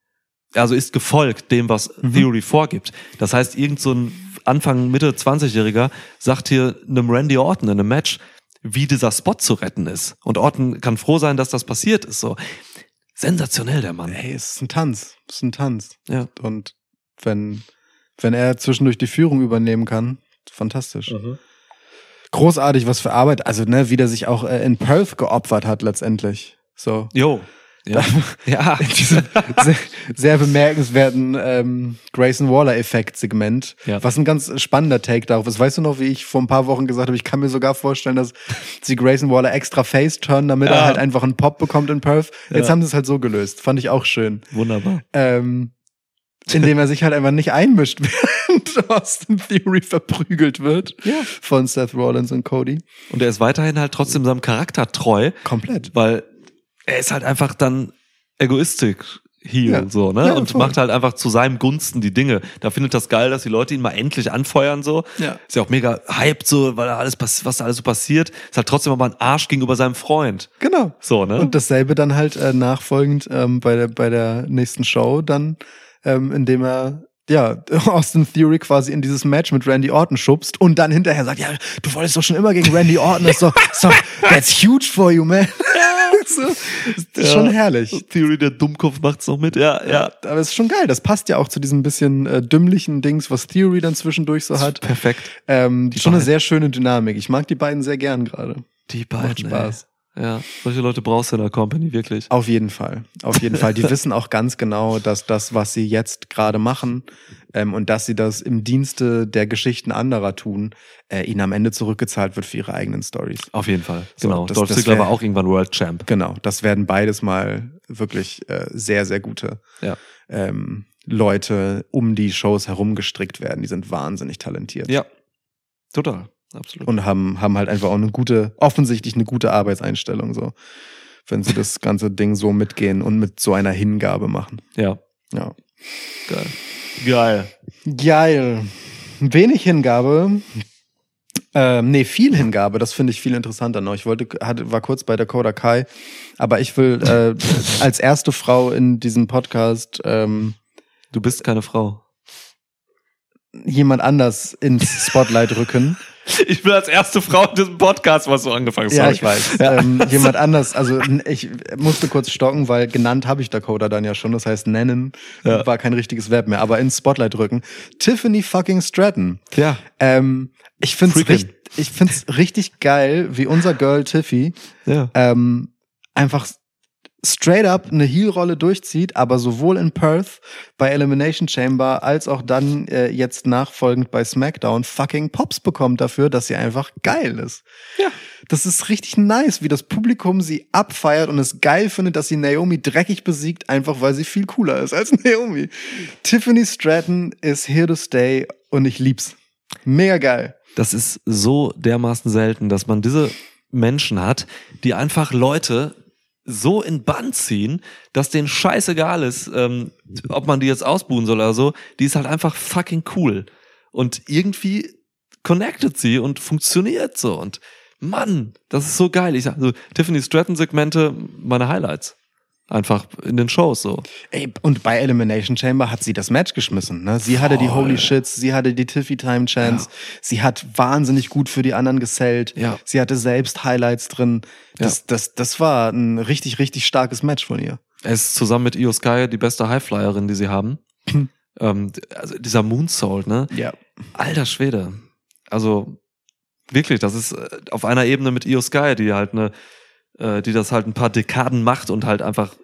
also ist gefolgt dem, was mhm. Theory vorgibt. Das heißt, irgend so ein Anfang, Mitte zwanzigjähriger sagt hier einem Randy Orton in einem Match, wie dieser Spot zu retten ist. Und Orton kann froh sein, dass das passiert ist. So sensationell, der Mann. Ey, es ist ein Tanz. Es ist ein Tanz. Ja. Und wenn, wenn er zwischendurch die Führung übernehmen kann, fantastisch. Mhm. Großartig, was für Arbeit. Also, ne, wie der sich auch äh, in Perth geopfert hat letztendlich. So. Jo. Ja. ja. In diesem sehr, sehr bemerkenswerten ähm, Grayson Waller-Effekt-Segment, ja. was ein ganz spannender Take darauf ist. Weißt du noch, wie ich vor ein paar Wochen gesagt habe, ich kann mir sogar vorstellen, dass sie Grayson Waller extra face-turnen, damit ja. er halt einfach einen Pop bekommt in Perth. Jetzt ja. haben sie es halt so gelöst. Fand ich auch schön. Wunderbar. Ähm, indem er sich halt einfach nicht einmischt, während Austin Theory verprügelt wird ja. von Seth Rollins und Cody. Und er ist weiterhin halt trotzdem seinem Charakter treu. Komplett. Weil er ist halt einfach dann egoistisch Heel, ja. so, ne? Ja, und voll. macht halt einfach zu seinem Gunsten die Dinge. Da findet das geil, dass die Leute ihn mal endlich anfeuern, so. Ja. Ist ja auch mega hyped, so, weil da alles, was da alles so passiert. Ist halt trotzdem aber ein Arsch gegenüber seinem Freund. Genau. So, ne? Und dasselbe dann halt äh, nachfolgend ähm, bei der, bei der nächsten Show dann, ähm, indem er ja, Austin Theory quasi in dieses Match mit Randy Orton schubst und dann hinterher sagt, ja, du wolltest doch schon immer gegen Randy Orton, das ist doch, das ist doch that's huge for you, man. so, das ist ja schon herrlich. Theory, der Dummkopf macht's noch mit, ja, ja. Aber es ist schon geil, das passt ja auch zu diesem bisschen äh, dümmlichen Dings, was Theory dann zwischendurch so hat. Perfekt. Ähm, Die schon eine beiden. sehr schöne Dynamik. Ich mag die beiden sehr gern gerade. Die Macht beiden, Spaß. ey. Ja, solche Leute brauchst du in der Company, wirklich. Auf jeden Fall, auf jeden Fall. Die wissen auch ganz genau, dass das, was sie jetzt gerade machen ähm, und dass sie das im Dienste der Geschichten anderer tun, äh, ihnen am Ende zurückgezahlt wird für ihre eigenen Stories. Auf jeden Fall, So, genau. das- Dolph das Ziggler wär- war auch irgendwann World Champ. Genau, das werden beides mal wirklich äh, sehr, sehr gute Ja. ähm, Leute um die Shows herum gestrickt werden. Die sind wahnsinnig talentiert. Ja, total, absolut. Und haben, haben halt einfach auch eine gute, offensichtlich eine gute Arbeitseinstellung, so. Wenn sie das ganze Ding so mitgehen und mit so einer Hingabe machen. Ja, Ja. geil. Geil. Geil. Wenig Hingabe. Ähm, nee, viel Hingabe, das finde ich viel interessanter noch. Ich wollte, hatte, war kurz bei Dakota Kai, aber ich will äh, als erste Frau in diesem Podcast ähm, Du bist keine Frau. jemand anders ins Spotlight rücken. Ich bin als erste Frau in diesem Podcast, was du angefangen hast. Ja, Sorry. ich weiß. Ähm, jemand anders, also ich musste kurz stocken, weil genannt habe ich Dakota dann ja schon, das heißt nennen Ja. war kein richtiges Verb mehr, aber ins Spotlight rücken. Tiffany fucking Stratton. Ja. Ähm, ich find's Freaking. richtig, ich find's richtig geil, wie unser Girl Tiffy Ja. ähm, einfach straight up eine Heel-Rolle durchzieht, aber sowohl in Perth bei Elimination Chamber als auch dann äh, jetzt nachfolgend bei SmackDown fucking Pops bekommt dafür, dass sie einfach geil ist. Ja. Das ist richtig nice, wie das Publikum sie abfeiert und es geil findet, dass sie Naomi dreckig besiegt, einfach weil sie viel cooler ist als Naomi. Tiffany Stratton is here to stay und ich lieb's. Mega geil. Das ist so dermaßen selten, dass man diese Menschen hat, die einfach Leute so in Bann ziehen, dass denen scheißegal ist, ähm, ob man die jetzt ausbuhen soll oder so. Die ist halt einfach fucking cool. Und irgendwie connectet sie und funktioniert so. Und Mann, das ist so geil. Ich sag, also Tiffany Stratton-Segmente, meine Highlights. Einfach in den Shows so. Ey, und bei Elimination Chamber hat sie das Match geschmissen. Ne? Sie hatte die Holy Shits, sie hatte die Tiffy Time Chance, Ja. sie hat wahnsinnig gut für die anderen gesellt, Ja. sie hatte selbst Highlights drin. Das, Ja. das, das war ein richtig, richtig starkes Match von ihr. Er ist zusammen mit Io Sky die beste Highflyerin, die sie haben. ähm, also dieser Moonsault, ne? Ja. Alter Schwede. Also wirklich, das ist äh, auf einer Ebene mit Io Sky, die halt eine, äh, die das halt ein paar Dekaden macht und halt einfach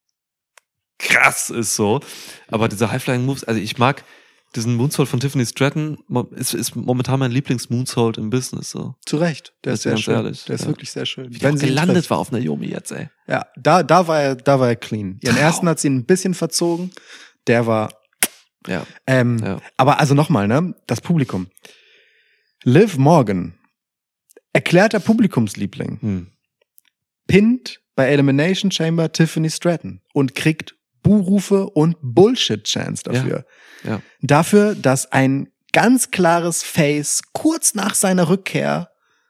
krass ist so. Aber diese High-Flying-Moves, also ich mag diesen Moonsault von Tiffany Stratton, mo- ist, ist momentan mein Lieblings-Moonsault im Business so. Zu Recht. Der Das ist ist sehr ganz schön. ehrlich, Der ist ja. wirklich sehr schön. Wie der auch sie ihn gelandet trifft. war auf Naomi jetzt, ey. Ja, da, da war er, da war er clean. Ihren Traum. ersten hat sie ein bisschen verzogen. Der war, Ja. ähm, Ja. aber also nochmal, ne, das Publikum. Liv Morgan, erklärter Publikumsliebling, Hm. pinnt bei Elimination Chamber Tiffany Stratton und kriegt Buhrufe und Bullshit-Chance dafür. Ja, ja. Dafür, dass ein ganz klares Face kurz nach seiner Rückkehr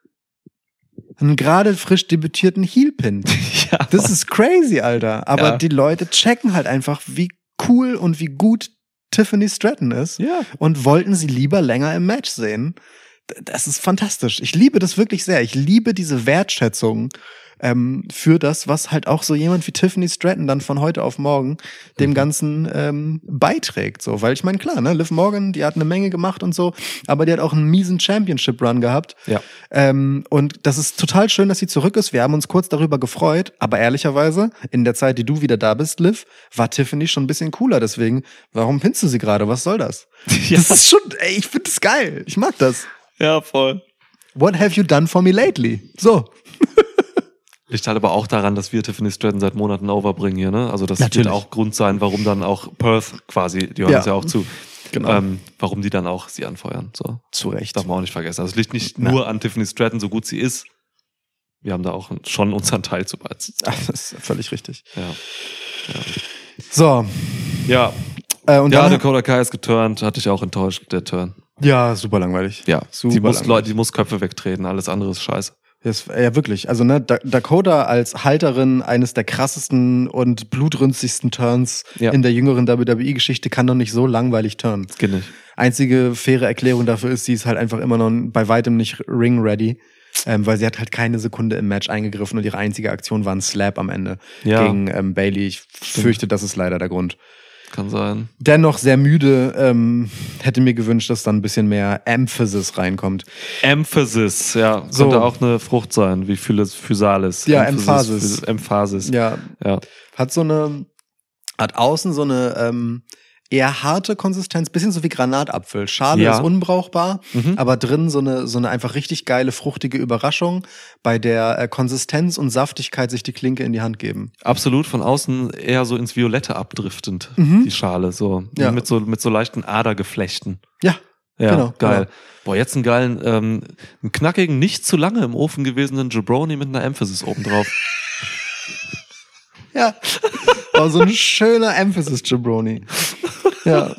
einen gerade frisch debütierten Heel pinnt. Ja, Das ist crazy, Alter. Aber Ja. die Leute checken halt einfach, wie cool und wie gut Tiffany Stratton ist Ja. und wollten sie lieber länger im Match sehen. D- Das ist fantastisch. Ich liebe das wirklich sehr. Ich liebe diese Wertschätzung ähm, für das, was halt auch so jemand wie Tiffany Stratton dann von heute auf morgen dem Mhm. Ganzen ähm, beiträgt. So, weil ich meine, klar, ne, Liv Morgan, die hat eine Menge gemacht und so, aber die hat auch einen miesen Championship-Run gehabt. Ja. Ähm, und das ist total schön, dass sie zurück ist. Wir haben uns kurz darüber gefreut, aber ehrlicherweise, in der Zeit, die du wieder da bist, Liv, war Tiffany schon ein bisschen cooler. Deswegen, warum pinnst du sie gerade? Was soll das? Ja. Das ist schon, ey, ich finde das geil. Ich mag das. Ja, voll. What have you done for me lately? So. Liegt halt aber auch daran, dass wir Tiffany Stratton seit Monaten overbringen hier, ne? Also das Natürlich. wird auch Grund sein, warum dann auch Perth quasi, die hören Ja. uns ja auch zu, Genau. ähm, warum die dann auch sie anfeuern. So. Zu Recht. Darf man auch nicht vergessen. Also es liegt nicht Na. nur an Tiffany Stratton, so gut sie ist. Wir haben da auch schon unseren Teil zu beizutragen. Ach, das ist völlig richtig. Ja. So. Ja. Äh, und Ja, dann, Dakota Kai ist geturnt, hatte ich auch enttäuscht, der Turn. ja, super langweilig. Ja, Super die muss langweilig. Leute, die muss Köpfe wegtreten, alles andere ist scheiße. Das, ja, wirklich. Also, ne, da- Dakota als Halterin eines der krassesten und blutrünstigsten Turns Ja. in der jüngeren W W E-Geschichte kann doch nicht so langweilig turnen. Das geht nicht. Einzige faire Erklärung dafür ist, sie ist halt einfach immer noch bei weitem nicht ring-ready, ähm, weil sie hat halt keine Sekunde im Match eingegriffen und ihre einzige Aktion war ein Slap am Ende Ja. gegen ähm, Bayley. Ich fürchte, das ist leider der Grund. Kann sein. Dennoch sehr müde, ähm, hätte mir gewünscht, dass dann ein bisschen mehr Emphasis reinkommt. Emphasis, ja. So. Könnte auch eine Frucht sein, wie Phylis, Physalis. Ja, Emphasis. Emphasis. Emphasis. Ja, Ja. hat so eine, hat außen so eine ähm, eher harte Konsistenz, bisschen so wie Granatapfel. Schale Ja. ist unbrauchbar, Mhm. aber drin so eine so eine einfach richtig geile, fruchtige Überraschung, bei der äh, Konsistenz und Saftigkeit sich die Klinke in die Hand geben. Absolut, von außen eher so ins Violette abdriftend, Mhm. die Schale, so. Ja. Mit so, mit so leichten Adergeflechten. Ja, Ja, Genau, geil. genau. Boah, jetzt einen geilen, ähm, einen knackigen, nicht zu lange im Ofen gewesenen Jabroni mit einer Emphasis obendrauf. ja. Oh, so ein schöner Emphasis, Jabroni. Ja.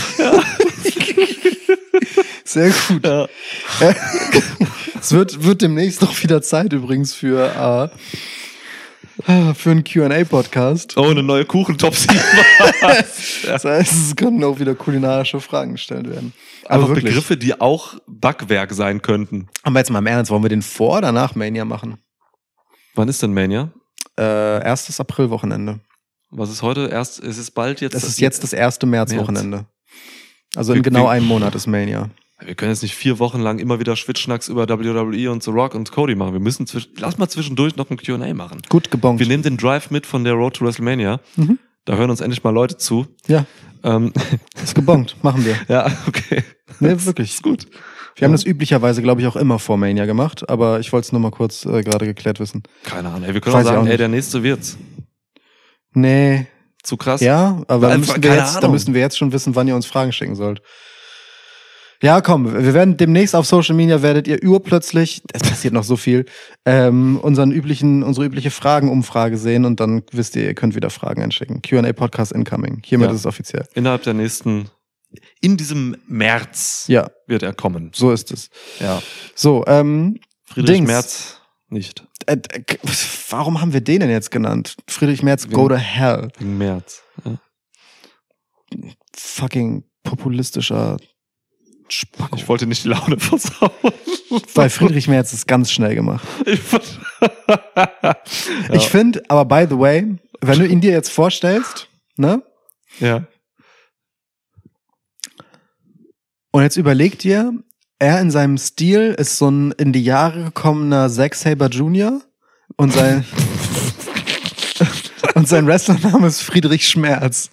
Sehr gut. Ja. Es wird, wird demnächst noch wieder Zeit übrigens für, äh, für einen Q and A-Podcast. Oh, eine neue Kuchentopsy. Das heißt, es können auch wieder kulinarische Fragen gestellt werden. Aber Aber wirklich. Begriffe, die auch Backwerk sein könnten. Aber jetzt mal im Ernst, wollen wir den vor oder nach Mania machen? Wann ist denn Mania? Äh, erstes Aprilwochenende. Was ist heute? Erst, es ist bald jetzt. Es ist jetzt das erste Märzwochenende. Also in Wie- genau wie- einem Monat ist Mania. Wir können jetzt nicht vier Wochen lang immer wieder Schwitschnacks über W W E und The Rock und Cody machen. Wir müssen zwisch- lass mal zwischendurch noch ein Q and A machen. Gut gebongt. Wir nehmen den Drive mit von der Road to WrestleMania. Mhm. Da hören uns endlich mal Leute zu. Ja, Ähm, ist gebongt. Machen wir. ja, okay. Nee, wirklich. Ist gut. Wir haben das üblicherweise, glaube ich, auch immer vor Mania gemacht, aber ich wollte es nur mal kurz äh, gerade geklärt wissen. Keine Ahnung. Ey, wir können Weiß auch ich sagen, auch ey, nicht. der nächste wird's. Nee, Zu krass. ja, aber da Einfach müssen, wir keine jetzt, da Ahnung. müssen wir jetzt schon wissen, wann ihr uns Fragen schicken sollt. Ja, komm, wir werden demnächst auf Social Media werdet ihr urplötzlich, es passiert noch so viel, ähm, unseren üblichen, unsere übliche Fragenumfrage sehen und dann wisst ihr, ihr könnt wieder Fragen einschicken. Q and A Podcast incoming. Hiermit Ja. ist es offiziell. Innerhalb der nächsten, in diesem März Ja, wird er kommen. so ist es. Ja. So, ähm, Friedrich Dings. Merz nicht. äh, äh, warum haben wir den denn jetzt genannt? Friedrich Merz, go to hell. Wegen März. Ja. Fucking populistischer Spacko. Ich wollte nicht die Laune versauen. Bei Friedrich Merz ist ganz schnell gemacht. Ich, ja. Ich finde, aber by the way, wenn du ihn dir jetzt vorstellst, ne? ja. Und jetzt überleg dir, er in seinem Stil ist so ein in die Jahre gekommener Zack Sabre Junior und sein und sein Wrestlername ist Friedrich Schmerz.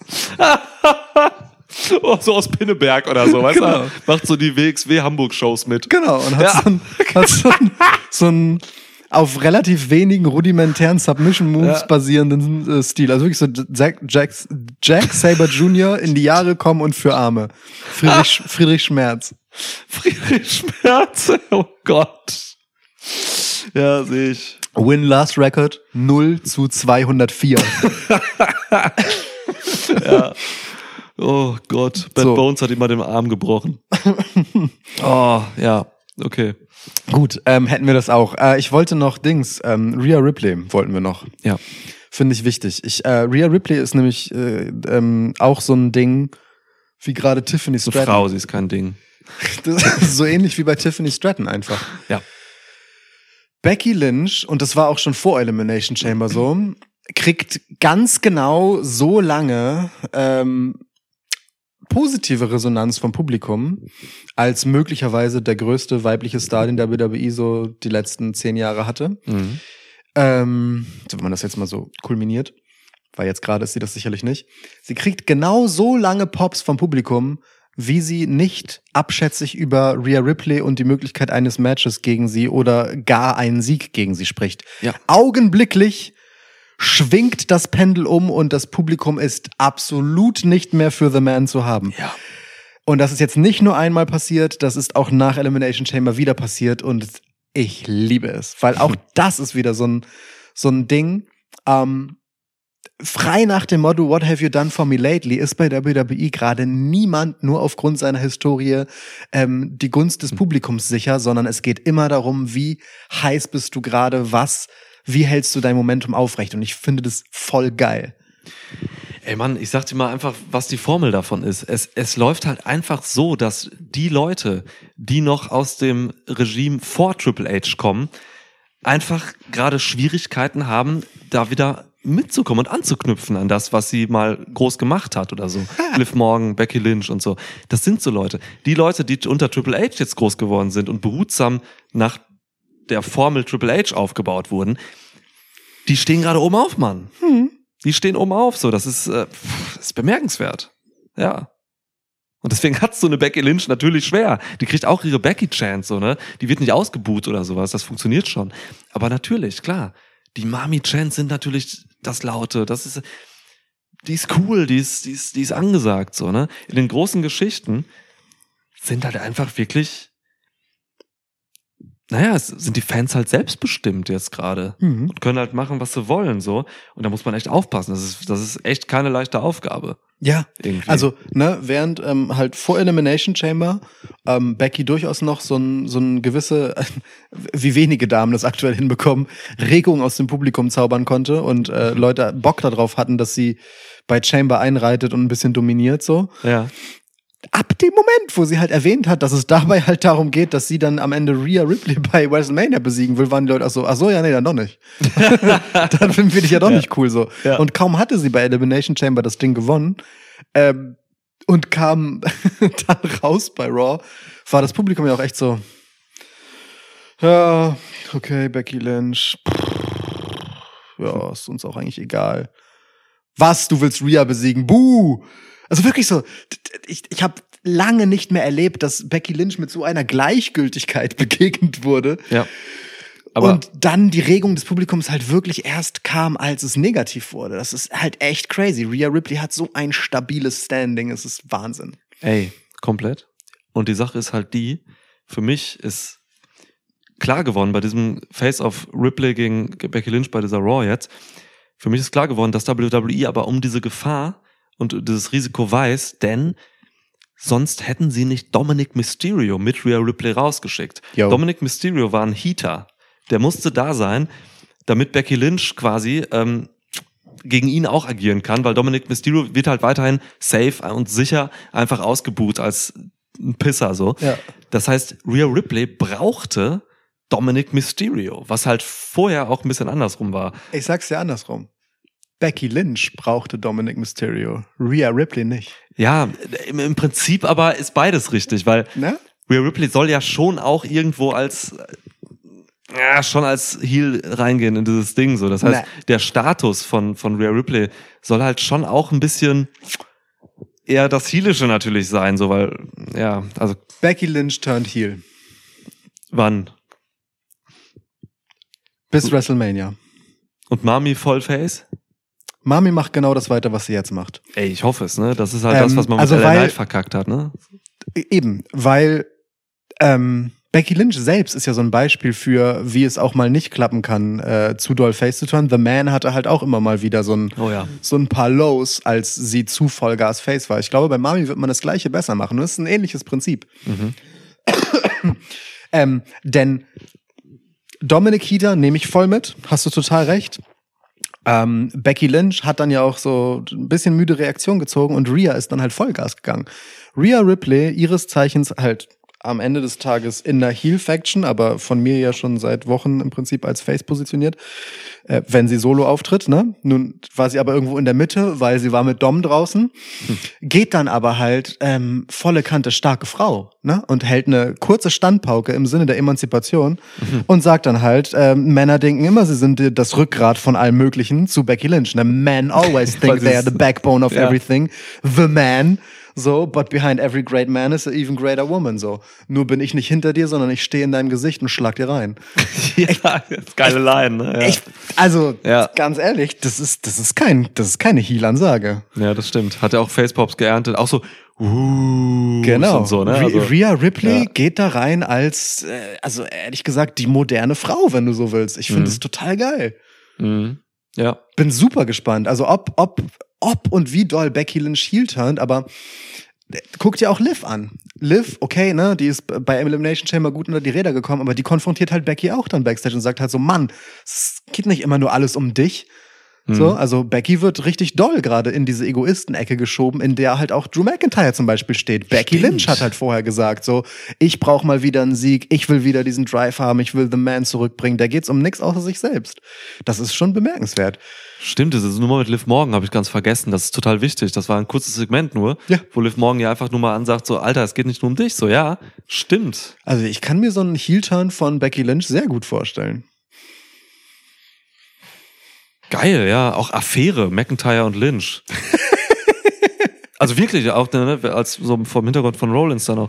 Oh, so aus Pinneberg oder so, weißt Genau. du? Macht so die W X W Hamburg-Shows mit. Genau, und hat, Ja. so, ein, hat so, ein, so ein auf relativ wenigen rudimentären Submission-Moves Ja. basierenden äh, Stil. Also wirklich so Zack, Jack, Jack Sabre Junior in die Jahre kommen und für Arme. Friedrich, Friedrich Schmerz. Friedrich Schmerz, oh Gott. Ja, sehe ich. Win-Last Record null zu zweihundertvier. Ja. Oh Gott, Bad So. Bones hat ihm mal den Arm gebrochen. Oh, ja, okay. Gut, ähm, hätten wir das auch. Äh, ich wollte noch Dings, ähm, Rhea Ripley wollten wir noch. Ja. Finde ich wichtig. Ich, äh, Rhea Ripley ist nämlich äh, ähm, auch so ein Ding, wie gerade Tiffany Eine Stratton. Frau, sie ist kein Ding. Das ist so ähnlich wie bei Tiffany Stratton einfach. Ja. Becky Lynch, und das war auch schon vor Elimination Chamber so, kriegt ganz genau so lange ähm, positive Resonanz vom Publikum, als möglicherweise der größte weibliche Star, den W W E so die letzten zehn Jahre hatte. Mhm. Ähm, so, wenn man das jetzt mal so kulminiert, weil jetzt gerade ist sie das sicherlich nicht. Sie kriegt genau so lange Pops vom Publikum, wie sie nicht abschätzig über Rhea Ripley und die Möglichkeit eines Matches gegen sie oder gar einen Sieg gegen sie spricht. Ja. Augenblicklich schwingt das Pendel um und das Publikum ist absolut nicht mehr für The Man zu haben. Ja. Und das ist jetzt nicht nur einmal passiert, das ist auch nach Elimination Chamber wieder passiert und ich liebe es, weil auch das ist wieder so ein, so ein Ding. Ähm, frei nach dem Motto, what have you done for me lately, ist bei W W E gerade niemand nur aufgrund seiner Historie ähm, die Gunst des Publikums sicher, sondern es geht immer darum, wie heiß bist du gerade, was, wie hältst du dein Momentum aufrecht? Und ich finde das voll geil. Ey Mann, ich sag dir mal einfach, was die Formel davon ist. Es, es läuft halt einfach so, dass die Leute, die noch aus dem Regime vor Triple H kommen, einfach gerade Schwierigkeiten haben, da wieder mitzukommen und anzuknüpfen an das, was sie mal groß gemacht hat oder so. Liv Morgan, Becky Lynch und so. Das sind so Leute. Die Leute, die unter Triple H jetzt groß geworden sind und behutsam nach der Formel Triple H aufgebaut wurden, die stehen gerade oben auf, Mann. Hm. Die stehen oben auf, so. Das ist, äh, das ist bemerkenswert. Ja. Und deswegen hat so eine Becky Lynch natürlich schwer. Die kriegt auch ihre Becky-Chance, so, ne? Die wird nicht ausgebuht oder sowas. Das funktioniert schon. Aber natürlich, klar. Die Mami-Chants sind natürlich das Laute. Das ist, die ist cool, die ist, die ist, die ist angesagt, so, ne? In den großen Geschichten sind halt einfach wirklich, naja, es sind die Fans halt selbstbestimmt jetzt gerade. Mhm. Und können halt machen, was sie wollen, so. Und da muss man echt aufpassen. Das ist, das ist echt keine leichte Aufgabe. Ja, irgendwie. Also, ne, während ähm, halt vor Elimination Chamber ähm, Becky durchaus noch so ein, so ein gewisse, äh, wie wenige Damen das aktuell hinbekommen, Regung aus dem Publikum zaubern konnte und äh, Leute Bock darauf hatten, dass sie bei Chamber einreitet und ein bisschen dominiert, so. Ja. Ab dem Moment, wo sie halt erwähnt hat, dass es dabei halt darum geht, dass sie dann am Ende Rhea Ripley bei WrestleMania besiegen will, waren die Leute auch so, ach so, ja, nee, dann doch nicht. Dann finde ich ja doch ja. nicht cool so. Ja. Und kaum hatte sie bei Elimination Chamber das Ding gewonnen ähm, und kam dann raus bei Raw, war das Publikum ja auch echt so, ja, okay, Becky Lynch, ja, ist uns auch eigentlich egal. Was, du willst Rhea besiegen? Buh! Also wirklich so, ich, ich habe lange nicht mehr erlebt, dass Becky Lynch mit so einer Gleichgültigkeit begegnet wurde. Ja. Aber und dann die Regung des Publikums halt wirklich erst kam, als es negativ wurde. Das ist halt echt crazy. Rhea Ripley hat so ein stabiles Standing, es ist Wahnsinn. Ey, komplett. Und die Sache ist halt die, für mich ist klar geworden bei diesem Face-Off Ripley gegen Becky Lynch bei dieser Raw jetzt, für mich ist klar geworden, dass W W E aber um diese Gefahr und dieses Risiko weiß, denn sonst hätten sie nicht Dominic Mysterio mit Rhea Ripley rausgeschickt. Yo. Dominic Mysterio war ein Heater. Der musste da sein, damit Becky Lynch quasi ähm, gegen ihn auch agieren kann, weil Dominic Mysterio wird halt weiterhin safe und sicher einfach ausgebuht als ein Pisser so. Ja. Das heißt, Rhea Ripley brauchte Dominic Mysterio, was halt vorher auch ein bisschen andersrum war. Ich sag's dir andersrum. Becky Lynch brauchte Dominic Mysterio, Rhea Ripley nicht. Ja, im, im Prinzip aber ist beides richtig, weil ne? Rhea Ripley soll ja schon auch irgendwo als ja, schon als Heel reingehen in dieses Ding so. Das heißt, ne. der Status von von Rhea Ripley soll halt schon auch ein bisschen eher das Heelische natürlich sein, so, weil ja, also Becky Lynch turned Heel. Wann? Bis WrestleMania. Und Mami Vollface? Mami macht genau das weiter, was sie jetzt macht. Ey, ich hoffe es, ne? Das ist halt ähm, das, was man also mit L A weil, Knight verkackt hat, ne? Eben, weil ähm, Becky Lynch selbst ist ja so ein Beispiel für, wie es auch mal nicht klappen kann, äh, zu doll face zu turn. The Man hatte halt auch immer mal wieder so ein, oh ja. so ein paar Lows, als sie zu Vollgas face war. Ich glaube, bei Mami wird man das Gleiche besser machen. Das ist ein ähnliches Prinzip. Mhm. ähm, denn Dominic Heater nehme ich voll mit, hast du total recht. Ähm, Becky Lynch hat dann ja auch so ein bisschen müde Reaktion gezogen und Rhea ist dann halt Vollgas gegangen. Rhea Ripley, ihres Zeichens halt am Ende des Tages in der Heel-Faction, aber von mir ja schon seit Wochen im Prinzip als Face positioniert, äh, wenn sie solo auftritt, ne? Nun war sie aber irgendwo in der Mitte, weil sie war mit Dom draußen, hm. geht dann aber halt ähm, volle Kante starke Frau, ne? Und hält eine kurze Standpauke im Sinne der Emanzipation mhm. und sagt dann halt, ähm, Männer denken immer, sie sind das Rückgrat von allem Möglichen zu Becky Lynch, ne? Men always think they are the backbone of ja. everything. The man. So, but behind every great man is an even greater woman, so. Nur bin ich nicht hinter dir, sondern ich stehe in deinem Gesicht und schlag dir rein. ja, echt, geile Line, ne? Ja. Echt, also, ja. ganz ehrlich, das ist, das ist kein, das ist keine Heel-Ansage. Ja, das stimmt. Hat er auch Facepops geerntet, auch so, uh, genau. Und so, ne? Also, Rhea Ripley ja. geht da rein als, äh, also ehrlich gesagt, die moderne Frau, wenn du so willst. Ich finde es mhm. total geil. Mhm. Ja. Bin super gespannt. Also ob, ob, ob und wie doll Becky Lynch heel turnt, aber guck dir auch Liv an. Liv, okay, ne, die ist bei Elimination Chamber gut unter die Räder gekommen, aber die konfrontiert halt Becky auch dann Backstage und sagt halt so, Mann, es geht nicht immer nur alles um dich. Mhm. So, also Becky wird richtig doll gerade in diese Egoisten-Ecke geschoben, in der halt auch Drew McIntyre zum Beispiel steht. Becky Stimmt. Lynch hat halt vorher gesagt, so, ich brauche mal wieder einen Sieg, ich will wieder diesen Drive haben, ich will The Man zurückbringen. Da geht's um nichts außer sich selbst. Das ist schon bemerkenswert. Stimmt, das ist nur mal mit Liv Morgan, habe ich ganz vergessen. Das ist total wichtig. Das war ein kurzes Segment nur, Ja. wo Liv Morgan ja einfach nur mal ansagt, so, Alter, es geht nicht nur um dich. So, ja, stimmt. Also ich kann mir so einen Heel-Turn von Becky Lynch sehr gut vorstellen. Geil, ja. Auch Affäre, McIntyre und Lynch. Also wirklich, auch ne, als so vom Hintergrund von Rollins dann auch.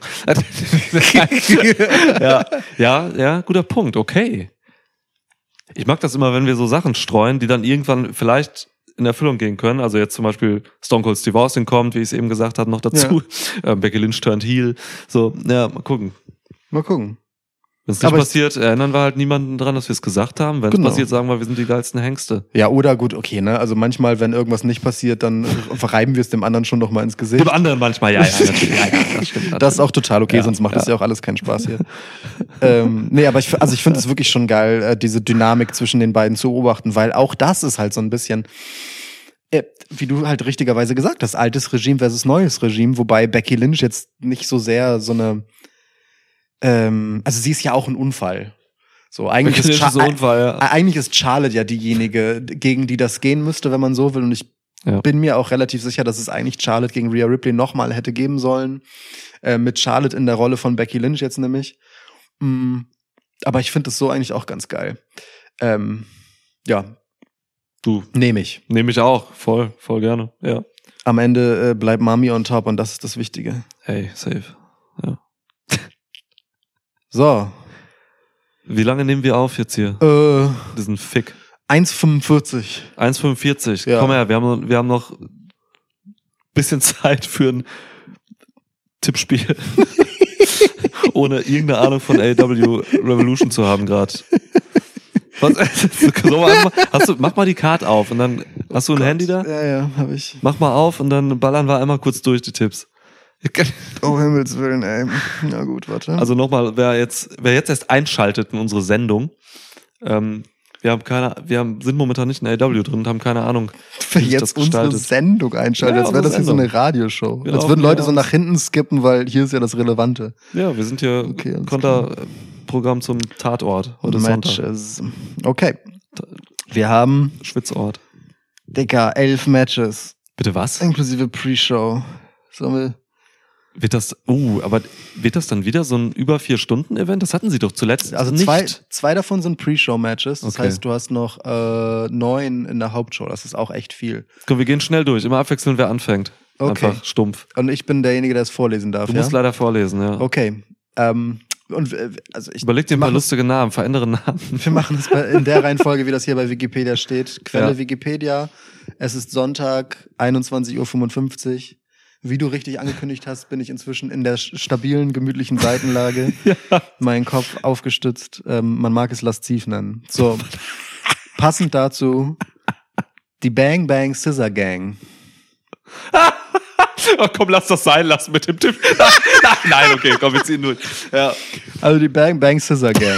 ja, ja, ja, guter Punkt, okay. Ich mag das immer, wenn wir so Sachen streuen, die dann irgendwann vielleicht in Erfüllung gehen können. Also jetzt zum Beispiel Stone Cold Steve Austin kommt, wie ich es eben gesagt habe, noch dazu. Ja. Ähm, Becky Lynch turned heel. So, ja, mal gucken. Mal gucken. Wenn es nicht Aber passiert, erinnern wir halt niemanden dran, dass wir es gesagt haben. Wenn es Genau. passiert, sagen wir, wir sind die geilsten Hengste. Ja, oder gut, okay, ne? Also manchmal, wenn irgendwas nicht passiert, dann verreiben wir es dem anderen schon noch mal ins Gesicht. Dem anderen manchmal, ja, ja, natürlich. Ja, ja, das stimmt. Das ist auch total okay, Ja, sonst macht ja. das ja auch alles keinen Spaß hier. ähm, nee, aber ich, also ich finde es wirklich schon geil, äh, diese Dynamik zwischen den beiden zu beobachten, weil auch das ist halt so ein bisschen, äh, wie du halt richtigerweise gesagt hast, altes Regime versus neues Regime, wobei Becky Lynch jetzt nicht so sehr so eine, ähm, also sie ist ja auch ein Unfall. So, eigentlich Becky ist, Lynch ist Char- ein Unfall, ja. äh, eigentlich ist Charlotte ja diejenige, gegen die das gehen müsste, wenn man so will. Und ich Ja. bin mir auch relativ sicher, dass es eigentlich Charlotte gegen Rhea Ripley nochmal hätte geben sollen. Äh, mit Charlotte in der Rolle von Becky Lynch jetzt nämlich. Mm, aber ich finde es so eigentlich auch ganz geil. Ähm, ja, Du, nehme ich. nehme ich auch. Voll, voll gerne. Ja. Am Ende äh, bleibt Mami on top und das ist das Wichtige. Hey, safe. Ja. So, Wie lange nehmen wir auf jetzt hier? äh, Diesen Fick. eins fünfundvierzig. eins fünfundvierzig. Ja. Komm her, wir haben, wir haben noch ein bisschen Zeit für ein Tippspiel. Ohne irgendeine Ahnung von A E W Revolution zu haben gerade. Was? So, einfach, hast du, mach mal die Card auf und dann hast du ein Handy da? Ja, ja, hab ich. Mach mal auf und dann ballern wir einmal kurz durch die Tipps. Oh Himmels Willen, ey. Na gut, warte. Also nochmal, wer jetzt, wer jetzt erst einschaltet in unsere Sendung, ähm, wir haben keine, wir haben, sind momentan nicht in A E W drin und haben keine Ahnung, Wer wie sich das jetzt unsere gestaltet. Sendung einschaltet, Ja, als wäre das unsere hier so eine Sendung. Radioshow. Wir Als laufen würden Leute hier so aus. nach hinten skippen, weil hier ist ja das Relevante. Ja, wir sind hier Okay, alles Konterprogramm zum Tatort. Heute ist Sonntag. Matches. Okay. Wir haben, Schwitzort. Dicker, elf Matches. Bitte was? Inklusive Pre-Show. Sollen wir? Wird das, uh, aber wird das dann wieder so ein über vier Stunden Event? Das hatten sie doch zuletzt Also nicht. zwei, zwei davon sind Pre-Show-Matches. Das Okay. heißt, du hast noch äh, neun in der Hauptshow. Das ist auch echt viel. Komm, wir gehen schnell durch. Immer abwechseln, wer anfängt. Okay. Einfach stumpf. Und ich bin derjenige, der es vorlesen darf. Du ja? musst leider vorlesen, ja. Okay. Ähm, und äh, also ich Überleg dir ein wir paar machen- lustige Namen, verändere Namen. Wir machen es bei- in der Reihenfolge, wie das hier bei Wikipedia steht. Quelle Ja. Wikipedia. Es ist Sonntag, einundzwanzig Uhr fünfundfünfzig. Wie du richtig angekündigt hast, bin ich inzwischen in der stabilen, gemütlichen Seitenlage. Ja. Mein Kopf aufgestützt. Ähm, man mag es lasziv nennen. So. Passend dazu die Bang Bang Scissor Gang. Oh, komm, lass das sein lassen mit dem Tipp. Nein, nein, okay, komm, wir ziehen durch. Ja, Also die Bang Bang Scissor Gang.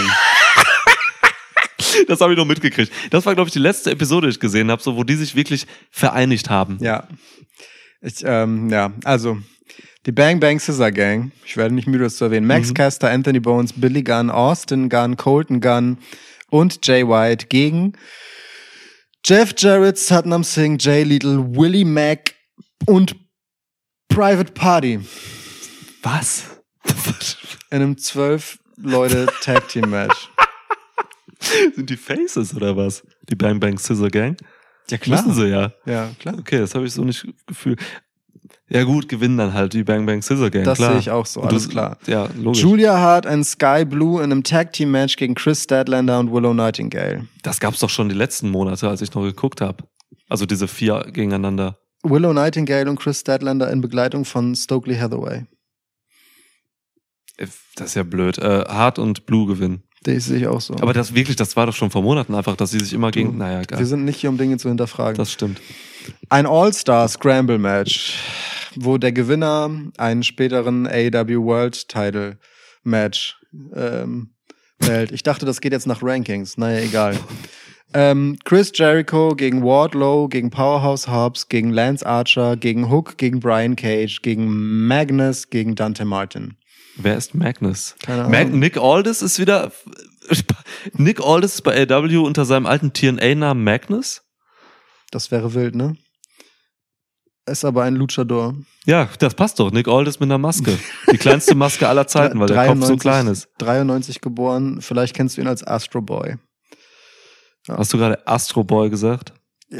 das habe ich noch mitgekriegt. Das war, glaube ich, die letzte Episode, die ich gesehen habe, so, wo die sich wirklich vereinigt haben. Ja. Ich, ähm, ja, also die Bang Bang Scissor Gang, ich werde nicht müde, das zu erwähnen. Max Mhm. Caster, Anthony Bones, Billy Gunn, Austin Gunn, Colton Gunn und Jay White gegen Jeff Jarrett, Satnam Singh, Jay Little, Willie Mack und Private Party Was? in einem zwölf Leute Tag Team Match. Sind die Faces oder was? Die Bang Bang Scissor Gang? Ja Müssen sie ja. Ja, klar. Okay, das habe ich so nicht gefühlt. Ja gut, gewinnen dann halt die Bang Bang Scissor Gang, Das klar. sehe ich auch so, Und alles das- klar. Ja, logisch. Julia Hart und Sky Blue in einem Tag Team Match gegen Chris Statlander und Willow Nightingale. Das gab's doch schon die letzten Monate, als ich noch geguckt habe. Also diese vier gegeneinander. Willow Nightingale und Chris Statlander in Begleitung von Stokely Hathaway. Äh, Das ist ja blöd. Äh, Hart und Blue gewinnen. Das sehe ich auch so. Aber das wirklich, das war doch schon vor Monaten einfach, dass sie sich immer gegen. Du, Naja, geil. Wir sind nicht hier, um Dinge zu hinterfragen. Das stimmt. Ein All-Star-Scramble-Match, wo der Gewinner einen späteren A E W World Title Match ähm, wählt. Ich dachte, das geht jetzt nach Rankings. Naja, egal. ähm, Chris Jericho gegen Wardlow, gegen Powerhouse Hobbs, gegen Lance Archer, gegen Hook, gegen Brian Cage, gegen Magnus, gegen Dante Martin. Wer ist Magnus? Keine Ahnung. Mag- Nick Aldis ist wieder. Nick Aldis ist bei A E W unter seinem alten T N A-Namen Magnus? Das wäre wild, ne? Ist aber ein Luchador. Ja, das passt doch. Nick Aldis mit einer Maske. Die kleinste Maske aller Zeiten, weil der Kopf so klein ist. dreiundneunzig geboren, vielleicht kennst du ihn als Astro Boy. Ja. Hast du gerade Astro Boy gesagt? Ja.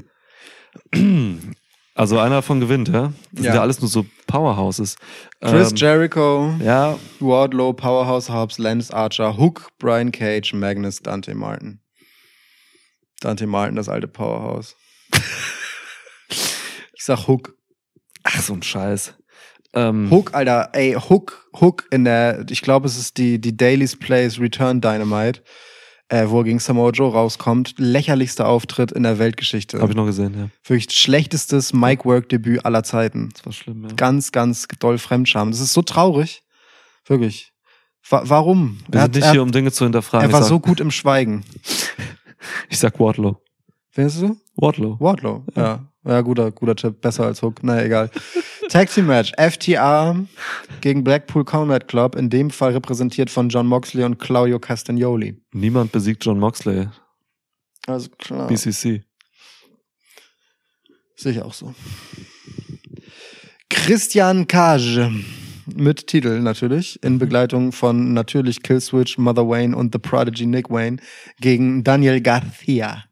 Also einer davon gewinnt, ja? Das Ja. sind ja alles nur so Powerhouses. Chris Ähm, Jericho, Ja, Wardlow, Powerhouse Hobbs, Lance Archer, Hook, Brian Cage, Magnus, Dante Martin. Dante Martin, das alte Powerhouse. Ich sag Hook. ach, so ein Scheiß. Ähm, Hook, Alter, ey, Hook, Hook in der, ich glaube, es ist die, die Daily's Place Return Dynamite, äh, wo er gegen Samoa Joe rauskommt. Lächerlichster Auftritt in der Weltgeschichte. Hab ich noch gesehen, ja. Wirklich schlechtestes Mic-Work-Debüt aller Zeiten. Das war schlimm, ja. Ganz, ganz doll Fremdscham. Das ist so traurig. Wirklich. Wa- warum? Wir Er, sind hat, nicht er, hier, um Dinge zu hinterfragen. er war ich, sag, so gut im Schweigen. ich sag Wardlow. Wer ist du? Wardlow. Wardlow. Ja. Ja, guter, guter Tipp. Besser als Hook. Naja, egal. Tag Team Match. F T R gegen Blackpool Combat Club. In dem Fall repräsentiert von John Moxley und Claudio Castagnoli. Niemand besiegt John Moxley. Also klar. B C C. Sehe ich auch so. Christian Cage. Mit Titel natürlich. In Begleitung von natürlich Killswitch, Mother Wayne und The Prodigy Nick Wayne gegen Daniel Garcia.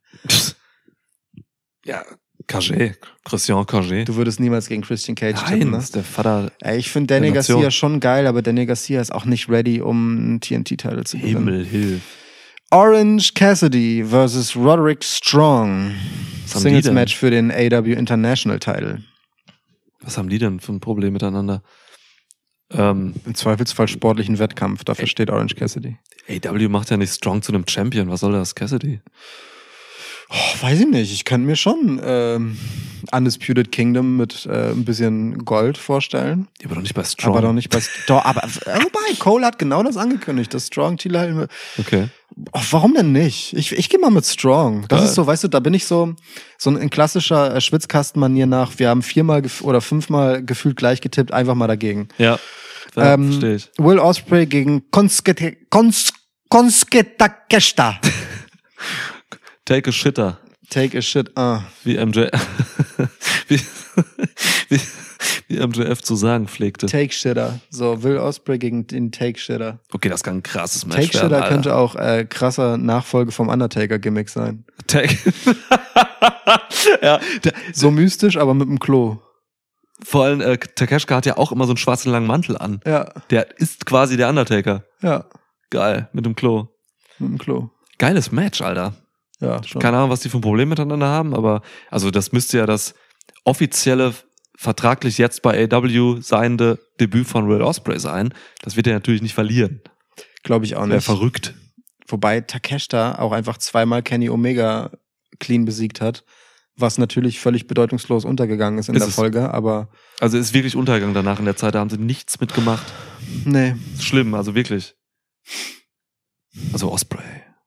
Ja, Cage. Christian Cage. Du würdest niemals gegen Christian Cage Nein, tippen, ne? das ist der Vater. Ey, ich finde Daniel der Nation. Garcia schon geil, aber Daniel Garcia ist auch nicht ready, um einen T N T-Titel zu gewinnen. Himmel, hilf. Orange Cassidy versus Roderick Strong. Was haben die denn? Singles-Match für den A E W International Title. Was haben die denn für ein Problem miteinander? Ähm, Im Zweifelsfall sportlichen Wettkampf. Dafür Ey. steht Orange Cassidy. A E W macht ja nicht Strong zu einem Champion. Was soll das, Cassidy? Oh, weiß ich nicht. Ich könnte mir schon ähm, Undisputed Kingdom mit äh, ein bisschen Gold vorstellen. Ja, aber doch nicht bei Strong. Aber doch nicht bei... Doch, aber äh, wobei, Cole hat genau das angekündigt. Das Strong-Titel halt... Okay. Oh, warum denn nicht? Ich, ich gehe mal mit Strong. Das Geil. ist so, weißt du, da bin ich so, so ein in klassischer äh, Schwitzkastenmanier nach. Wir haben viermal gef- oder fünfmal gefühlt gleich getippt, einfach mal dagegen. Ja, ja Ähm, verstehe ich. Will Ospreay gegen Konskete, Kons, Konsketakeshita. Take a shitter. Take a shit, ah. Wie M J wie, wie, wie M J F zu sagen pflegte. Take Shitter. So, Will Ospreay gegen den Take Shitter. Okay, das kann ein krasses Match Take werden, Shitter Alter. könnte auch äh, krasser Nachfolge vom Undertaker-Gimmick sein. Take. Ja, der, So mystisch, aber mit dem Klo. vor allem äh, Takeshita hat ja auch immer so einen schwarzen langen Mantel an. Ja, Der ist quasi der Undertaker. ja, Geil, mit dem Klo. mit dem Klo. Geiles Match, Alter. Ja, schon. Keine Ahnung, was die für ein Problem miteinander haben, aber also das müsste ja das offizielle, vertraglich jetzt bei A E W seiende Debüt von Will Ospreay sein. Das wird er natürlich nicht verlieren. Glaube ich auch Wäre nicht. verrückt. Wobei Takeshita auch einfach zweimal Kenny Omega clean besiegt hat, was natürlich völlig bedeutungslos untergegangen ist in Ist der es. Folge, aber Also ist wirklich Untergang danach in der Zeit, da haben sie nichts mitgemacht. nee. Ist schlimm, also wirklich. Also Ospreay.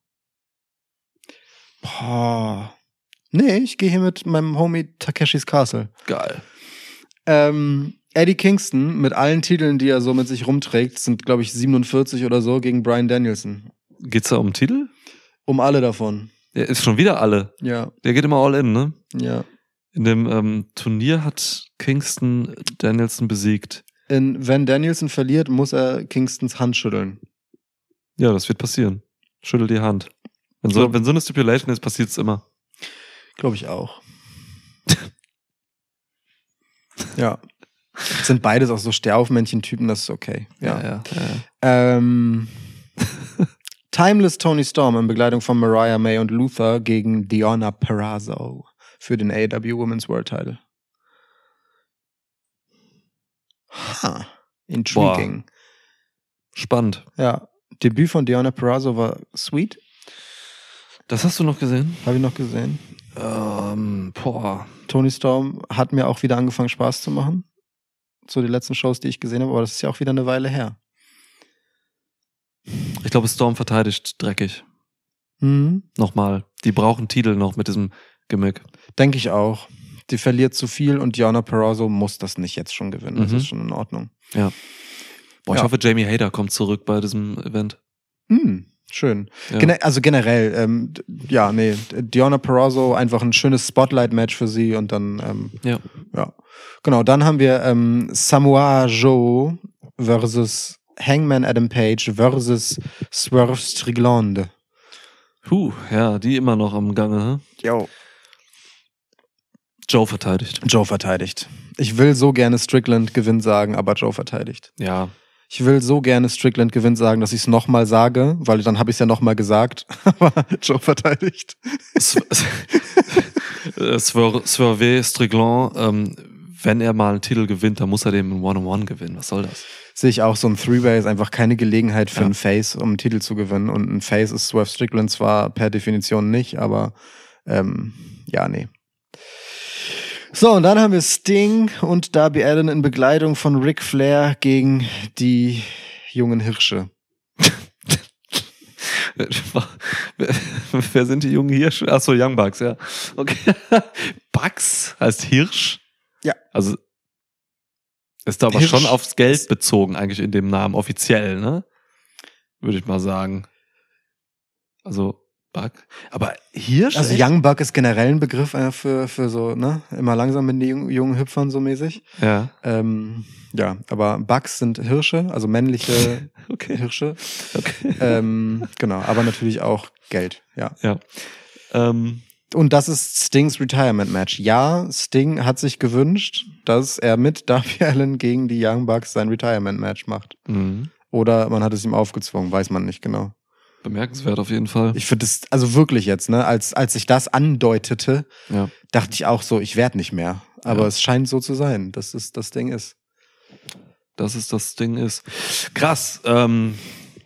Boah. Nee, ich gehe hier mit meinem Homie Takeshis Castle. Geil. Ähm, Eddie Kingston mit allen Titeln, die er so mit sich rumträgt, sind, glaube ich, siebenundvierzig oder so gegen Brian Danielson. Geht's da um den Titel? Um alle davon. Der ist schon wieder alle. Ja, Der geht immer all in, ne? ja. In dem ähm, Turnier hat Kingston Danielson besiegt. In, wenn Danielson verliert, muss er Kingstons Hand schütteln. Ja, das wird passieren. Schüttel die Hand. Wenn so, wenn so eine Stipulation ist, passiert's immer. Glaube ich auch. Ja. Sind beides auch so Stehaufmännchen-Typen, das ist okay. Ja. ja, ja. ja. Ähm, Timeless Tony Storm in Begleitung von Mariah May und Luther gegen Deonna Purrazzo für den A E W Women's World Title. Ha. Intriguing. Spannend. Ja. Debüt von Deonna Purrazzo war sweet. Das hast du noch gesehen? Habe ich noch gesehen. Ähm, boah. Toni Storm hat mir auch wieder angefangen, Spaß zu machen. So die letzten Shows, die ich gesehen habe, aber das ist ja auch wieder eine Weile her. Ich glaube, Storm verteidigt dreckig. Mhm. Nochmal. Die brauchen Titel noch mit diesem Gimmick. Denke ich auch. Die verliert zu viel und Deonna Purrazzo muss das nicht jetzt schon gewinnen. Das Mhm. ist schon in Ordnung. Ja. Boah, ich Ja. hoffe, Jamie Hader kommt zurück bei diesem Event. Mhm. Schön. Ja. Gene- also generell, ähm, d- ja, nee, Deonna Purrazzo, einfach ein schönes Spotlight-Match für sie und dann, ähm, Ja. ja. Genau, dann haben wir ähm, Samoa Joe versus Hangman Adam Page versus Swerve Strickland. Puh, ja, die immer noch am Gange. Hm? Jo. Joe verteidigt. Joe verteidigt. Ich will so gerne Strickland gewinnt sagen, aber Joe verteidigt. Ja. Ich will so gerne Strickland gewinnt sagen, dass ich es nochmal sage, weil dann habe ich es ja nochmal gesagt. Aber Joe verteidigt. Swerve Strickland, ähm, wenn er mal einen Titel gewinnt, dann muss er den One-on-One gewinnen. Was soll das? Sehe ich auch, so ein Three-Way ist einfach keine Gelegenheit für Ja. einen Face, um einen Titel zu gewinnen. Und ein Face ist Swerve Strickland zwar per Definition nicht, aber ähm, ja, nee. So, und dann haben wir Sting und Darby Allin in Begleitung von Ric Flair gegen die jungen Hirsche. Wer sind die jungen Hirsche? Achso, Young Bucks, ja. Okay. Bucks heißt Hirsch? Ja. Also ist da aber Hirsch schon aufs Geld ist- bezogen, eigentlich in dem Namen, offiziell, ne? Würde ich mal sagen. Also Buck. Aber Hirsch? Also echt? Young Buck ist generell ein Begriff äh, für, für so, ne, immer langsam mit den jungen, jungen Hüpfern so mäßig. Ja. Ähm, ja, aber Bucks sind Hirsche, also männliche Okay. Hirsche. Okay. Ähm, genau, aber natürlich auch Geld, ja. Ja. Ähm, Und das ist Stings Retirement Match. Ja, Sting hat sich gewünscht, dass er mit Darby Allin gegen die Young Bucks sein Retirement Match macht. mh. Oder man hat es ihm aufgezwungen, weiß man nicht genau. Bemerkenswert auf jeden Fall. Ich finde das, also wirklich jetzt, ne, als, als ich das andeutete, Ja. dachte ich auch so, ich werde nicht mehr. Aber Ja. es scheint so zu sein, dass es das Ding ist. Dass es das Ding ist. Krass. Ähm,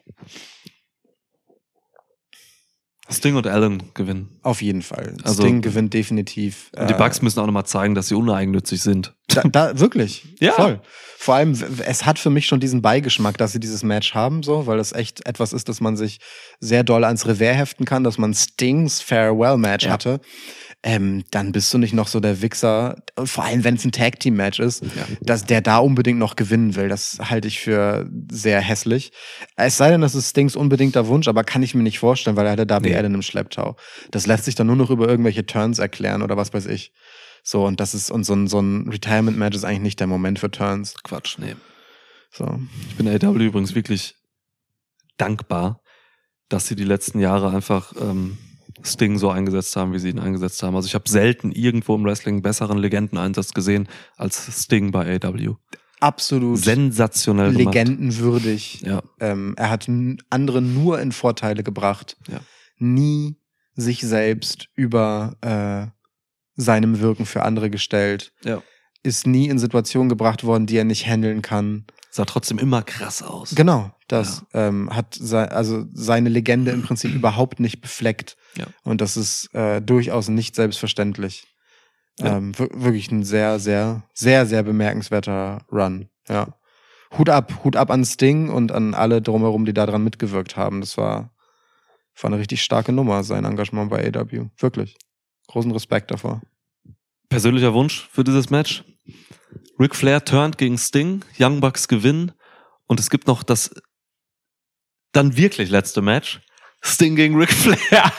Sting und Allen gewinnen. Auf jeden Fall. Also- Sting gewinnt definitiv. Und die äh, Bucks müssen auch nochmal zeigen, dass sie uneigennützig sind. Da, da wirklich. Ja. Voll. Vor allem, w- es hat für mich schon diesen Beigeschmack, dass sie dieses Match haben, so, weil das echt etwas ist, dass man sich sehr doll ans Revers heften kann, dass man Stings Farewell-Match Ja. hatte. Ähm, dann bist du nicht noch so der Wichser, vor allem wenn es ein Tag-Team-Match ist, Ja. dass der da unbedingt noch gewinnen will. Das halte ich für sehr hässlich. Es sei denn, das ist Stings unbedingter Wunsch, aber kann ich mir nicht vorstellen, weil er hatte Darby Nee. Allin im Schlepptau. Das lässt sich dann nur noch über irgendwelche Turns erklären oder was weiß ich. So, und das ist, und so ein, so ein Retirement-Match ist eigentlich nicht der Moment für Turns. Quatsch, nee. So. Ich bin A E W übrigens wirklich dankbar, dass sie die letzten Jahre einfach ähm, Sting so eingesetzt haben, wie sie ihn eingesetzt haben. Also ich habe selten irgendwo im Wrestling einen besseren Legendeneinsatz gesehen als Sting bei A E W. Absolut Sensationell gemacht. legendenwürdig. Ja, Ähm, er hat n- andere nur in Vorteile gebracht. Ja. Nie sich selbst über äh, seinem Wirken für andere gestellt. ja. Ist nie in Situationen gebracht worden, die er nicht handeln kann. Sah trotzdem immer krass aus. Genau, das ähm, hat sei, also seine Legende im Prinzip überhaupt nicht befleckt. Ja. Und das ist äh, durchaus nicht selbstverständlich. Ja. Ähm, wir- wirklich ein sehr, sehr, sehr, sehr bemerkenswerter Run. Ja. Hut ab, Hut ab an Sting und an alle drumherum, die daran mitgewirkt haben. Das war, war eine richtig starke Nummer, sein Engagement bei A E W. Wirklich. Großen Respekt davor. Persönlicher Wunsch für dieses Match. Ric Flair turnt gegen Sting, Young Bucks gewinnen und es gibt noch das dann wirklich letzte Match. Sting gegen Ric Flair.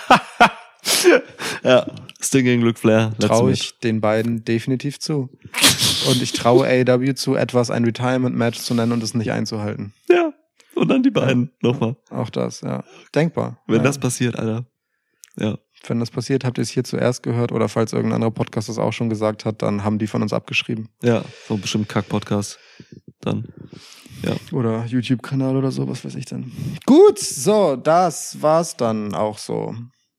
Ja, Sting gegen Ric Flair. letzte Traue Match. ich den beiden definitiv zu. Und ich traue A E W zu, etwas ein Retirement-Match zu nennen und es nicht einzuhalten. Ja, und dann die beiden nochmal. Auch das, ja. Denkbar. Wenn ja. das passiert, Alter. Ja. Wenn das passiert, habt ihr es hier zuerst gehört oder falls irgendein anderer Podcast das auch schon gesagt hat, dann haben die von uns abgeschrieben. Ja, so ein bestimmt Kack-Podcast. Dann. Ja. Oder YouTube-Kanal oder so, was weiß ich denn. Gut, so, das war's dann auch so.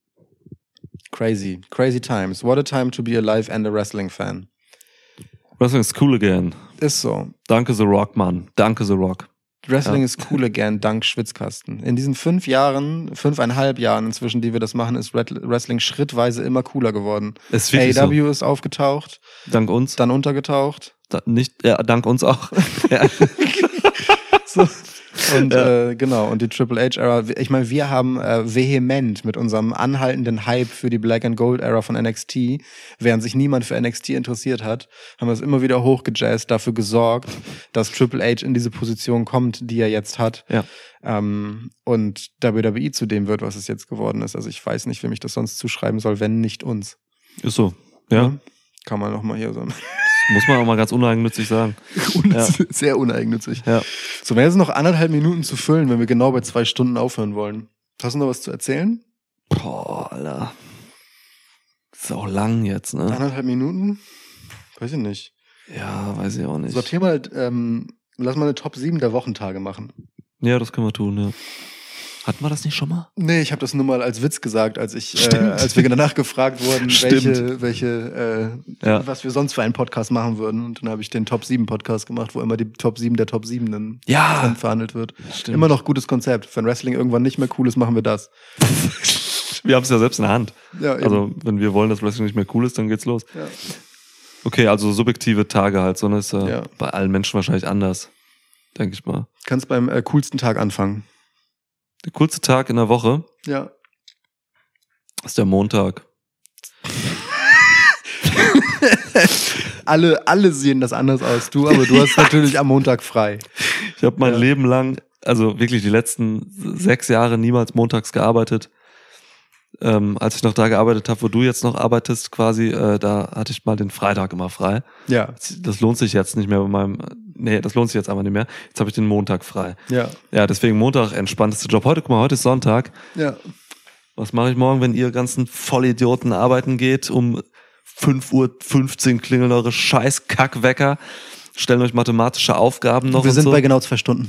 Crazy, crazy times. What a time to be alive and a wrestling fan. Wrestling is cool again. Ist so. Danke The Rock, Mann. Danke The Rock. Wrestling Ja. ist cool again, dank Schwitzkasten. In diesen fünf Jahren, fünfeinhalb Jahren inzwischen, die wir das machen, ist Wrestling schrittweise immer cooler geworden. Ist A E wirklich W ist aufgetaucht, so. Dank uns. dann untergetaucht. Da, nicht, ja, dank uns auch. ja. So. Und Ja. äh, genau, und die Triple H-Ära, ich meine, wir haben äh, vehement mit unserem anhaltenden Hype für die Black and Gold-Ära von N X T, während sich niemand für N X T interessiert hat, haben wir es immer wieder hochgejazzt, dafür gesorgt, dass Triple H in diese Position kommt, die er jetzt hat. Ja. Ähm, und W W E zu dem wird, was es jetzt geworden ist. Also ich weiß nicht, wem ich das sonst zuschreiben soll, wenn nicht uns. Ist so. Ja. Kann man noch mal hier so. Muss man auch mal ganz uneigennützig sagen. Ja. Sehr uneigennützig. Ja. So, wäre es noch anderthalb Minuten zu füllen, wenn wir genau bei zwei Stunden aufhören wollen. Hast du noch was zu erzählen? Boah, Alter. Ist auch lang jetzt, ne? Anderthalb Minuten? Weiß ich nicht. Ja, weiß ich auch nicht. Sortier mal, ähm, lass mal eine Top sieben der Wochentage machen. Ja, das können wir tun, ja. Hatten wir das nicht schon mal? Nee, ich habe das nur mal als Witz gesagt, als ich, äh, Stimmt. als wir danach gefragt wurden, Stimmt. welche, welche, äh, Ja. was wir sonst für einen Podcast machen würden. Und dann habe ich den Top sieben Podcast gemacht, wo immer die Top sieben der Top sieben dann Ja. dann verhandelt wird. Stimmt. Immer noch gutes Konzept. Wenn Wrestling irgendwann nicht mehr cool ist, machen wir das. Wir haben es ja selbst in der Hand. Ja, eben. Also, wenn wir wollen, dass Wrestling nicht mehr cool ist, dann geht's los. Ja. Okay, also subjektive Tage halt, sondern ist äh, Ja. bei allen Menschen wahrscheinlich anders. Denke ich mal. Kannst beim äh, coolsten Tag anfangen. Der coolste Tag in der Woche Ja. ist der Montag. alle, alle sehen das anders aus, du, aber du hast natürlich am Montag frei. Ich habe mein Ja. Leben lang, also wirklich die letzten sechs Jahre niemals montags gearbeitet. Ähm, als ich noch da gearbeitet habe, wo du jetzt noch arbeitest, quasi, äh, da hatte ich mal den Freitag immer frei. Ja. Das lohnt sich jetzt nicht mehr bei meinem, nee, das lohnt sich jetzt aber nicht mehr. Jetzt habe ich den Montag frei. Ja. Ja, deswegen Montag, entspanntester Job. Heute, guck mal, heute ist Sonntag. Ja. Was mache ich morgen, wenn ihr ganzen Vollidioten arbeiten geht? Um fünf Uhr fünfzehn klingeln eure scheiß Kackwecker, stellen euch mathematische Aufgaben noch Wir und sind so. bei genau zwei Stunden.